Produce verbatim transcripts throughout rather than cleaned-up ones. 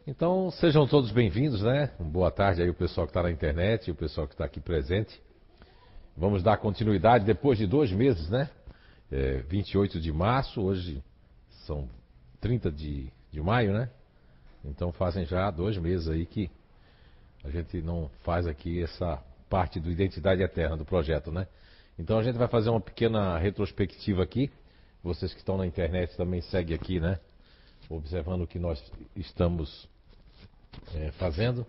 Então, sejam todos bem-vindos, né? Boa tarde aí o pessoal que está na internet e o pessoal que está aqui presente. Vamos dar continuidade depois de dois meses, né? É, vinte e oito de março, hoje são trinta de, de maio, né? Então fazem já dois meses aí que a gente não faz aqui essa parte do Identidade Eterna do projeto, né? Então a gente vai fazer uma pequena retrospectiva aqui. Vocês que estão na internet também seguem aqui, né? Observando o que nós estamos é, fazendo.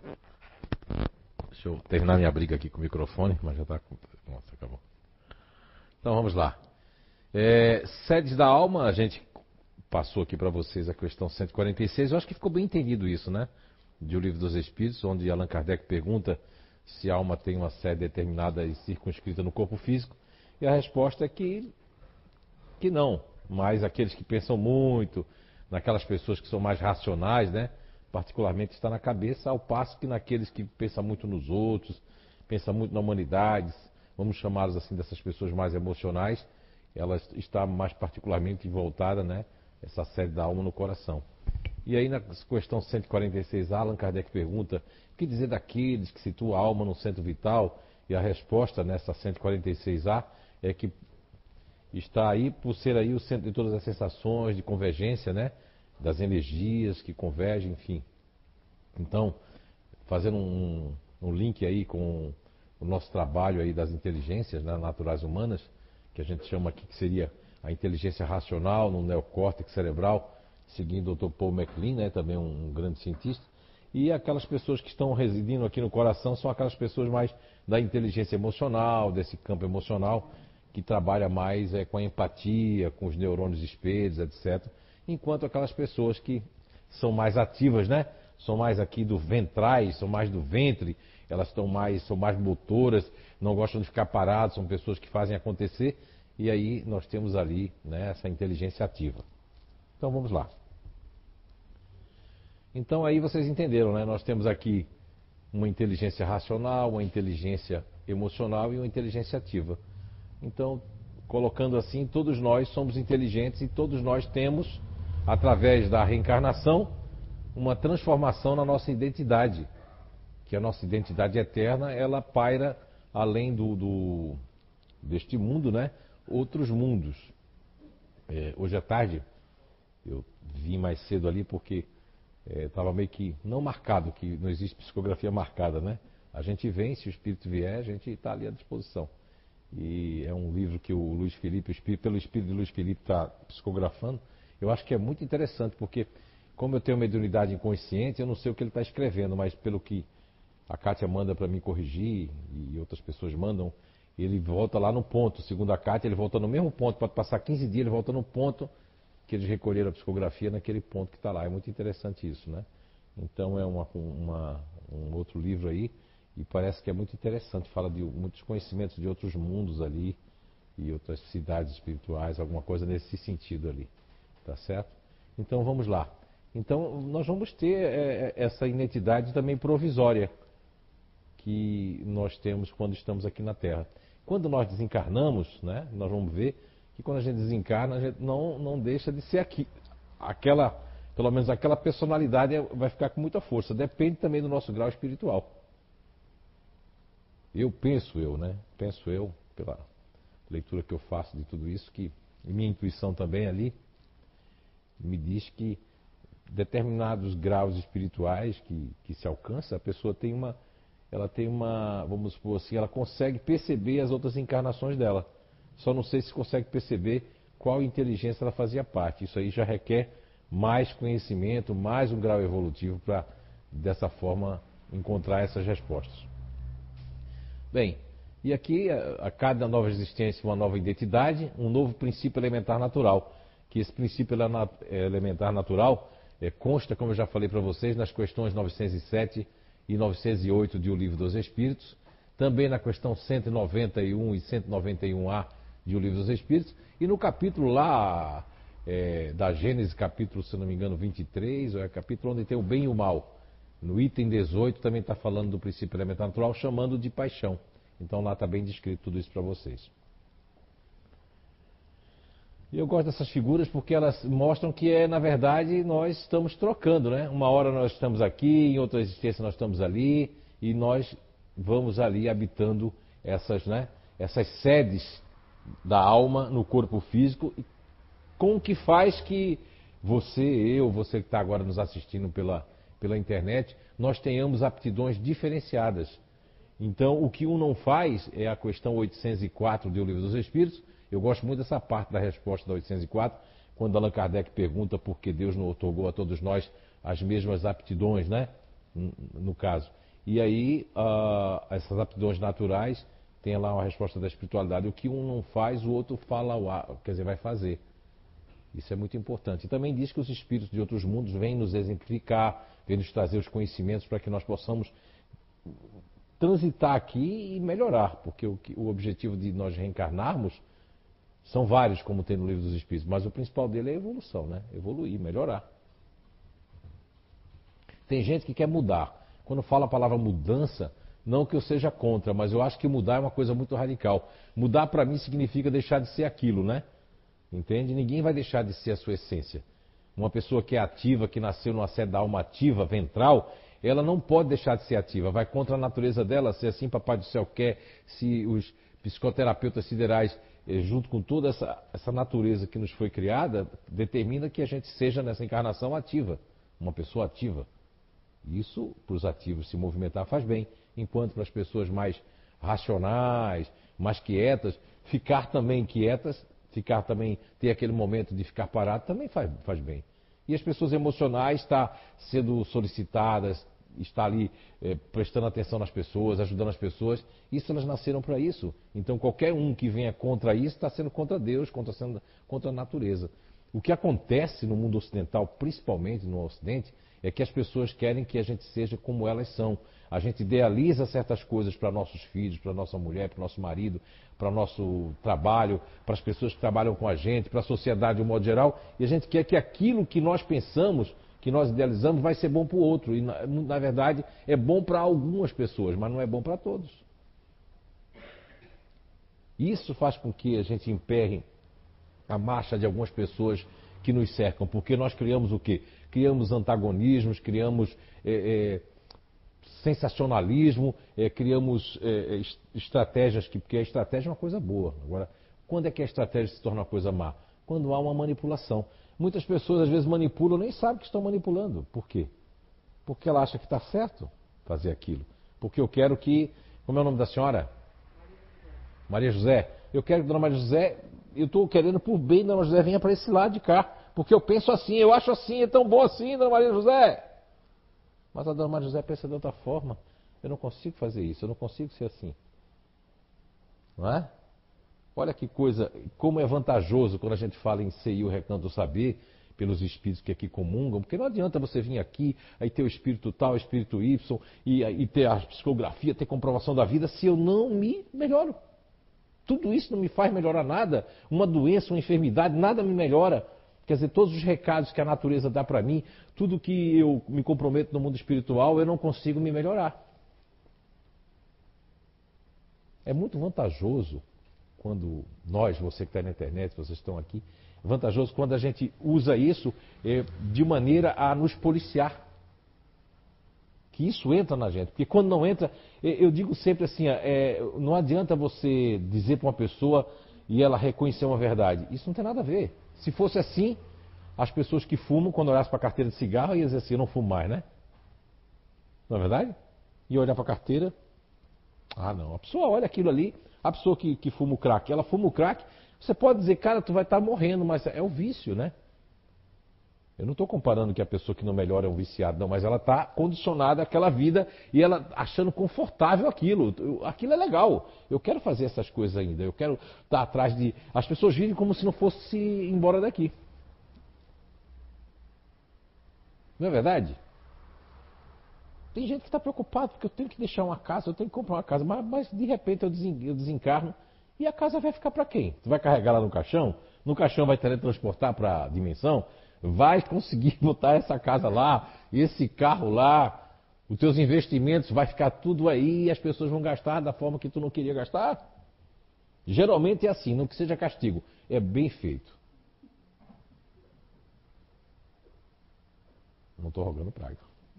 Deixa eu terminar minha briga aqui com o microfone, mas já está... Nossa, acabou. Então vamos lá. É, sedes da alma, a gente passou aqui para vocês a questão cento e quarenta e seis. Eu acho que ficou bem entendido isso, né? De O Livro dos Espíritos, onde Allan Kardec pergunta se a alma tem uma sede determinada e circunscrita no corpo físico. E a resposta é que, que não. Mas aqueles que pensam muito, naquelas pessoas que são mais racionais, né? Particularmente está na cabeça, ao passo que naqueles que pensam muito nos outros, pensam muito na humanidade, vamos chamá-los assim dessas pessoas mais emocionais, ela está mais particularmente voltada, né? Essa sede da alma no coração. E aí na questão cento e quarenta e seis, Allan Kardec pergunta, o que dizer daqueles que situam a alma no centro vital? E a resposta nessa cento e quarenta e seis A é que está aí por ser aí o centro de todas as sensações, de convergência, né? Das energias que convergem, enfim. Então, fazendo um, um link aí com o nosso trabalho aí das inteligências, né, naturais humanas, que a gente chama aqui que seria a inteligência racional no neocórtex cerebral, seguindo o doutor Paul MacLean, né, também um, um grande cientista. E aquelas pessoas que estão residindo aqui no coração são aquelas pessoas mais da inteligência emocional, desse campo emocional, que trabalha mais é, com a empatia, com os neurônios espelhos, etcétera. Enquanto aquelas pessoas que são mais ativas, né? São mais aqui do ventrais, são mais do ventre, elas estão mais, são mais motoras, não gostam de ficar paradas, são pessoas que fazem acontecer, e aí nós temos ali, né, essa inteligência ativa. Então vamos lá. Então aí vocês entenderam, né? Nós temos aqui uma inteligência racional, uma inteligência emocional e uma inteligência ativa. Então, colocando assim, todos nós somos inteligentes e todos nós temos, através da reencarnação, uma transformação na nossa identidade. Que a nossa identidade eterna, ela paira além do, do deste mundo, né? Outros mundos. É, hoje à tarde, eu vim mais cedo ali porque estava é, meio que, não marcado, que não existe psicografia marcada, né? A gente vem, se o espírito vier, a gente está ali à disposição. E é um livro que o Luiz Felipe, o espírito, pelo espírito de Luiz Felipe, está psicografando. Eu acho que é muito interessante, porque como eu tenho mediunidade inconsciente, eu não sei o que ele está escrevendo, mas pelo que a Kátia manda para me corrigir, e outras pessoas mandam, ele volta lá no ponto. Segundo a Kátia, ele volta no mesmo ponto, pode passar quinze dias, ele volta no ponto que eles recolheram a psicografia, naquele ponto que está lá. É muito interessante isso, né? Então é uma, uma, um outro livro aí, e parece que é muito interessante, fala de muitos conhecimentos de outros mundos ali, e outras cidades espirituais, alguma coisa nesse sentido ali, tá certo? Então vamos lá. Então nós vamos ter é, essa identidade também provisória, que nós temos quando estamos aqui na Terra. Quando nós desencarnamos, né, nós vamos ver que quando a gente desencarna, a gente não, não deixa de ser aqui. Aquela, pelo menos aquela personalidade vai ficar com muita força, depende também do nosso grau espiritual. Eu penso eu, né? Penso eu, pela leitura que eu faço de tudo isso, que e minha intuição também ali me diz que determinados graus espirituais que, que se alcança, a pessoa tem uma, ela tem uma, vamos supor assim, ela consegue perceber as outras encarnações dela. Só não sei se consegue perceber qual inteligência ela fazia parte. Isso aí já requer mais conhecimento, mais um grau evolutivo para, dessa forma, encontrar essas respostas. Bem, e aqui a, a cada nova existência uma nova identidade, um novo princípio elementar natural. Que esse princípio elementar natural é, consta, como eu já falei para vocês, nas questões novecentos e sete e novecentos e oito de O Livro dos Espíritos, também na questão cento e noventa e um e cento e noventa e um A de O Livro dos Espíritos, e no capítulo lá é, da Gênesis, capítulo, se não me engano, vinte e três, é o capítulo onde tem o bem e o mal. No item dezoito também está falando do princípio elementar natural, chamando de paixão. Então lá está bem descrito tudo isso para vocês. E eu gosto dessas figuras porque elas mostram que, é, na verdade, nós estamos trocando, né? Uma hora nós estamos aqui, em outra existência nós estamos ali, e nós vamos ali habitando essas, né, essas sedes da alma no corpo físico, com o que faz que você, eu, você que está agora nos assistindo pela, pela internet, nós tenhamos aptidões diferenciadas. Então, o que um não faz é a questão oitocentos e quatro do Livro dos Espíritos. Eu gosto muito dessa parte da resposta da oitocentos e quatro, quando Allan Kardec pergunta por que Deus não otorgou a todos nós as mesmas aptidões, né? No caso. E aí, uh, essas aptidões naturais, tem lá uma resposta da espiritualidade. O que um não faz, o outro fala, quer dizer, vai fazer. Isso é muito importante. E também diz que os espíritos de outros mundos vêm nos exemplificar, vêm nos trazer os conhecimentos para que nós possamos transitar aqui e melhorar. Porque o, o objetivo de nós reencarnarmos são vários, como tem no Livro dos Espíritos, mas o principal dele é a evolução, né? Evoluir, melhorar. Tem gente que quer mudar. Quando fala a palavra mudança, não que eu seja contra, mas eu acho que mudar é uma coisa muito radical. Mudar para mim significa deixar de ser aquilo, né? Entende? Ninguém vai deixar de ser a sua essência. Uma pessoa que é ativa, que nasceu numa sede da alma ativa, ventral, ela não pode deixar de ser ativa. Vai contra a natureza dela, se assim Papai do Céu quer, se os psicoterapeutas siderais, junto com toda essa, essa natureza que nos foi criada, determina que a gente seja nessa encarnação ativa, uma pessoa ativa. Isso, para os ativos se movimentar, faz bem, enquanto para as pessoas mais racionais, mais quietas, ficar também quietas, ficar também, ter aquele momento de ficar parado, também faz, faz bem. E as pessoas emocionais estão sendo solicitadas, está ali é, prestando atenção nas pessoas, ajudando as pessoas. Isso, elas nasceram para isso. Então qualquer um que venha contra isso está sendo contra Deus, contra, sendo, contra a natureza. O que acontece no mundo ocidental, principalmente no Ocidente, é que as pessoas querem que a gente seja como elas são. A gente idealiza certas coisas para nossos filhos, para nossa mulher, para nosso marido, para nosso trabalho, para as pessoas que trabalham com a gente, para a sociedade de um modo geral, e a gente quer que aquilo que nós pensamos, que nós idealizamos, vai ser bom para o outro. E, na, na verdade, é bom para algumas pessoas, mas não é bom para todos. Isso faz com que a gente emperre a marcha de algumas pessoas que nos cercam, porque nós criamos o quê? Criamos antagonismos, criamos é, é, sensacionalismo, é, criamos é, estratégias, que, porque a estratégia é uma coisa boa. Agora, quando é que a estratégia se torna uma coisa má? Quando há uma manipulação. Muitas pessoas às vezes manipulam, nem sabem que estão manipulando. Por quê? Porque ela acha que está certo fazer aquilo. Porque eu quero que... Como é o nome da senhora? Maria José. Eu quero que Dona Maria José... Eu estou querendo por bem, Dona Maria José venha para esse lado de cá. Porque eu penso assim, eu acho assim, é tão bom assim, Dona Maria José. Mas a Dona Maria José pensa de outra forma. Eu não consigo fazer isso, eu não consigo ser assim. Não é? Olha que coisa, como é vantajoso quando a gente fala em C I, o Recanto do Saber, pelos espíritos que aqui comungam, porque não adianta você vir aqui, aí ter o espírito tal, o espírito Y, e, e ter a psicografia, ter comprovação da vida, se eu não me melhoro. Tudo isso não me faz melhorar nada. Uma doença, uma enfermidade, nada me melhora. Quer dizer, todos os recados que a natureza dá para mim, tudo que eu me comprometo no mundo espiritual, eu não consigo me melhorar. É muito vantajoso quando nós, você que está na internet, vocês estão aqui, é vantajoso quando a gente usa isso é, de maneira a nos policiar. Que isso entra na gente. Porque quando não entra, eu digo sempre assim, é, não adianta você dizer para uma pessoa e ela reconhecer uma verdade. Isso não tem nada a ver. Se fosse assim, as pessoas que fumam, quando olhassem para a carteira de cigarro, iam dizer assim, eu não fumo mais, né? Não é verdade? E olhar para a carteira, ah não, a pessoa olha aquilo ali, a pessoa que, que fuma o crack, ela fuma o crack, você pode dizer, cara, tu vai estar morrendo, mas é o vício, né? Eu não estou comparando que a pessoa que não melhora é um viciado, não, mas ela está condicionada àquela vida e ela achando confortável aquilo. Aquilo é legal. Eu quero fazer essas coisas ainda. Eu quero estar atrás de... As pessoas vivem como se não fosse embora daqui. Não é verdade? Tem gente que está preocupada porque eu tenho que deixar uma casa, eu tenho que comprar uma casa, mas, mas de repente eu desencarno e a casa vai ficar para quem? Tu vai carregar lá no caixão? No caixão vai teletransportar para a dimensão? Vai conseguir botar essa casa lá, esse carro lá, os teus investimentos, vai ficar tudo aí e as pessoas vão gastar da forma que tu não queria gastar? Geralmente é assim, não que seja castigo, é bem feito. Não estou rogando praga.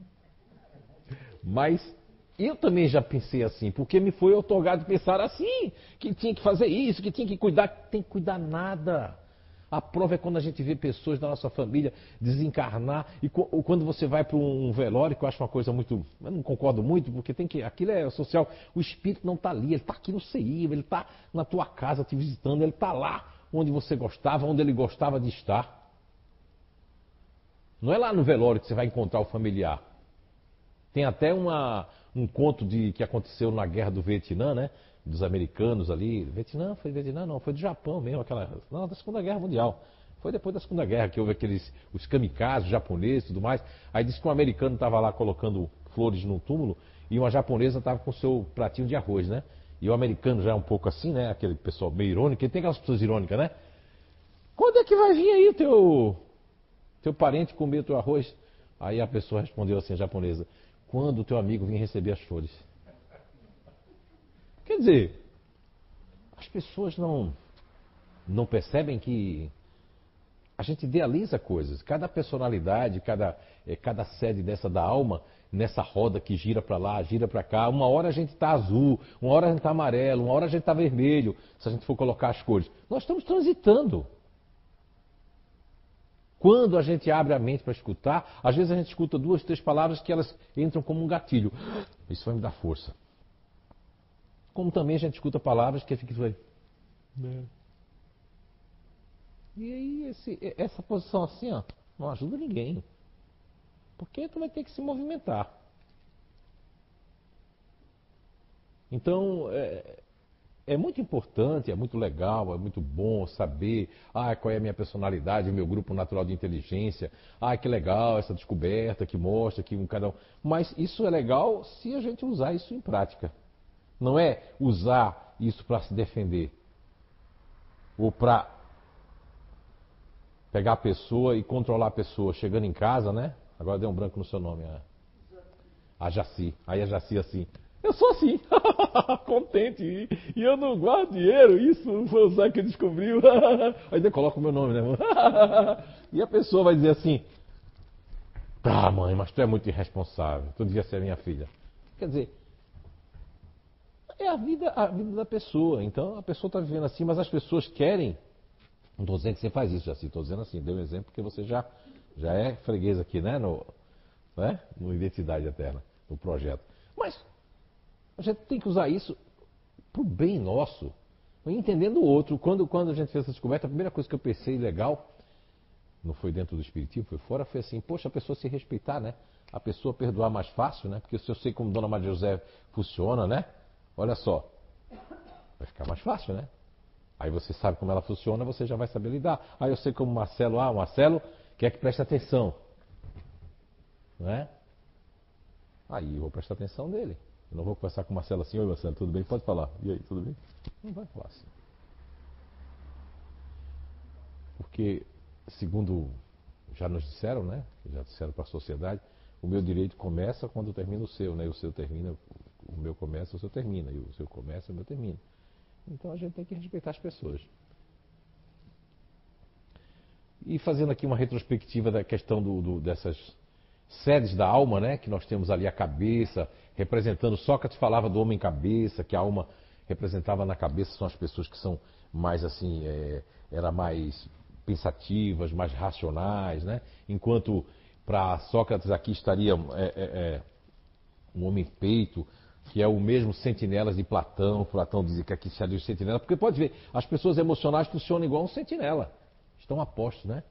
Mas eu também já pensei assim, porque me foi otorgado pensar assim, que tinha que fazer isso, que tinha que cuidar. Tem que cuidar nada. A prova é quando a gente vê pessoas da nossa família desencarnar, e quando você vai para um velório, que eu acho uma coisa muito... Eu não concordo muito, porque tem que, aquilo é social. O espírito não está ali, ele está aqui no C I, ele está na tua casa te visitando, ele está lá onde você gostava, onde ele gostava de estar. Não é lá no velório que você vai encontrar o familiar. Tem até uma, um conto de, que aconteceu na Guerra do Vietnã, né? Dos americanos ali. Vietnã? Foi Vietnã? Não, foi do Japão mesmo. Aquela, não, da Segunda Guerra Mundial. Foi depois da Segunda Guerra que houve aqueles os kamikazes japoneses e tudo mais. Aí disse que um americano estava lá colocando flores no túmulo e uma japonesa estava com o seu pratinho de arroz, né? E o americano já é um pouco assim, né? Aquele pessoal meio irônico. Ele tem aquelas pessoas irônicas, né? Quando é que vai vir aí o teu, teu parente comer o teu arroz? Aí a pessoa respondeu assim, a japonesa: quando o teu amigo vir receber as flores. Quer dizer, as pessoas não, não percebem que a gente idealiza coisas. Cada personalidade, cada, é, cada sede dessa da alma, nessa roda que gira para lá, gira para cá, uma hora a gente está azul, uma hora a gente está amarelo, uma hora a gente está vermelho, se a gente for colocar as cores. Nós estamos transitando. Quando a gente abre a mente para escutar, às vezes a gente escuta duas, três palavras que elas entram como um gatilho. Isso vai me dar força. Como também a gente escuta palavras que fica... É. E aí esse, essa posição assim, ó, não ajuda ninguém. Porque tu vai ter que se movimentar. Então, é, é muito importante, é muito legal, é muito bom saber ah, qual é a minha personalidade, o meu grupo natural de inteligência. Ah, que legal essa descoberta que mostra que um cada um... Mas isso é legal se a gente usar isso em prática. Não é usar isso para se defender. Ou para pegar a pessoa e controlar a pessoa. Chegando em casa, né? Agora deu um branco no seu nome. A, a Jaci. Aí a Jaci assim... Eu sou assim, contente, e, e eu não guardo dinheiro, isso foi o Zé que descobriu. Aí ainda coloca o meu nome, né? E a pessoa vai dizer assim: tá, mãe, mas tu é muito irresponsável, tu devia ser minha filha. Quer dizer, é a vida, a vida da pessoa. Então a pessoa está vivendo assim, mas as pessoas querem. Não estou dizendo que você faz isso, Jaci, estou dizendo assim, deu um exemplo porque você já, já é freguês aqui, né? No, né? No Identidade Eterna, no projeto. Mas a gente tem que usar isso para o bem nosso, entendendo o outro. Quando, quando a gente fez essa descoberta, a primeira coisa que eu pensei legal, não foi dentro do espiritismo, foi fora, foi assim: poxa, a pessoa se respeitar, né? A pessoa perdoar mais fácil, né? Porque se eu sei como Dona Maria José funciona, né? Olha só, vai ficar mais fácil, né? Aí você sabe como ela funciona, você já vai saber lidar. Aí eu sei como Marcelo, ah, o Marcelo quer que preste atenção, não é? Aí eu vou prestar atenção nele. Eu não vou conversar com o Marcelo assim: oi Marcelo, tudo bem? Pode falar. E aí, tudo bem? Não vai falar assim. Porque, segundo já nos disseram, né? Já disseram para a sociedade, o meu direito começa quando termina o seu, né? E o seu termina, o meu começa, o seu termina. E o seu começa, o meu termina. Então a gente tem que respeitar as pessoas. E fazendo aqui uma retrospectiva da questão do, do, dessas sedes da alma, né? Que nós temos ali a cabeça, representando. Sócrates falava do homem cabeça, que a alma representava na cabeça, são as pessoas que são mais assim, é, era mais pensativas, mais racionais, né? Enquanto para Sócrates aqui estaria é, é, é, um homem peito, que é o mesmo sentinelas de Platão. Platão dizia que aqui estaria o sentinela, porque pode ver, as pessoas emocionais funcionam igual um sentinela, estão a postos, né?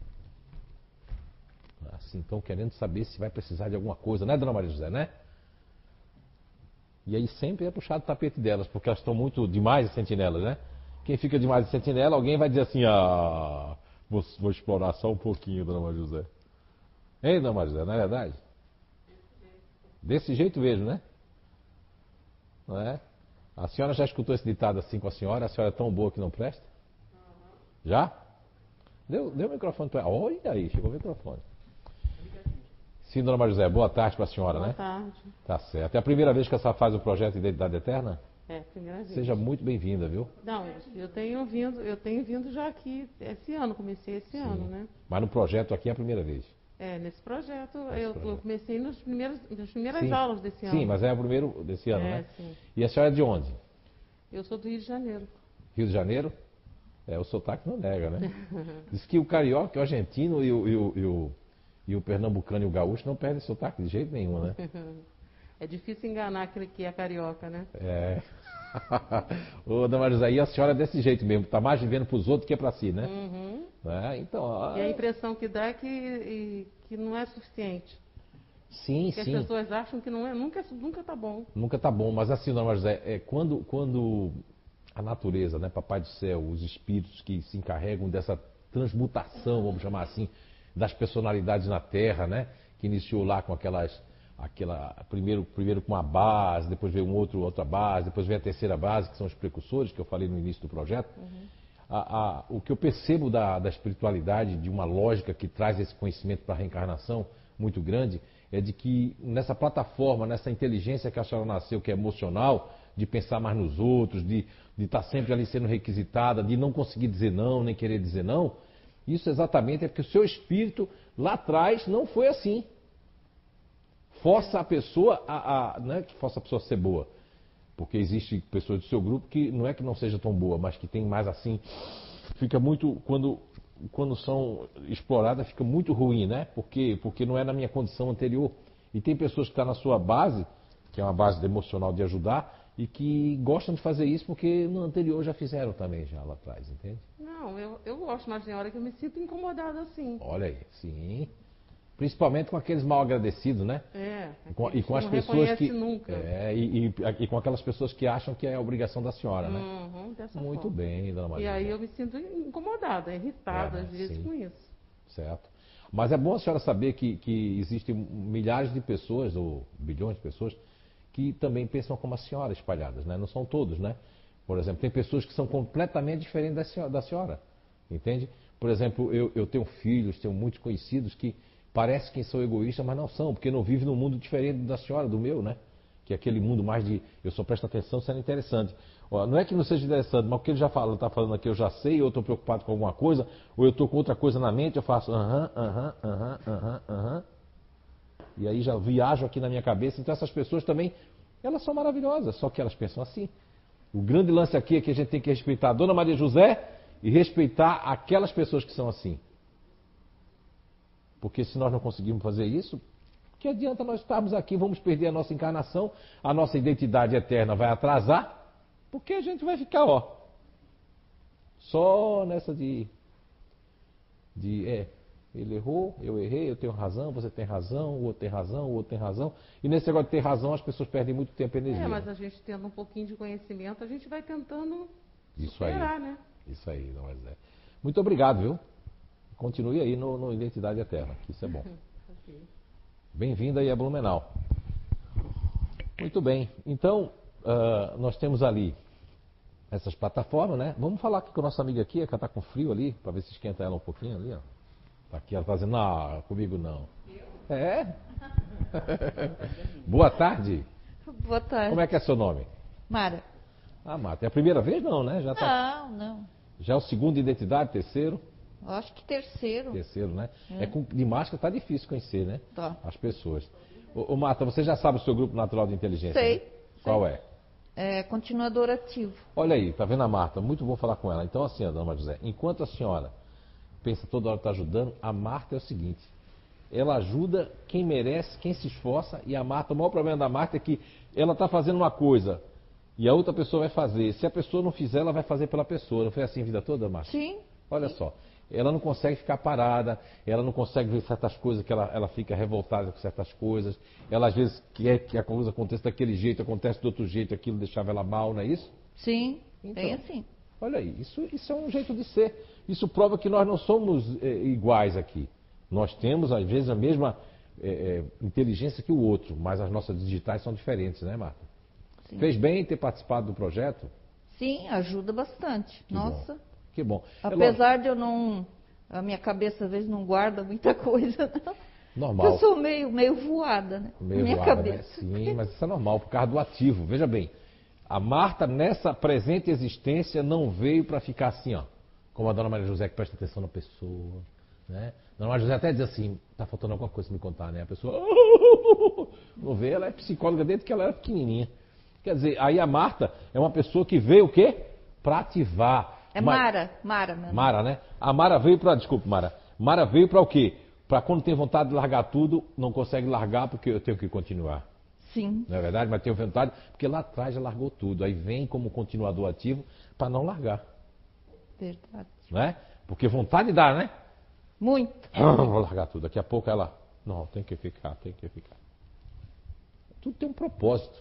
Assim, estão querendo saber se vai precisar de alguma coisa, né, Dona Maria José, né? E aí sempre é puxado o tapete delas, porque elas estão muito demais de sentinelas, né? Quem fica demais de sentinela, alguém vai dizer assim: ah, vou, vou explorar só um pouquinho, Dona Maria José. Hein, Dona Maria José, não é verdade? Desse jeito mesmo, né? Não é? A senhora já escutou esse ditado assim com a senhora? A senhora é tão boa que não presta? Já? Deu, deu o microfone para ela. Olha aí, chegou o microfone. Sim, Dona Maria José, boa tarde para a senhora, boa né? Boa tarde. Tá certo. É a primeira vez que a senhora faz o projeto Identidade Eterna? É, a primeira vez. Seja muito bem-vinda, viu? Não, eu tenho vindo, eu tenho vindo já aqui esse ano, comecei esse Sim. ano, né? Mas no projeto aqui é a primeira vez. É, nesse projeto, Nesse eu, projeto. eu comecei nos primeiros, nas primeiras Sim. aulas desse ano. Sim, mas é o primeiro desse ano, É, né? sim. E a senhora é de onde? Eu sou do Rio de Janeiro. Rio de Janeiro? É, o sotaque não nega, né? Diz que o carioca, o argentino e o, e o, e o, e o pernambucano e o gaúcho não perdem sotaque de jeito nenhum, né? É difícil enganar aquele que é carioca, né? É. Ô, dona Maria José, e a senhora é desse jeito mesmo, tá mais vivendo pros outros que é pra si, né? Uhum. É, então, ah, E a impressão que dá é que, e- que não é suficiente. sim, Que as sim. pessoas acham que não é, nunca, nunca tá bom. Nunca tá bom, mas assim, dona Maria José, é, quando, quando a natureza, né, Papai do Céu, os espíritos que se encarregam dessa transmutação, vamos chamar assim, das personalidades na Terra, né, que iniciou lá com aquelas, aquela, primeiro, primeiro com uma base, depois veio um outro, outra base, depois veio a terceira base, que são os precursores, que eu falei no início do projeto. Uhum. A, a, o que eu percebo da, da espiritualidade, de uma lógica que traz esse conhecimento para a reencarnação muito grande, é de que nessa plataforma, nessa inteligência que a senhora nasceu, que é emocional, de pensar mais nos outros, de de estar sempre ali sendo requisitada, de não conseguir dizer não, nem querer dizer não, isso exatamente é porque o seu espírito lá atrás não foi assim. Força a pessoa a, a não é que força a pessoa a ser boa, porque existe pessoas do seu grupo que não é que não seja tão boa, mas que tem mais assim, fica muito, quando, quando são exploradas, fica muito ruim, né? Porque, porque não é na minha condição anterior. E tem pessoas que estão na sua base, que é uma base emocional de ajudar, e que gostam de fazer isso porque no anterior já fizeram também, já lá atrás, entende? Não, eu, eu gosto, mas tem hora que eu me sinto incomodada assim. Olha aí, sim. Principalmente com aqueles mal agradecidos, né? É, E com, e aqueles com as não pessoas reconhece que. nunca. É, e, e, e com aquelas pessoas que acham que é a obrigação da senhora, né? Uhum, dessa Muito forma. bem, dona Maria. E aí eu me sinto incomodada, irritada É, às vezes sim. com isso. Certo. Mas é bom a senhora saber que, que existem milhares de pessoas, ou bilhões de pessoas, que também pensam como a senhora, espalhadas, né? Não são todos, né? Por exemplo, tem pessoas que são completamente diferentes da senhora, da senhora, entende? Por exemplo, eu, eu tenho filhos, tenho muitos conhecidos que parece que são egoístas, mas não são, porque não vivem num mundo diferente da senhora, do meu, né? Que é aquele mundo mais de, eu só presto atenção sendo interessante. Ó, não é que não seja interessante, mas o que ele já fala, está falando aqui, eu já sei, ou eu estou preocupado com alguma coisa, ou eu estou com outra coisa na mente, eu faço aham, aham, aham, aham, aham. E aí já viajo aqui na minha cabeça. Então essas pessoas também, elas são maravilhosas, só que elas pensam assim. O grande lance aqui é que a gente tem que respeitar a Dona Maria José e respeitar aquelas pessoas que são assim. Porque se nós não conseguirmos fazer isso, que adianta nós estarmos aqui, vamos perder a nossa encarnação, a nossa identidade eterna vai atrasar, porque a gente vai ficar, ó, só nessa de, de é, ele errou, eu errei, eu tenho razão, você tem razão, o outro tem razão, o outro tem razão. E nesse negócio de ter razão, as pessoas perdem muito tempo e energia. É, mas a gente tendo um pouquinho de conhecimento, a gente vai tentando Isso superar, aí. né? Isso aí, não é Zé. Muito obrigado, viu? Continue aí no, no Identidade Eterna, que isso é bom. Ok. Bem-vindo aí a Blumenau. Muito bem. Então, uh, nós temos ali essas plataformas, né? Vamos falar aqui com a nossa amiga aqui, que ela está com frio ali, para ver se esquenta ela um pouquinho ali, ó. Tá aqui, ela está dizendo, não, comigo não. É? Boa tarde. Boa tarde. Como é que é seu nome? Mara. Ah, Marta, é a primeira vez não, né? Já, tá, Não, não. já é o segundo identidade, terceiro? Eu acho que terceiro. Terceiro, né? É. É com, de máscara tá difícil conhecer, né? Tá. As pessoas. Ô, ô Marta, você já sabe o seu grupo natural de inteligência? Sei. Né? Qual é? É continuador ativo. Olha aí, tá vendo a Marta? Muito bom falar com ela. Então, assim, dona José, enquanto a senhora pensa toda hora que está ajudando, a Marta é o seguinte: ela ajuda quem merece, quem se esforça, e a Marta, o maior problema da Marta é que ela está fazendo uma coisa e a outra pessoa vai fazer. Se a pessoa não fizer, ela vai fazer pela pessoa. Não foi assim a vida toda, Marta? Sim. Olha Sim. só. Ela não consegue ficar parada, ela não consegue ver certas coisas, que ela, ela fica revoltada com certas coisas. Ela às vezes quer que a coisa aconteça daquele jeito, acontece de outro jeito, aquilo deixava ela mal, não é isso? Sim. Então. Bem assim. Olha aí, isso, isso é um jeito de ser. Isso prova que nós não somos é, iguais aqui. Nós temos, às vezes, a mesma é, é, inteligência que o outro, mas as nossas digitais são diferentes, né, Marta? Sim. Fez bem ter participado do projeto? Sim, ajuda bastante. Que Nossa. bom. Que bom. É Apesar de eu não. A minha cabeça às vezes não guarda muita coisa, não. normal. Eu sou meio, meio voada, né? Meio minha voada, né? cabeça. Sim, mas isso é normal, por causa do ativo. Veja bem, a Marta, nessa presente existência, não veio para ficar assim, ó. Como a dona Maria José, que presta atenção na pessoa. Né? Dona José até diz assim, tá faltando alguma coisa pra me contar, né? A pessoa não vê, ela é psicóloga desde que ela era pequenininha. Quer dizer, aí a Marta é uma pessoa que veio o quê? Pra ativar. É Mara, Mara, meu nome. Mara, né? A Mara veio pra, desculpa, Mara. Mara veio pra o quê? Pra quando tem vontade de largar tudo, não consegue largar porque eu tenho que continuar. Sim. Não é verdade? Mas tenho vontade, porque lá atrás já largou tudo. Aí vem como continuador ativo pra não largar. Verdade. Não é? Porque vontade dá, né? Muito. Ah, vou largar tudo. Daqui a pouco ela, não, tem que ficar, tem que ficar. Tudo tem um propósito.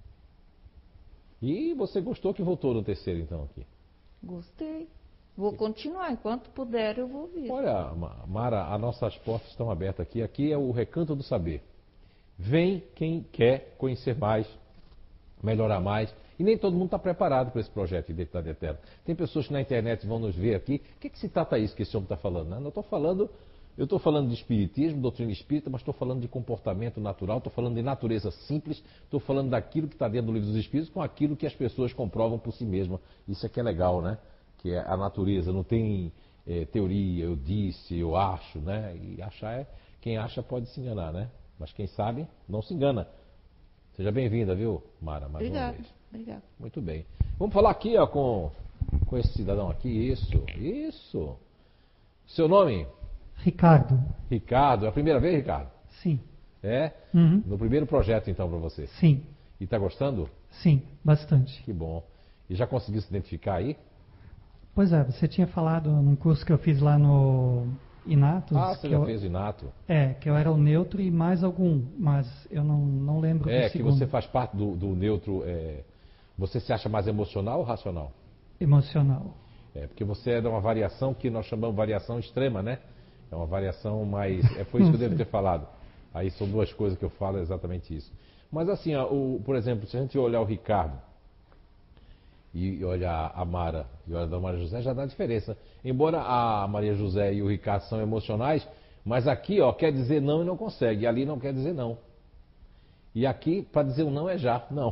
E você gostou que voltou no terceiro, então, aqui? Gostei. Vou continuar. Enquanto puder, eu vou vir. Olha, Mara, as nossas portas estão abertas aqui. Aqui é o Recanto do Saber. Vem quem quer conhecer mais, melhorar mais. E nem todo mundo está preparado para esse projeto de Identidade Eterna. Tem pessoas que na internet vão nos ver aqui. O que, que se trata isso que esse homem está falando? Não, eu estou falando, eu estou falando de espiritismo, doutrina espírita, mas estou falando de comportamento natural, estou falando de natureza simples, estou falando daquilo que está dentro do livro dos Espíritos com aquilo que as pessoas comprovam por si mesmas. Isso é que é legal, né? Que é a natureza, não tem é, teoria, eu disse, eu acho, né? E achar é, quem acha pode se enganar, né? Mas quem sabe, não se engana. Seja bem-vinda, viu, Mara, mais Obrigada. uma vez. Obrigada. Muito bem. Vamos falar aqui, ó, com, com esse cidadão aqui. Isso, isso. Seu nome? Ricardo. Ricardo. É a primeira vez, Ricardo? Sim. É? Uhum. No primeiro projeto, então, para você. Sim. E está gostando? Sim, bastante. Que bom. E já conseguiu se identificar aí? Pois é, você tinha falado num curso que eu fiz lá no Inatos. Ah, você que já eu, fez o Inato. É, que eu era o neutro e mais algum, mas eu não, não lembro É, do que segundo. você faz parte do, do neutro. É, você se acha mais emocional ou racional? Emocional. É, porque você é de uma variação que nós chamamos de variação extrema, né? É uma variação mais... É foi isso que eu devo ter falado. Aí são duas coisas que eu falo, é exatamente isso. Mas assim, ó, o, por exemplo, se a gente olhar o Ricardo e olhar a Mara e olhar a Dona Maria José, já dá diferença. Embora a Maria José e o Ricardo são emocionais, mas aqui, ó, quer dizer não e não consegue. E ali não quer dizer não. E aqui, para dizer um não é já. Não.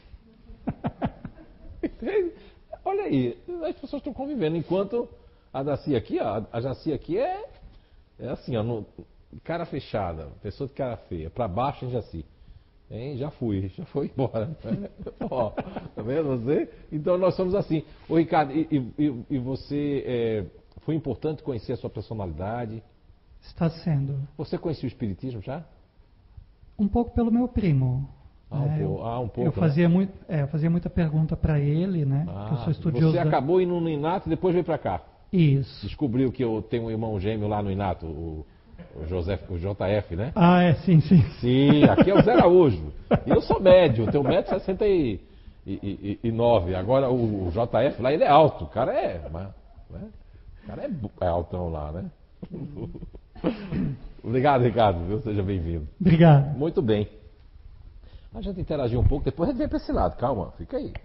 Olha aí, as pessoas estão convivendo. Enquanto a Daci aqui, ó, a Jaci aqui é, é assim, ó, no, cara fechada, pessoa de cara feia, para baixo em Jaci. Hein? Já fui, já foi embora. Ó, tá vendo você? Então nós somos assim. Ô Ricardo, e, e, e você, é, foi importante conhecer a sua personalidade? Está sendo. Você conhecia o Espiritismo já? Um pouco pelo meu primo. Ah, um, né? pouco, eu, ah, um pouco. eu fazia, né? muito, é, eu fazia muita pergunta para ele, né? Ah, que eu sou estudioso. você da... acabou indo no Inato e depois veio para cá. Isso. Descobriu que eu tenho um irmão gêmeo lá no Inato, o, o, José, o J F, né? Ah, é, sim, sim. Sim, aqui é o Zé Araújo. E eu sou médio, tenho um metro e sessenta e nove. Agora o, o J F lá, ele é alto. O cara é. Né? O cara é, é altão lá, né? Obrigado, Ricardo. Viu? Seja bem-vindo. Obrigado. Muito bem. A gente interagiu um pouco, depois a gente vem para esse lado. Calma, fica aí.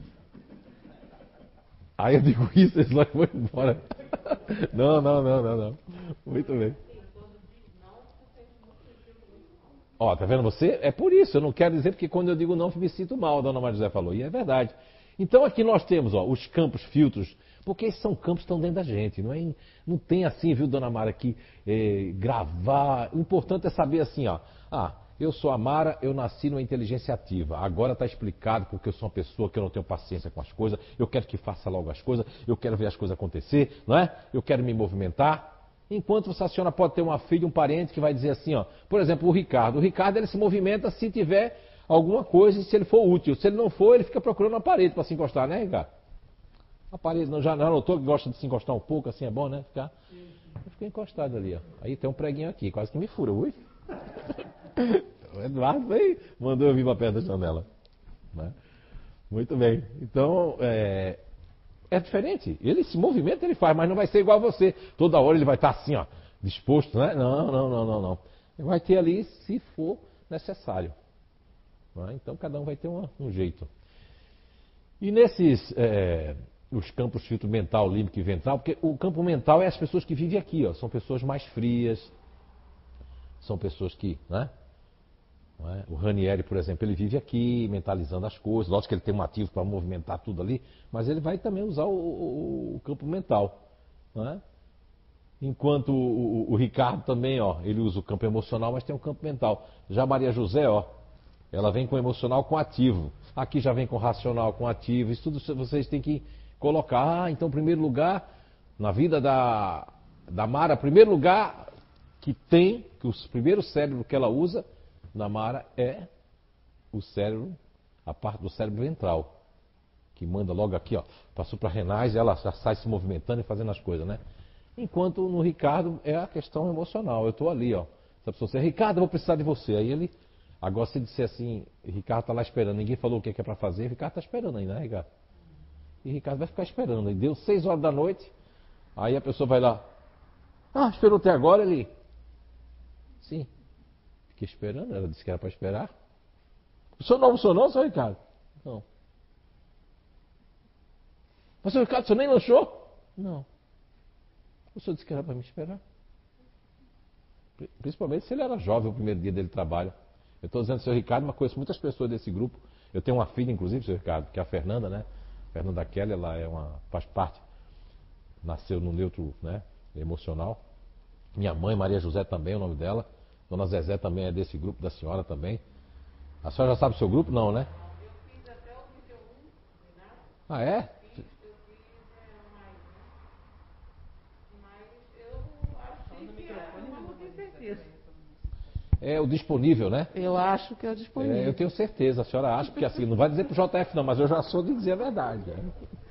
Aí eu digo isso, eles vão embora. Não, não, não, não, não. Muito bem. Ó, tá vendo você? É por isso, eu não quero dizer porque quando eu digo não, me sinto mal, a dona Maria José falou. E é verdade. Então aqui nós temos, ó, os campos filtros, porque esses são campos que estão dentro da gente. Não, é, não tem assim, viu, dona Mara, que é, gravar. O importante é saber assim, ó. Ah, eu sou a Mara, eu nasci numa inteligência ativa. Agora está explicado porque eu sou uma pessoa que eu não tenho paciência com as coisas. Eu quero que faça logo as coisas. Eu quero ver as coisas acontecer, não é? Eu quero me movimentar. Enquanto você, a senhora pode ter uma filha, um parente que vai dizer assim, ó. Por exemplo, o Ricardo. O Ricardo, ele se movimenta se tiver alguma coisa e se ele for útil. Se ele não for, ele fica procurando uma parede para se encostar, né, Ricardo? A parede, não, já não notou que gosta de se encostar um pouco, assim é bom, né? Ficar... Eu fico encostado ali, ó. Aí tem um preguinho aqui, quase que me fura, ui. O Eduardo veio, mandou eu vir para perto da janela. Né? Muito bem. Então, é, é diferente. Ele se movimenta, ele faz, mas não vai ser igual a você. Toda hora ele vai estar assim, ó, disposto, né? Não, não, não, não, não. Ele vai ter ali se for necessário. Né? Então, cada um vai ter uma, um jeito. E nesses, é, os campos filtro mental, límbico e ventral, porque o campo mental é as pessoas que vivem aqui, ó, são pessoas mais frias, são pessoas que, né? Não é? O Ranieri, por exemplo, ele vive aqui, mentalizando as coisas. Lógico que ele tem um ativo para movimentar tudo ali, mas ele vai também usar o, o, o campo mental. Não é? Enquanto o, o, o Ricardo também, ó, ele usa o campo emocional, mas tem o campo mental. Já a Maria José, ó, ela vem com o emocional com ativo. Aqui já vem com o racional com ativo. Isso tudo vocês têm que colocar. Ah, então, em primeiro lugar, na vida da, da Mara, primeiro lugar que tem, que o primeiro cérebro que ela usa na Mara é o cérebro, a parte do cérebro ventral, que manda logo aqui, ó, passou para renais, ela já sai se movimentando e fazendo as coisas, né? Enquanto no Ricardo é a questão emocional. Eu estou ali, ó. Se a pessoa disser, Ricardo, eu vou precisar de você. Aí ele, agora se disser assim, Ricardo está lá esperando, ninguém falou o que é, que é para fazer, Ricardo está esperando aí, né, Ricardo? E Ricardo vai ficar esperando. E deu seis horas da noite, aí a pessoa vai lá, ah, esperou até agora, ele... Sim, fiquei esperando, ela disse que era para esperar. O senhor não almoçou não, senhor Ricardo? Não. Mas, senhor Ricardo, o senhor nem lanchou? Não. O senhor disse que era para me esperar. Principalmente se ele era jovem, o primeiro dia dele de trabalho. Eu estou dizendo, senhor Ricardo, mas conheço muitas pessoas desse grupo. Eu tenho uma filha, inclusive, senhor Ricardo, que é a Fernanda, né? Fernanda Kelly, ela é uma, faz parte, nasceu no neutro, né, emocional. Minha mãe, Maria José também, é o nome dela. Dona Zezé também é desse grupo da senhora também. A senhora já sabe o seu grupo? Não, né? Eu fiz até o trinta e um, né? Ah, é? Eu fiz, eu fiz é, mais, né? Mas eu achei que era, mas não tenho certeza. É o disponível, né? Eu acho que é o disponível. É, eu tenho certeza, a senhora acha, porque assim, não vai dizer pro J F não, mas eu já sou de dizer a verdade. Né?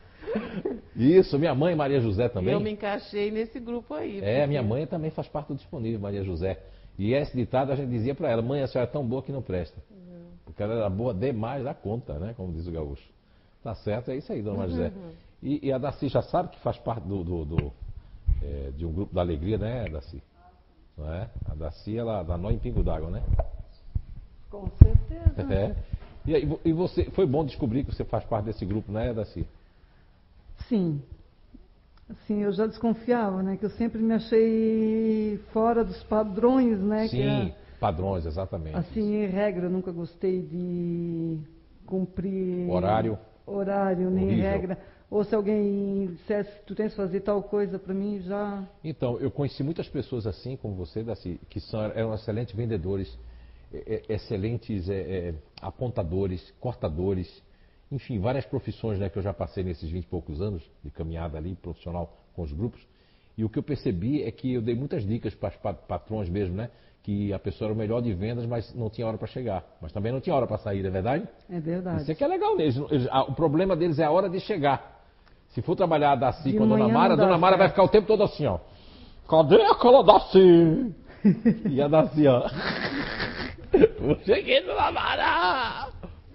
Isso, minha mãe, Maria José também. Eu me encaixei nesse grupo aí. É, porque... minha mãe também faz parte do disponível, Maria José. E esse ditado a gente dizia para ela, mãe, a senhora é tão boa que não presta. Uhum. Porque ela era boa demais da conta, né? Como diz o gaúcho. Tá certo, é isso aí, dona Maria José. Uhum. E, e a Darcy já sabe que faz parte do, do, do é, de um grupo da alegria, né, Darcy? Não é? A Darcy, ela dá nó em pingo d'água, né? Com certeza. É. E, aí, e você, foi bom descobrir que você faz parte desse grupo, né, Darcy? Sim. Assim, eu já desconfiava, né? Que eu sempre me achei fora dos padrões, né? Sim, que era, padrões, exatamente. assim, em regra, eu nunca gostei de cumprir... Horário. Horário, nem Horrível. regra. Ou se alguém dissesse, tu tens que fazer tal coisa para mim, já... Então, eu conheci muitas pessoas assim, como você, Darcy, que são, eram excelentes vendedores, excelentes é, é, apontadores, cortadores, enfim, várias profissões, né, que eu já passei nesses vinte e poucos anos de caminhada ali, profissional com os grupos. E o que eu percebi é que eu dei muitas dicas para os patrões mesmo, né? Que a pessoa era o melhor de vendas, mas não tinha hora para chegar. Mas também não tinha hora para sair, é verdade? É verdade. Isso é que é legal neles. Eles, a, o problema deles é a hora de chegar. Se for trabalhar a Darcy De com a Dona manhã Mara, a não dá Dona Mara certo. vai ficar o tempo todo assim, ó. Cadê aquela Darcy? E a Darcy, ó. Eu cheguei, Dona Mara!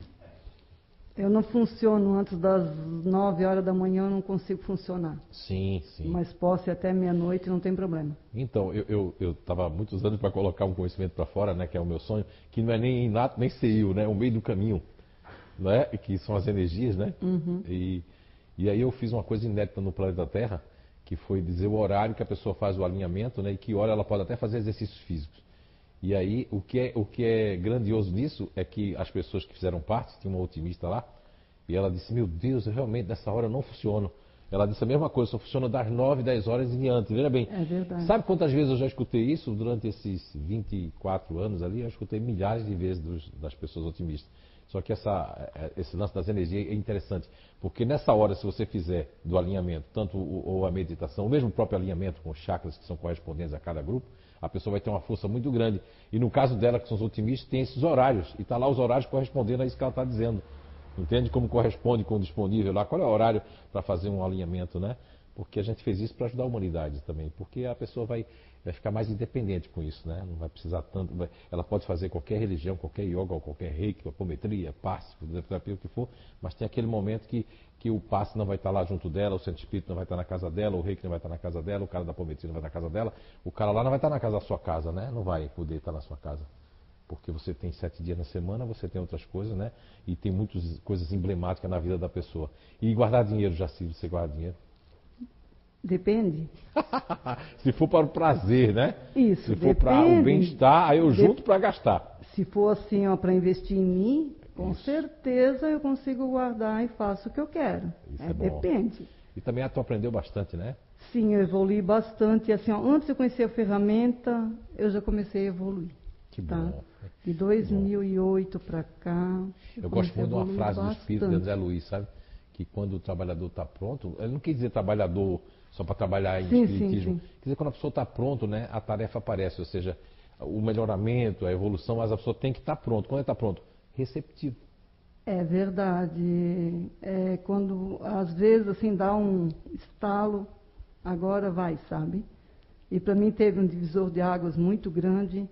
Eu não funciono antes das nove horas da manhã, eu não consigo funcionar. Sim, sim. Mas posso ir até meia-noite, não tem problema. Então, eu eu estava há muitos anos para colocar um conhecimento para fora, né, que é o meu sonho, que não é nem inato, nem C I U, né, é o meio do caminho, né, que são as energias, né? Uhum. E, e aí eu fiz uma coisa inédita no planeta Terra, que foi dizer o horário que a pessoa faz o alinhamento, né, e que hora ela pode até fazer exercícios físicos. E aí, o que é, o que é grandioso nisso é que as pessoas que fizeram parte, tinha uma otimista lá, e ela disse, meu Deus, eu realmente nessa hora eu não funciono. Ela disse a mesma coisa, só funciona das nove, dez horas em diante. Veja bem, É verdade. sabe quantas vezes eu já escutei isso durante esses vinte e quatro anos ali? Eu escutei milhares de vezes dos, das pessoas otimistas. Só que essa, esse lance das energias é interessante, porque nessa hora, se você fizer do alinhamento, tanto o, ou a meditação, ou mesmo o próprio alinhamento com os chakras que são correspondentes a cada grupo, a pessoa vai ter uma força muito grande. E no caso dela, que são os otimistas, tem esses horários, e está lá os horários correspondendo a isso que ela está dizendo. Entende como corresponde com o disponível lá? Qual é o horário para fazer um alinhamento, né? Porque a gente fez isso para ajudar a humanidade também. Porque a pessoa vai, vai ficar mais independente com isso, né? Não vai precisar tanto. Vai, ela pode fazer qualquer religião, qualquer yoga, qualquer reiki, apometria, passe, o que for, mas tem aquele momento que, que o passe não vai estar lá junto dela, o centro espírito não vai estar na casa dela, o reiki não vai estar na casa dela, o cara da apometria não vai estar na casa dela, o cara lá não vai estar na casa da sua casa, né? Não vai poder estar na sua casa. Porque você tem sete dias na semana, você tem outras coisas, né? E tem muitas coisas emblemáticas na vida da pessoa. E guardar dinheiro, Jaci, você guarda dinheiro? Depende. Se for para o prazer, né? Isso, Se for para o depende. bem-estar, aí eu De- junto para gastar. Se for assim, ó, para investir em mim, com Isso. certeza eu consigo guardar e faço o que eu quero. Isso É, é bom. depende. E também ah, tu aprendeu bastante, né? Sim, eu evolui bastante. Assim, ó, antes de eu conhecer a ferramenta, eu já comecei a evoluir. Que tá? bom. De dois mil e oito para cá. Eu gosto muito de uma frase bastante. do Espírito de André Luiz, sabe? Que quando o trabalhador está pronto, ele não quer dizer trabalhador só para trabalhar em sim, espiritismo. sim, sim. Quer dizer, quando a pessoa está pronto, né, a tarefa aparece, ou seja, o melhoramento, a evolução, mas a pessoa tem que estar tá pronto. Quando ele está pronto, receptivo. É verdade. É quando às vezes assim dá um estalo, agora vai, sabe? E para mim teve um divisor de águas muito grande.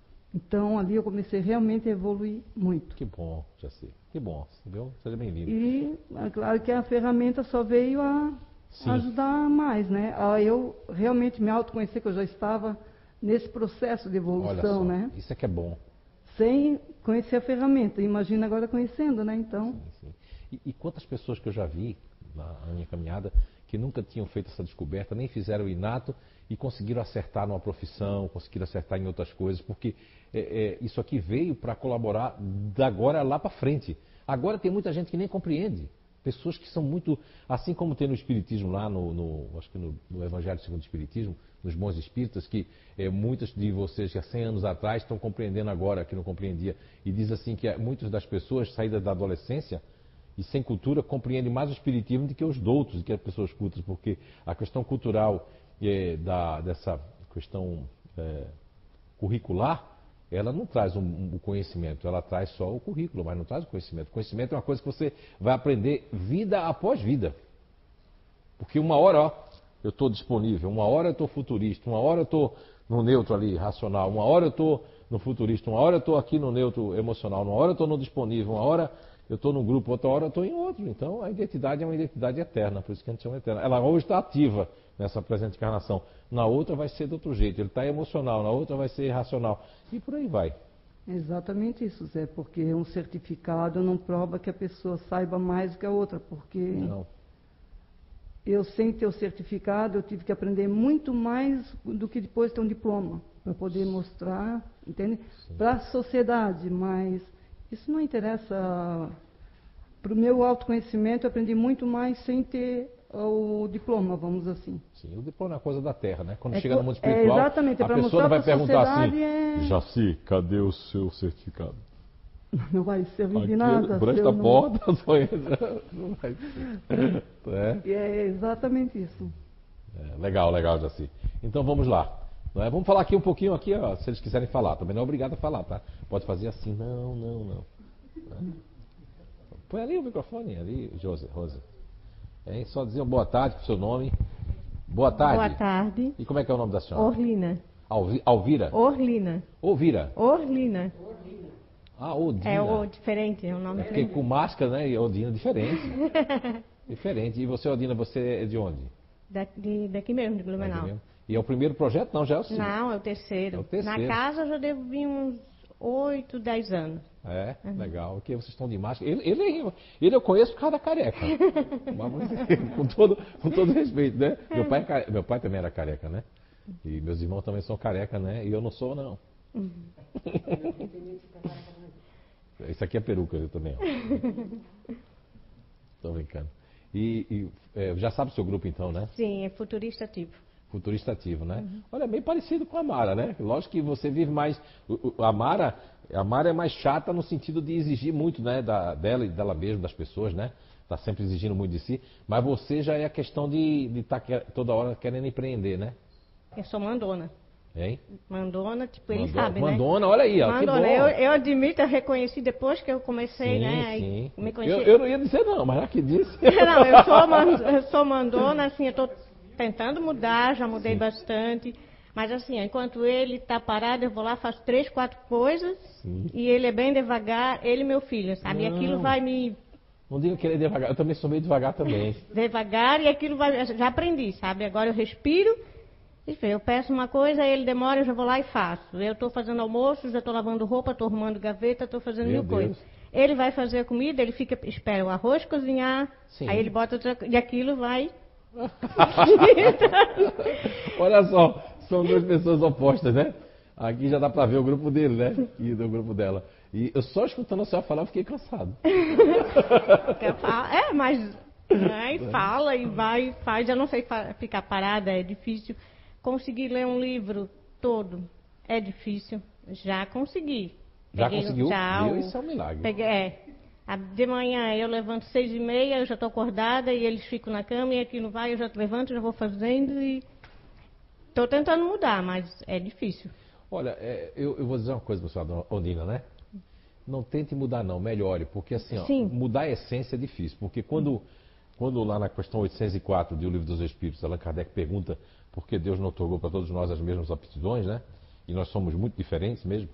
Então ali eu comecei realmente a evoluir muito. Que bom, Jaci. Que bom. Viu? Seja bem-vindo. E é claro que a ferramenta só veio a Sim. ajudar mais, né? A eu realmente me autoconhecer, que eu já estava nesse processo de Olha evolução, só, né? isso é que é bom. Sem conhecer a ferramenta. Imagina agora conhecendo, né? Então, Sim, sim. E, e quantas pessoas que eu já vi na, na minha caminhada que nunca tinham feito essa descoberta, nem fizeram o inato e conseguiram acertar numa profissão, conseguiram acertar em outras coisas, porque é, é, isso aqui veio para colaborar da agora lá para frente. Agora tem muita gente que nem compreende. Pessoas que são muito, assim como tem no Espiritismo lá, no, no acho que no, no Evangelho segundo o Espiritismo, nos Bons Espíritas, que é, muitas de vocês que há cem anos atrás estão compreendendo agora, que não compreendia. E diz assim que muitas das pessoas saídas da adolescência e sem cultura compreendem mais o Espiritismo do que os doutos, do que as pessoas cultas, porque a questão cultural é, da, dessa questão é, curricular, ela não traz um, um conhecimento, ela traz só o currículo, mas não traz o conhecimento. O conhecimento é uma coisa que você vai aprender vida após vida. Porque uma hora, ó, eu estou disponível, uma hora eu estou futurista, uma hora eu estou no neutro ali, racional, uma hora eu estou no futurista, uma hora eu estou aqui no neutro emocional, uma hora eu estou no disponível, uma hora eu estou num grupo, outra hora eu estou em outro. Então a identidade é uma identidade eterna, por isso que a gente chama eterna. Ela hoje está ativa nessa presente encarnação, na outra vai ser de outro jeito, ele está emocional, na outra vai ser racional, e por aí vai. é exatamente isso, Zé, porque um certificado não prova que a pessoa saiba mais do que a outra, porque Não. eu, sem ter o certificado, eu tive que aprender muito mais do que depois ter um diploma, para poder mostrar, entende? Para a sociedade, mas isso não interessa. Para o meu autoconhecimento, eu aprendi muito mais sem ter o diploma, vamos assim. Sim, o diploma é uma coisa da terra, né? Quando É chega co- no mundo é espiritual, exatamente, é a pra pessoa não mostrar vai pra perguntar assim, sociedade, é- Jaci, cadê o seu certificado? Não vai servir de Aqui, nada. por se esta eu não- porta, só entra. Não vai ser. É? E é exatamente isso. É, legal, legal, Jaci. Então vamos lá. Não é? Vamos falar aqui um pouquinho, aqui, ó, se eles quiserem falar. Também não é obrigado a falar, tá? Pode fazer assim, não, não, não. É. Põe ali o microfone, ali, José, Rosa. É, só dizer uma boa tarde com o seu nome. Boa tarde. Boa tarde. E como é que é o nome da senhora? Orlina. Alvi, Alvira? Orlina. Ovira. Orlina. Ah, Odina. É o diferente, é um nome É porque diferente. com máscara, né? E Odina é diferente. Diferente. E você, Odina, você é de onde? Daqui, daqui mesmo, de Daqui Blumenau. mesmo? E é o primeiro projeto? Não, já é o segundo. Não, é o terceiro. É o terceiro. Na casa eu já devo vir uns oito, dez anos. É, legal. Porque vocês estão de máscara. Ele, ele, ele eu conheço por causa da careca. Mas, com, todo, com todo respeito, né? Meu pai, é care- meu pai também era careca, né? E meus irmãos também são careca, né? E eu não sou, não. Isso aqui é peruca, eu também. Estou brincando. E, e é, já sabe o seu grupo, então, né? Sim, é futurista ativo. Futurista ativo, né? Olha, bem parecido com a Mara, né? Lógico que você vive mais. o- o- A Mara, a Mara é mais chata no sentido de exigir muito, né? Da, dela e dela mesma, das pessoas, né? Tá sempre exigindo muito de si. Mas você já é a questão de estar toda hora querendo empreender, né? Eu sou mandona. Hein? Mandona, tipo, ele Mandona, sabe, né? Mandona, olha aí, ó. Mandona, que bom. eu, eu admito, eu reconheci depois que eu comecei, sim, né? Aí sim. me Eu, conheci. eu não ia dizer não, mas já que disse. Não, eu sou, man- eu sou mandona, assim, eu estou tentando mudar, já mudei Sim. bastante. Mas assim, enquanto ele está parado, eu vou lá, faço três, quatro coisas. Sim. E ele é bem devagar, ele e meu filho, sabe? E Não. aquilo vai me Não diga que ele é devagar, eu também sou meio devagar também. devagar e aquilo vai. Já aprendi, sabe? Agora eu respiro. Enfim, eu peço uma coisa, ele demora, eu já vou lá e faço. Eu estou fazendo almoço, já estou lavando roupa, estou arrumando gaveta, estou fazendo Meu mil Deus. coisas. Ele vai fazer a comida, ele fica, espera o arroz cozinhar, Sim. aí ele bota outra coisa, e aquilo vai. Olha só, são duas pessoas opostas, né? Aqui já dá pra ver o grupo dele, né? E do grupo dela. E eu só escutando a senhora falar, eu fiquei cansado. É, mas Né? E fala, e vai, e faz. Eu não sei ficar parada, é difícil. Conseguir ler um livro todo é difícil. Já consegui. Já Peguei, conseguiu? Já, Meu, o, isso é um milagre. peguei, é. De manhã eu levanto seis e meia, eu já estou acordada e eles ficam na cama e aquilo vai, eu já levanto, já vou fazendo e estou tentando mudar, mas é difícil. Olha, é, eu, eu vou dizer uma coisa para a senhora Ondina, né? Não tente mudar não, melhore, porque assim, ó, mudar a essência é difícil, porque quando, quando lá na questão oitocentos e quatro do Livro dos Espíritos, Allan Kardec pergunta por que Deus não otorgou para todos nós as mesmas aptidões, né? E nós somos muito diferentes mesmo.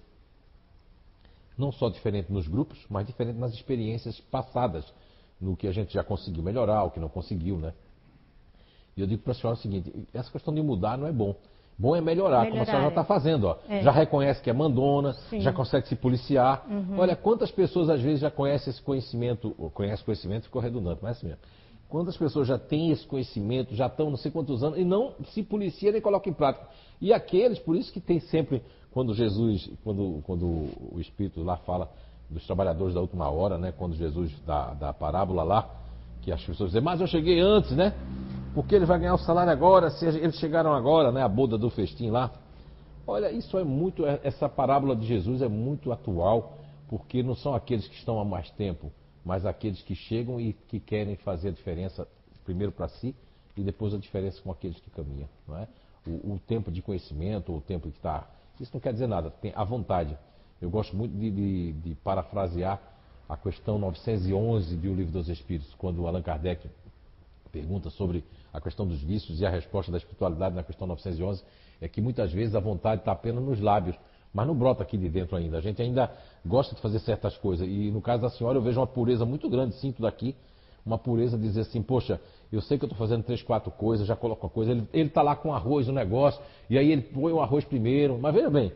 Não só diferente nos grupos, mas diferente nas experiências passadas, no que a gente já conseguiu melhorar, o que não conseguiu, né? E eu digo para a senhora o seguinte, essa questão de mudar não é bom. Bom é melhorar, melhorar como a senhora já está fazendo, ó. É. Já reconhece que é mandona, Sim. já consegue se policiar. Uhum. Olha, quantas pessoas às vezes já conhecem esse conhecimento, conhece conhecimento, ficou redundante, mas é assim mesmo. Quantas pessoas já têm esse conhecimento, já estão não sei quantos anos, e não se policia nem colocam em prática. E aqueles, por isso que tem sempre... Quando Jesus, quando, quando o Espírito lá fala dos trabalhadores da última hora, né? Quando Jesus dá, dá a parábola lá, que as pessoas dizem, mas eu cheguei antes, né? Porque ele vai ganhar o salário agora, se eles chegaram agora, né? A boda do festim lá. Olha, isso é muito, essa parábola de Jesus é muito atual, porque não são aqueles que estão há mais tempo, mas aqueles que chegam e que querem fazer a diferença primeiro para si e depois a diferença com aqueles que caminham, não é? O, o tempo de conhecimento, o tempo que está... Isso não quer dizer nada, tem a vontade. Eu gosto muito de, de, de parafrasear a questão novecentos e onze do Livro dos Espíritos, quando Allan Kardec pergunta sobre a questão dos vícios e a resposta da espiritualidade na questão novecentos e onze é que muitas vezes a vontade está apenas nos lábios, mas não brota aqui de dentro ainda. A gente ainda gosta de fazer certas coisas e no caso da senhora eu vejo uma pureza muito grande, sinto daqui, uma pureza de dizer assim, poxa, eu sei que eu estou fazendo três, quatro coisas, já coloco uma coisa, ele está lá com arroz no negócio, e aí ele põe o arroz primeiro, mas veja bem,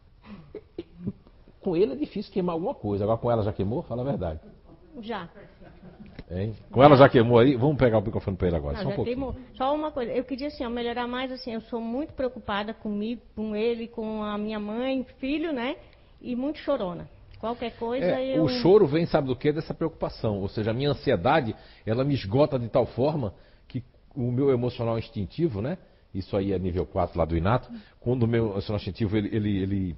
com ele é difícil queimar alguma coisa, agora com ela já queimou? Fala a verdade. Já. Hein? Com ela já queimou aí? Vamos pegar o microfone para ele agora, Não, só um já pouquinho. Queimou. Só uma coisa, eu queria assim, ó, melhorar mais, assim, eu sou muito preocupada comigo, com ele, com a minha mãe, filho, né, e muito chorona. Qualquer coisa é, eu... O choro vem, sabe do que? Dessa preocupação. Ou seja, a minha ansiedade, ela me esgota de tal forma que o meu emocional instintivo, né? Isso aí é nível quatro lá do Inato. Quando o meu emocional instintivo, ele, ele, ele,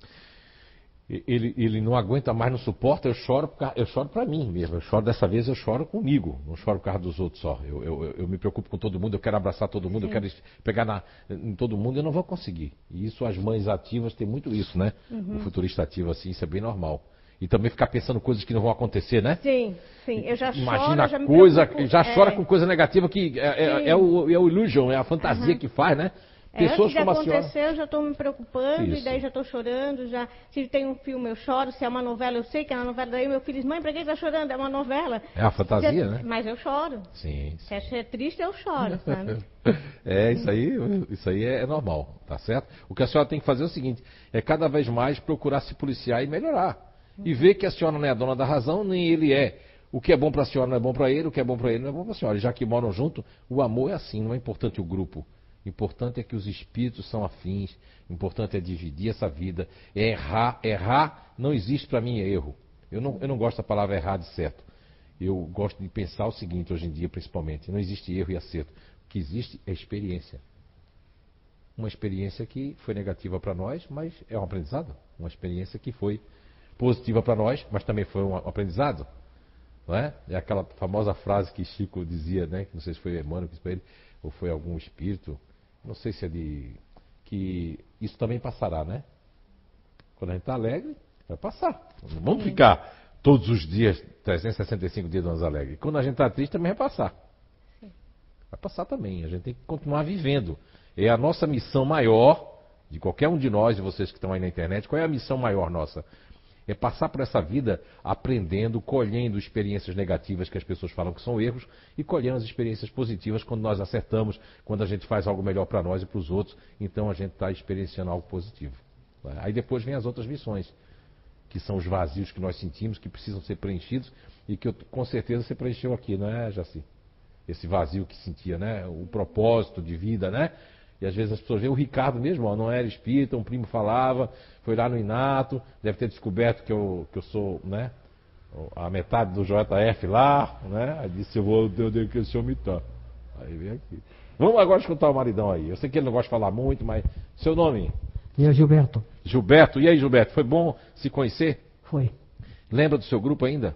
ele, ele não aguenta mais, não suporta, eu choro, eu choro para mim mesmo. Eu choro dessa vez, eu choro comigo. Não choro por causa dos outros só. Eu, eu, eu me preocupo com todo mundo, eu quero abraçar todo mundo, Sim. eu quero pegar na, em todo mundo, eu não vou conseguir. E isso, as mães ativas têm muito isso, né? Uhum. O futurista ativo, assim, isso é bem normal. E também ficar pensando coisas que não vão acontecer, né? Sim, sim. Eu já Imagina choro, já coisa, me já é. chora com coisa negativa que é, é, é, o, é o illusion, é a fantasia uhum. que faz, né? Pessoas é, antes de acontecer, eu já estou me preocupando, Isso. e daí já estou chorando, já, se tem um filme eu choro, se é uma novela eu sei que é uma novela, daí meu filho diz, mãe, pra que está chorando? É uma novela. É a fantasia, é, né? Mas eu choro. Sim. Se é triste, eu choro, sabe? É, isso aí, isso aí é normal, tá certo? O que a senhora tem que fazer é o seguinte, é cada vez mais procurar se policiar e melhorar. Uhum. E ver que a senhora não é a dona da razão, nem ele é. O que é bom para a senhora não é bom para ele, o que é bom para ele não é bom para a senhora. Já que moram junto, o amor é assim, não é importante o grupo. Importante é que os espíritos são afins, importante é dividir essa vida, é errar. Errar não existe para mim erro. Eu não, eu não gosto da palavra errar de certo. Eu gosto de pensar o seguinte, hoje em dia principalmente, não existe erro e acerto. O que existe é experiência. Uma experiência que foi negativa para nós, mas é um aprendizado. Uma experiência que foi positiva para nós, mas também foi um aprendizado. Não é? É aquela famosa frase que Chico dizia, né? Não sei se foi Emmanuel que disse para ele, ou foi algum espírito, não sei se é de... que isso também passará, né? Quando a gente está alegre, vai passar. Não vamos ficar todos os dias, trezentos e sessenta e cinco dias nós alegres. Quando a gente está triste, também vai passar. Vai passar também. A gente tem que continuar vivendo. É a nossa missão maior, de qualquer um de nós, de vocês que estão aí na internet, qual é a missão maior nossa? É passar por essa vida aprendendo, colhendo experiências negativas que as pessoas falam que são erros e colhendo as experiências positivas quando nós acertamos, quando a gente faz algo melhor para nós e para os outros, então a gente está experienciando algo positivo. Aí depois vem as outras missões, que são os vazios que nós sentimos, que precisam ser preenchidos e que eu, com certeza você preencheu aqui, não é, Jaci? Esse vazio que sentia, né? O propósito de vida, né? E às vezes as pessoas veem o Ricardo mesmo, ó, não era espírita, um primo falava, foi lá no Inato, deve ter descoberto que eu, que eu sou, né, a metade do J F lá, né? Aí disse, eu vou ter que esse homem tá. Aí vem aqui. Vamos agora escutar o maridão aí. Eu sei que ele não gosta de falar muito, mas seu nome? E é Gilberto. Gilberto. E aí, Gilberto, foi bom se conhecer? Foi. Lembra do seu grupo ainda?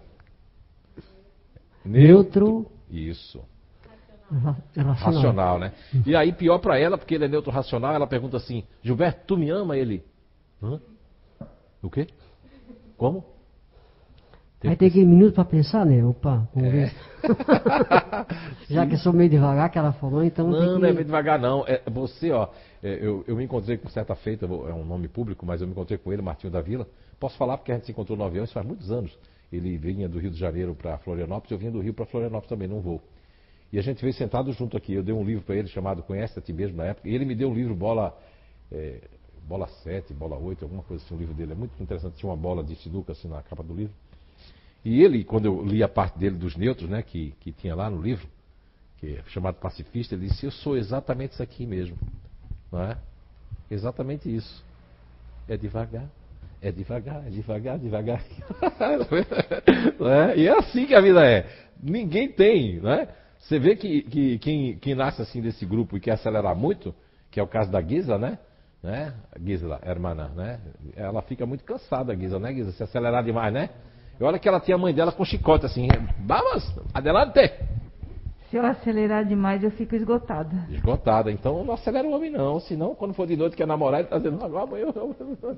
Neutro. Isso. Racional. Racional, né? E aí, pior pra ela, porque ele é neutro racional, ela pergunta assim, Gilberto, tu me ama? Ele, hã? O quê? Como? Aí tem que ir um minuto pra pensar, né? Opa, vamos É. ver. Já que eu sou meio devagar, que ela falou, então Não, tem que... não é bem devagar, não. É, você, ó, é, eu, eu me encontrei com certa feita, é um nome público, mas eu me encontrei com ele, Martinho da Vila. Posso falar porque a gente se encontrou no avião, isso faz muitos anos. Ele vinha do Rio de Janeiro para Florianópolis, eu vinha do Rio para Florianópolis também, num voo. E a gente veio sentado junto aqui. Eu dei um livro para ele chamado Conhece a Ti Mesmo na época. E ele me deu um livro, bola, é, bola sete, bola oito, alguma coisa assim. O livro dele é muito interessante. Tinha uma bola de sinuca assim na capa do livro. E ele, quando eu li a parte dele dos neutros, né, que, que tinha lá no livro, que é chamado Pacifista, ele disse: eu sou exatamente isso aqui mesmo. Não é? Exatamente isso. É devagar. É devagar, é devagar, devagar. Não é? E é assim que a vida é. Ninguém tem, né? Você vê que, que quem, quem nasce assim desse grupo e quer acelerar muito, que é o caso da Gisela, né? né? Gisela, hermana, né? Ela fica muito cansada, Gisela, né, Gisela? Se acelerar demais, né? E olha que ela tinha a mãe dela com chicote assim, vamos, adelante! Se eu acelerar demais, eu fico esgotada. Esgotada, então não acelera o homem não, senão quando for de noite quer namorar, ele tá dizendo, agora amanhã eu...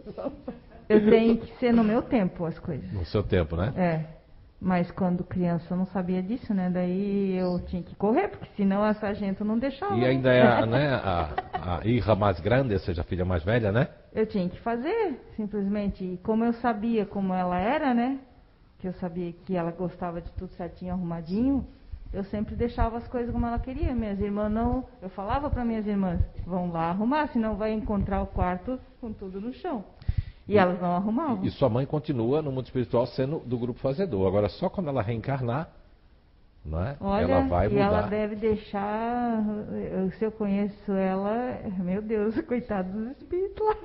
Eu tenho que ser no meu tempo as coisas. No seu tempo, né? É. Mas quando criança eu não sabia disso, né? Daí eu tinha que correr, porque senão a sargento não deixava. E ainda é a, né, a, a irra mais grande, ou seja, a filha mais velha, né? Eu tinha que fazer, simplesmente. E como eu sabia como ela era, né? Que eu sabia que ela gostava de tudo certinho, arrumadinho. Eu sempre deixava as coisas como ela queria. Minhas irmãs não... Eu falava para minhas irmãs, vão lá arrumar, senão vai encontrar o quarto com tudo no chão. E, e elas não arrumavam. E, e sua mãe continua no mundo espiritual sendo do grupo fazedor. Agora, só quando ela reencarnar, não é? Olha, ela vai e mudar. ela deve deixar... eu- Se eu conheço ela... Meu Deus, coitado dos espíritos lá.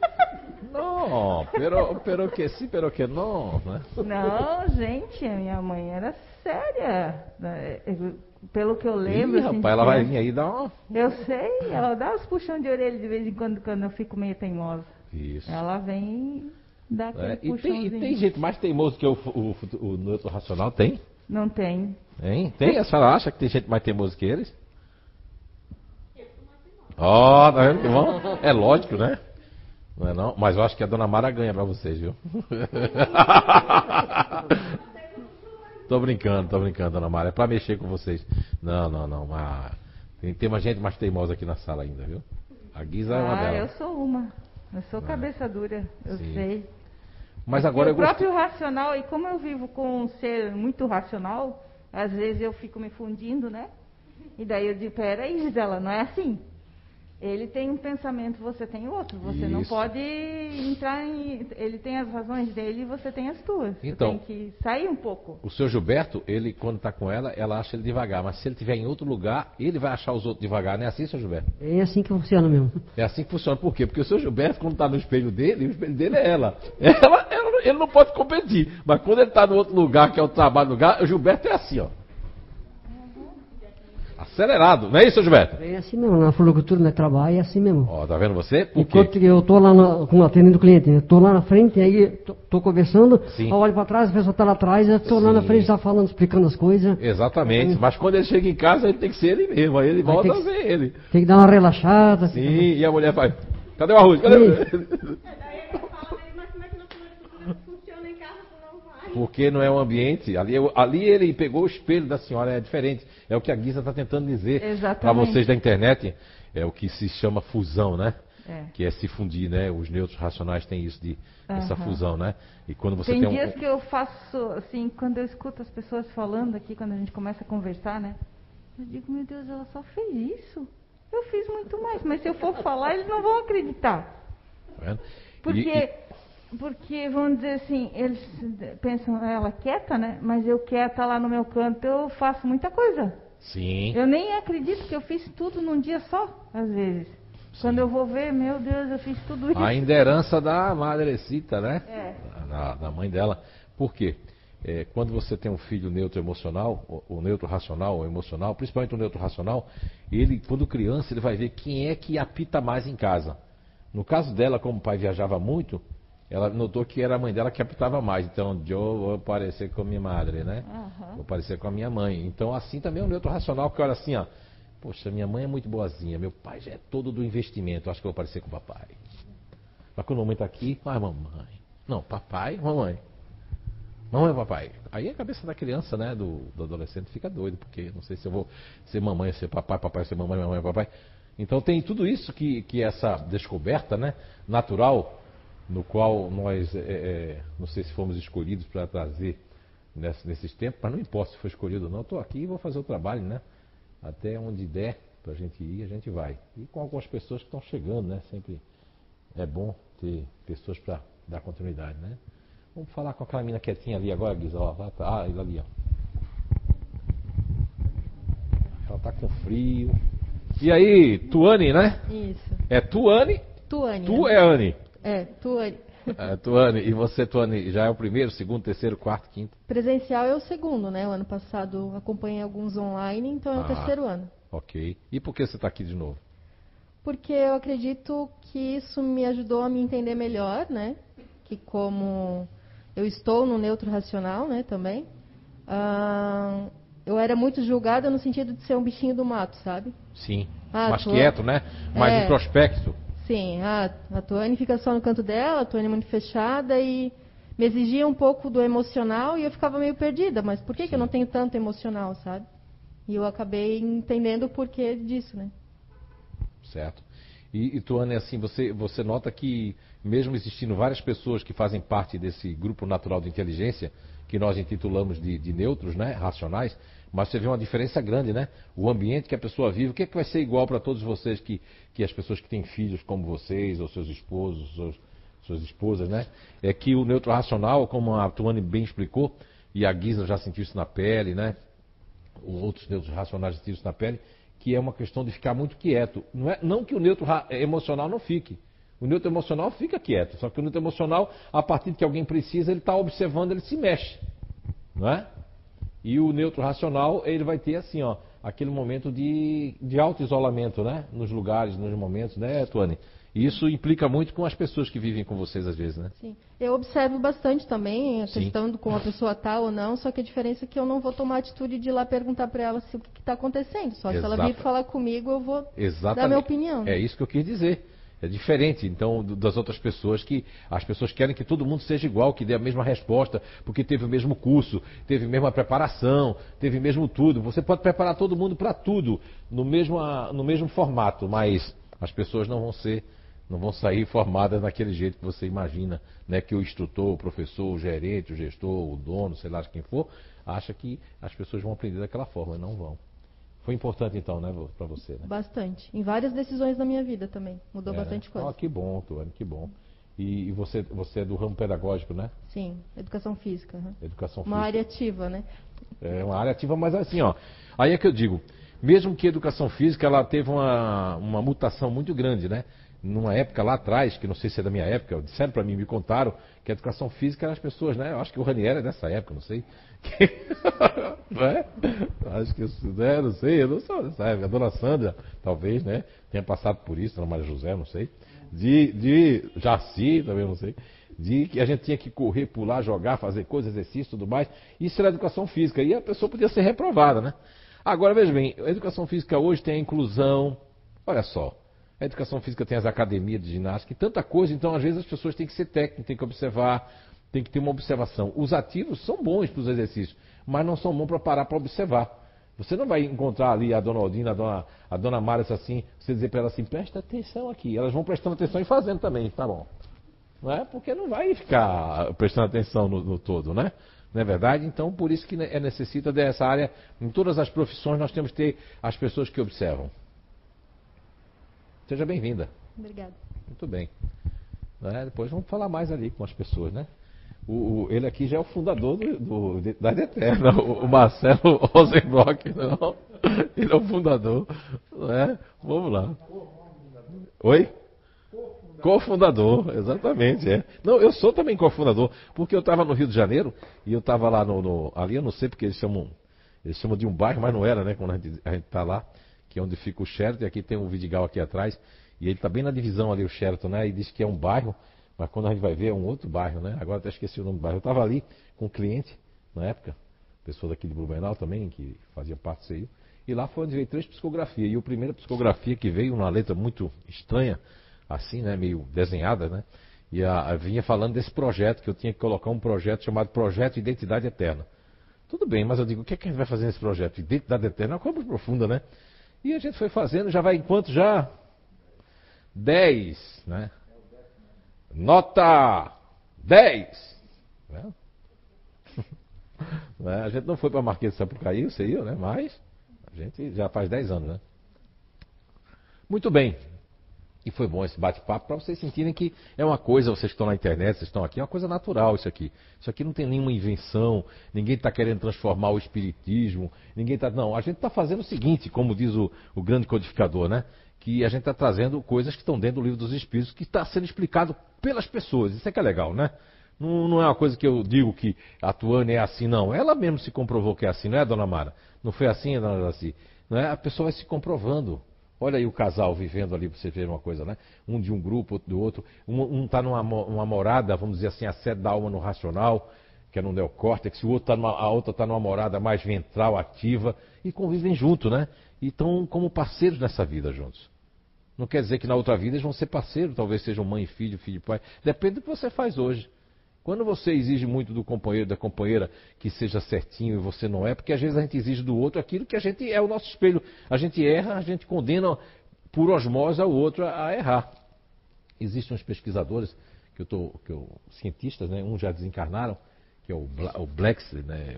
Não, pero, pero que sim, pero que não, né? Não, gente, a minha mãe era séria. Eu- Pelo que eu lembro... Ih, assim, rapaz, ela de vai criança- vir aí dar uma... Eu sei, ela dá uns puxão de orelha de vez em quando, quando eu fico meio teimosa. Isso. Ela vem dar aquele É, e, tem, puxãozinho. e tem gente mais teimoso que o, o, o, o neutro racional? Tem? Não tem. Tem? Tem? A senhora acha que tem gente mais teimoso que eles? Ó, oh, tá vendo que bom? É lógico, né? Não é não? Mas eu acho que a dona Mara ganha pra vocês, viu? Tô brincando, tô brincando, dona Mara. É pra mexer com vocês. Não, não, não. Mas tem, tem uma gente mais teimosa aqui na sala ainda, viu? A Guisa é uma Ah, eu delas. sou uma. Eu sou cabeça dura, eu Sim. sei. Mas E agora eu o próprio gostei. racional, e como eu vivo com um ser muito racional, às vezes eu fico me fundindo, né? E daí eu digo, peraí, Gisela, não é assim. Ele tem um pensamento, você tem outro. Você não Isso. pode entrar em... Ele tem as razões dele e você tem as tuas. Então- Você tem que sair um pouco. O seu Gilberto, ele, quando tá com ela, ela acha ele devagar. Mas se ele estiver em outro lugar, ele vai achar os outros devagar. Não é assim, seu Gilberto? É assim que funciona mesmo. É assim que funciona. Por quê? Porque o seu Gilberto, quando tá no espelho dele, o espelho dele é ela. ela, ela ele não pode competir. Mas quando ele tá no outro lugar, que é o trabalho do lugar, o Gilberto é assim, ó. Acelerado. Não é isso, seu Gilberto? É assim mesmo, na floricultura, no trabalho, é assim mesmo. Ó, tá vendo você? Por Enquanto quê? que eu tô lá na, com atendendo o cliente, eu tô lá na frente, aí tô, tô conversando, Sim. eu olho pra trás, a pessoa tá lá atrás, eu tô lá na Sim. frente, tá falando, explicando as coisas. Exatamente. Mas quando ele chega em casa, ele tem que ser ele mesmo. Aí ele Vai volta ter a que- ver ele. Tem que dar uma relaxada. Sim, e a mulher faz: cadê o arroz? Cadê o... Daí ele fala dele, mas como é que na floricultura funciona em casa, tu não vai? Porque não é o ambiente. Ali, ali ele pegou o espelho da senhora, é diferente. É o que a Guisa está tentando dizer para Exatamente. vocês da internet. É o que se chama fusão, né? É. Que é se fundir, né? Os neutros racionais têm isso de essa Aham. fusão, né? E quando você Tem tem, um dias que eu faço, assim, quando eu escuto as pessoas falando aqui, quando a gente começa a conversar, né? Eu digo, meu Deus, ela só fez isso. Eu fiz muito mais, mas se eu for falar, eles não vão acreditar. Tá vendo? Porque, E- e- porque vamos dizer assim, eles pensam, ela quieta, né? Mas eu quieta lá no meu canto, eu faço muita coisa. sim. Eu nem acredito que eu fiz tudo num dia só, às vezes. Quando eu vou ver, meu Deus, eu fiz tudo isso. Ainda é herança da Madrecita, né? É. Da, da mãe dela. Por quê? é, quando você tem um filho neutro emocional, o, o neutro racional ou emocional, principalmente o neutro racional, ele, quando criança, ele vai ver quem é que apita mais em casa. No caso dela, como o pai viajava muito, ela notou que era a mãe dela que apitava mais. Então, eu vou parecer com a minha madre, né? Aham. Vou parecer com a minha mãe. Então, assim também é o neutro racional, que olha assim, ó. Poxa, minha mãe é muito boazinha, meu pai já é todo do investimento, acho que eu vou parecer com o papai. Mas quando a mamãe está aqui, ah, mamãe. Não, papai, mamãe. Mamãe, papai. Aí a cabeça da criança, né, do, do adolescente fica doido, porque não sei se eu vou ser mamãe, ser papai, papai, ser mamãe, mamãe, papai. Então tem tudo isso que, que essa descoberta, né, natural, no qual nós, é, é, não sei se fomos escolhidos para trazer nesse, nesses tempos, mas não importa se foi escolhido ou não, estou aqui e vou fazer o trabalho, né? Até onde der para a gente ir, a gente vai. E com algumas pessoas que estão chegando, né? Sempre é bom ter pessoas para dar continuidade, né? Vamos falar com aquela menina quietinha ali agora, Guisa, ó, lá tá, ah, ela ali, ó. Ela tá com frio. E aí, Tuane, né? Isso. É Tuane? Tuane. Tu né? é Anne? É, Tuane. É, Tuane, e você, Tuane, já é o primeiro, segundo, terceiro, quarto, quinto? Presencial é o segundo, né? O ano passado acompanhei alguns online, então é o Ah. terceiro ano. Ok. E por que você está aqui de novo? Porque eu acredito que isso me ajudou a me entender melhor, né? Que como eu estou no neutro racional, né, também, ah, eu era muito julgada no sentido de ser um bichinho do mato, sabe? Sim. Ah, Mais tu- quieto, né? Mais É. introspecto. Sim, a, a Tuane fica só no canto dela, a Tuane é muito fechada e me exigia um pouco do emocional e eu ficava meio perdida. Mas por que, que eu não tenho tanto emocional, sabe? E eu acabei entendendo o porquê disso, né? Certo. E, e Tuane, assim, você, você nota que mesmo existindo várias pessoas que fazem parte desse grupo natural de inteligência, que nós intitulamos de, de neutros, né, racionais, mas você vê uma diferença grande, né? O ambiente que a pessoa vive, o que é que vai ser igual para todos vocês, que, que as pessoas que têm filhos como vocês, ou seus esposos, seus, suas esposas, né? É que o neutro racional, como a Tuane bem explicou, e a Guisa já sentiu isso na pele, né? Os outros neutros racionais sentiram isso na pele, que é uma questão de ficar muito quieto. Não, é, não que o neutro ra- emocional não fique. O neutro emocional fica quieto, só que o neutro emocional, a partir de que alguém precisa, ele está observando, ele se mexe, não é? E o neutro racional, ele vai ter assim, ó, aquele momento de, de auto-isolamento, né? Nos lugares, nos momentos, né, Tuane? E isso implica muito com as pessoas que vivem com vocês às vezes, né? Sim. Eu observo bastante também a Sim. questão de como a pessoa está ou não, só que a diferença é que eu não vou tomar a atitude de ir lá perguntar para ela se o que está acontecendo. Só que se ela vir Exata- falar comigo, eu vou Exatamente. dar minha opinião. É isso que eu quis dizer. É diferente, então, do- das outras pessoas, que as pessoas querem que todo mundo seja igual, que dê a mesma resposta, porque teve o mesmo curso, teve a mesma preparação, teve o mesmo tudo. Você pode preparar todo mundo para tudo, no mesmo, ah, no mesmo formato, mas as pessoas não vão ser, não vão sair formadas daquele jeito que você imagina, né? Que o instrutor, o professor, o gerente, o gestor, o dono, sei lá quem for, acha que as pessoas vão aprender daquela forma, não vão. Foi importante então, né, para você, né? Bastante. Em várias decisões da minha vida também. Mudou É, bastante né? coisa. Ah, que bom, Tuane, que bom. E, e você, você é do ramo pedagógico, né? Sim, educação física. aham. Educação Uma física. área ativa, né? É uma área ativa, mas assim, ó. Aí é que eu digo, mesmo que a educação física ela teve uma, uma mutação muito grande, né? Numa época lá atrás, que não sei se é da minha época, disseram para mim, me contaram que a educação física era as pessoas, né? Eu acho que o Ranieri é dessa época, não sei. Não é? Acho que isso, né? Não sei, eu não sou dessa época. A dona Sandra, talvez, né? Tenha passado por isso, a dona Maria José, não sei. De, de Jaci, também não sei. De que a gente tinha que correr, pular, jogar, fazer coisas, exercício e tudo mais. Isso era educação física. E a pessoa podia ser reprovada, né? Agora, veja bem, a educação física hoje tem a inclusão. Olha só. A educação física tem as academias de ginástica e tanta coisa, então às vezes as pessoas têm que ser técnicas, têm que observar, tem que ter uma observação. Os ativos são bons para os exercícios, mas não são bons para parar para observar. Você não vai encontrar ali a dona Odina, a dona, a dona Mara, assim, você dizer para ela assim, presta atenção aqui. Elas vão prestando atenção e fazendo também, tá bom. Não é? Porque não vai ficar prestando atenção no, no todo, né? Não é verdade? Então, por isso que é necessita dessa área. Em todas as profissões nós temos que ter as pessoas que observam. Seja bem-vinda. Obrigada. Muito bem. Né? Depois vamos falar mais ali com as pessoas, né? O, o, ele aqui já é o fundador do, do, de- da Eterna, o, o Marcelo Rosenbrock, não. Ele é o fundador. Né? Vamos lá. Oi? Cofundador, exatamente, é. Não, eu sou também cofundador, porque eu estava no Rio de Janeiro e eu estava lá no, no. Ali eu não sei porque eles chamam. Eles chamam de um bairro, mas não era, né? Quando a gente, a gente tá lá, que é onde fica o Sheraton, e aqui tem o Vidigal aqui atrás, e ele está bem na divisão ali, o Sheraton, né? E diz que é um bairro, mas quando a gente vai ver é um outro bairro, né? Agora até esqueci o nome do bairro. Eu estava ali com um cliente, na época, pessoa daqui de Blumenau também, que fazia parte do C I U, e lá foi onde veio três psicografias. E a primeira psicografia que veio, uma letra muito estranha, assim, né? Meio desenhada, né? E a, a vinha falando desse projeto, que eu tinha que colocar um projeto chamado Projeto Identidade Eterna. Tudo bem, mas eu digo, o que é que a gente vai fazer nesse projeto? Identidade Eterna é uma coisa profunda, né? E a gente foi fazendo, já vai enquanto já... dez, né? Nota dez! Né? A gente não foi para Marquês de Sapucaí, você ia, né? Mas a gente já faz dez anos, né? Muito bem. E foi bom esse bate-papo para vocês sentirem que é uma coisa, vocês que estão na internet, vocês estão aqui, é uma coisa natural isso aqui. Isso aqui não tem nenhuma invenção, ninguém está querendo transformar o espiritismo, ninguém está... Não, a gente está fazendo o seguinte, como diz o, o grande codificador, né? Que a gente está trazendo coisas que estão dentro do livro dos Espíritos, que está sendo explicado pelas pessoas. Isso é que é legal, né? Não, não é uma coisa que eu digo que a Tuane é assim, não. Ela mesmo se comprovou que é assim, não é, dona Mara? Não foi assim, dona Daci? Não é? A pessoa vai se comprovando. Olha aí o casal vivendo ali, para você ver uma coisa, né? Um de um grupo, outro do outro. Um está numa uma morada, vamos dizer assim, a sede da alma no racional, que é no neocórtex. O outro tá numa, a outra está numa morada mais ventral, ativa. E convivem junto, né? E estão como parceiros nessa vida juntos. Não quer dizer que na outra vida eles vão ser parceiros, talvez sejam mãe e filho, filho e pai. Depende do que você faz hoje. Quando você exige muito do companheiro, da companheira, que seja certinho e você não é, porque às vezes a gente exige do outro aquilo que a gente é o nosso espelho. A gente erra, a gente condena por osmose ao outro a, a errar. Existem uns pesquisadores, que eu tô, que eu, cientistas, né? Uns já desencarnaram, que é o, Bla, o Blexley, né?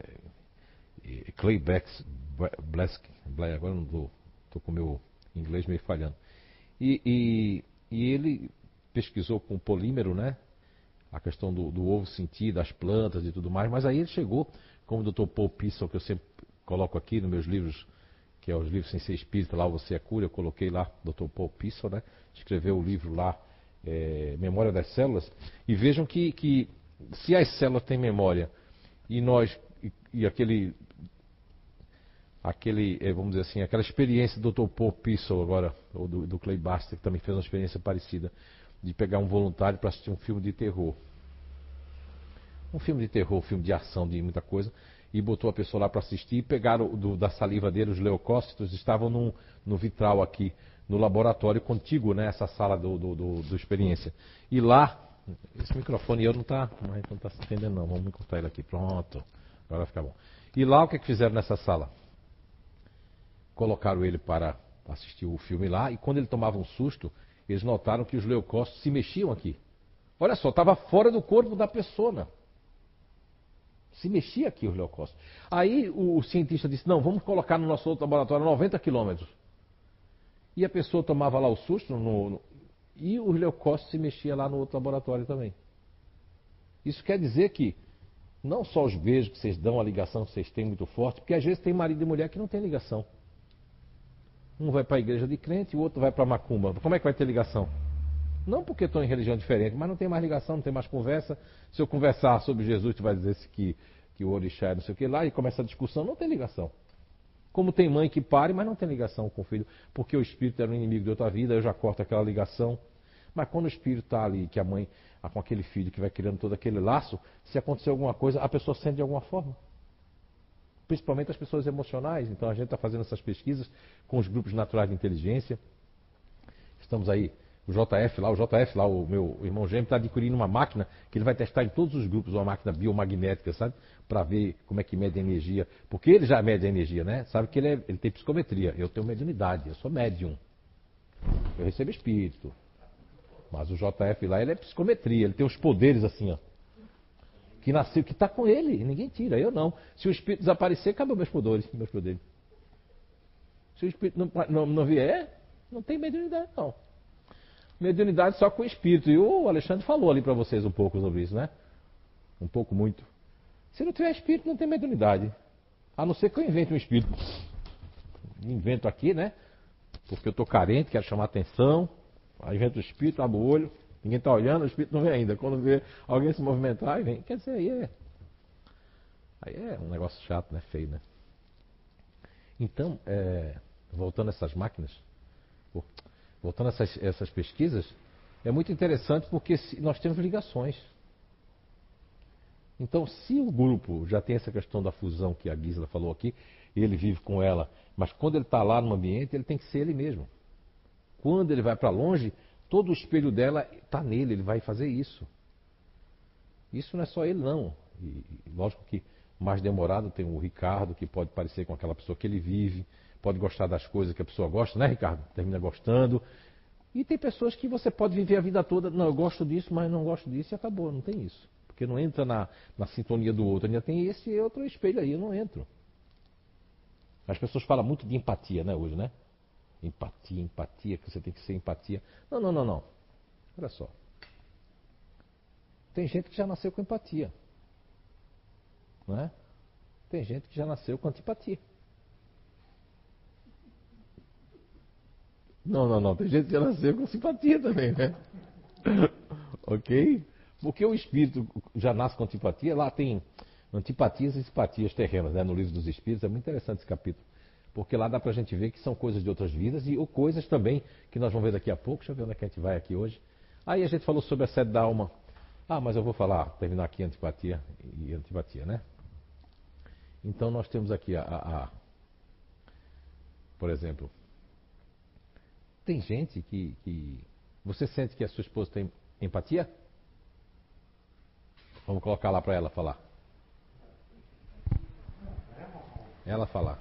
É, Clay Bex, Blesk, agora não estou, estou com o meu inglês meio falhando. E, e, e ele pesquisou com polímero, né? A questão do, do ovo sentir, das plantas e tudo mais, mas aí ele chegou, como o doutor Paul Pissel, que eu sempre coloco aqui nos meus livros, que é os livros Sem Ser Espírita, lá Você é Cura, eu coloquei lá, doutor Paul Pissel, né? Escreveu o livro lá, é, Memória das Células, e vejam que, que se as células têm memória, e nós, e, e aquele, aquele, vamos dizer assim, aquela experiência do doutor Paul Pissel agora, ou do, do Clay Buster, que também fez uma experiência parecida, de pegar um voluntário para assistir um filme de terror. Um filme de terror, um filme de ação, de muita coisa, e botou a pessoa lá para assistir e pegaram do, da saliva dele, os leucócitos, estavam num, no vitral aqui, no laboratório contíguo, né, essa sala do, do, do, do experiência. E lá, esse microfone eu não está não tá se entendendo não, vamos cortar ele aqui, pronto, agora vai ficar bom. E lá o que, é que fizeram nessa sala? Colocaram ele para assistir o filme lá, e quando ele tomava um susto, eles notaram que os leucócitos se mexiam aqui. Olha só, estava fora do corpo da pessoa, né? Se mexia aqui os leucócitos. Aí o, o cientista disse, não, vamos colocar no nosso outro laboratório noventa quilômetros. E a pessoa tomava lá o susto no, no, e os leucócitos se mexiam lá no outro laboratório também. Isso quer dizer que não só os beijos que vocês dão, a ligação que vocês têm muito forte, porque às vezes tem marido e mulher que não tem ligação. Um vai para a igreja de crente e o outro vai para a macumba. Como é que vai ter ligação? Não porque estão em religião diferente, mas não tem mais ligação, não tem mais conversa. Se eu conversar sobre Jesus, tu vai dizer que, que o orixá é não sei o que lá, e começa a discussão, não tem ligação. Como tem mãe que pare, mas não tem ligação com o filho, porque o espírito era um inimigo de outra vida, eu já corto aquela ligação. Mas quando o espírito está ali, que a mãe, com aquele filho que vai criando todo aquele laço, se acontecer alguma coisa, a pessoa sente de alguma forma. Principalmente as pessoas emocionais. Então a gente está fazendo essas pesquisas com os grupos naturais de inteligência. Estamos aí, o J F lá, o J F lá, o meu irmão gêmeo, está adquirindo uma máquina que ele vai testar em todos os grupos, uma máquina biomagnética, sabe? Para ver como é que mede a energia. Porque ele já mede a energia, né? Sabe que ele, é, ele tem psicometria. Eu tenho mediunidade, eu sou médium. Eu recebo espírito. Mas o J F lá, ele é psicometria, ele tem os poderes assim, ó. Que nasceu, que está com ele, e ninguém tira, eu não. Se o espírito desaparecer, acabam meus poderes, meus poderes. Se o espírito não, não, não vier, não tem mediunidade, não. Mediunidade só com o espírito. E o Alexandre falou ali para vocês um pouco sobre isso, né? Um pouco, muito. Se não tiver espírito, não tem mediunidade. A não ser que eu invente um espírito. Invento aqui, né? Porque eu estou carente, quero chamar atenção. Aí vem o espírito, abre o olho, ninguém está olhando, o espírito não vem ainda. Quando vê alguém se movimentar, aí vem. Quer dizer, aí é, aí é um negócio chato, né? Feio, né? Então, é, voltando a essas máquinas, voltando a essas, essas pesquisas, é muito interessante porque nós temos ligações. Então, se o grupo já tem essa questão da fusão que a Gisela falou aqui, ele vive com ela, mas quando ele está lá no ambiente, ele tem que ser ele mesmo. Quando ele vai para longe, todo o espelho dela está nele, ele vai fazer isso. Isso não é só ele, não. E, lógico que mais demorado tem o Ricardo, que pode parecer com aquela pessoa que ele vive, pode gostar das coisas que a pessoa gosta, né, Ricardo? Termina gostando. E tem pessoas que você pode viver a vida toda, não, eu gosto disso, mas não gosto disso, e acabou, não tem isso. Porque não entra na, na sintonia do outro, ainda tem esse outro espelho aí, eu não entro. As pessoas falam muito de empatia, né, hoje, né? Empatia, empatia, que você tem que ser empatia. Não, não, não, não. Olha só. Tem gente que já nasceu com empatia. Não é? Tem gente que já nasceu com antipatia. Não, não, não. Tem gente que já nasceu com simpatia também, né? Ok? Porque o espírito já nasce com antipatia. Lá tem antipatias e simpatias terrenas, né? No livro dos espíritos. É muito interessante esse capítulo. Porque lá dá pra gente ver que são coisas de outras vidas e ou coisas também que nós vamos ver daqui a pouco. Deixa eu ver onde é que a gente vai aqui hoje. Aí a gente falou sobre a sede da alma. Ah, mas eu vou falar, terminar aqui antipatia e antipatia, né? Então nós temos aqui a, a, a por exemplo, tem gente que, que... Você sente que a sua esposa tem empatia? Vamos colocar lá para ela falar. Ela falar.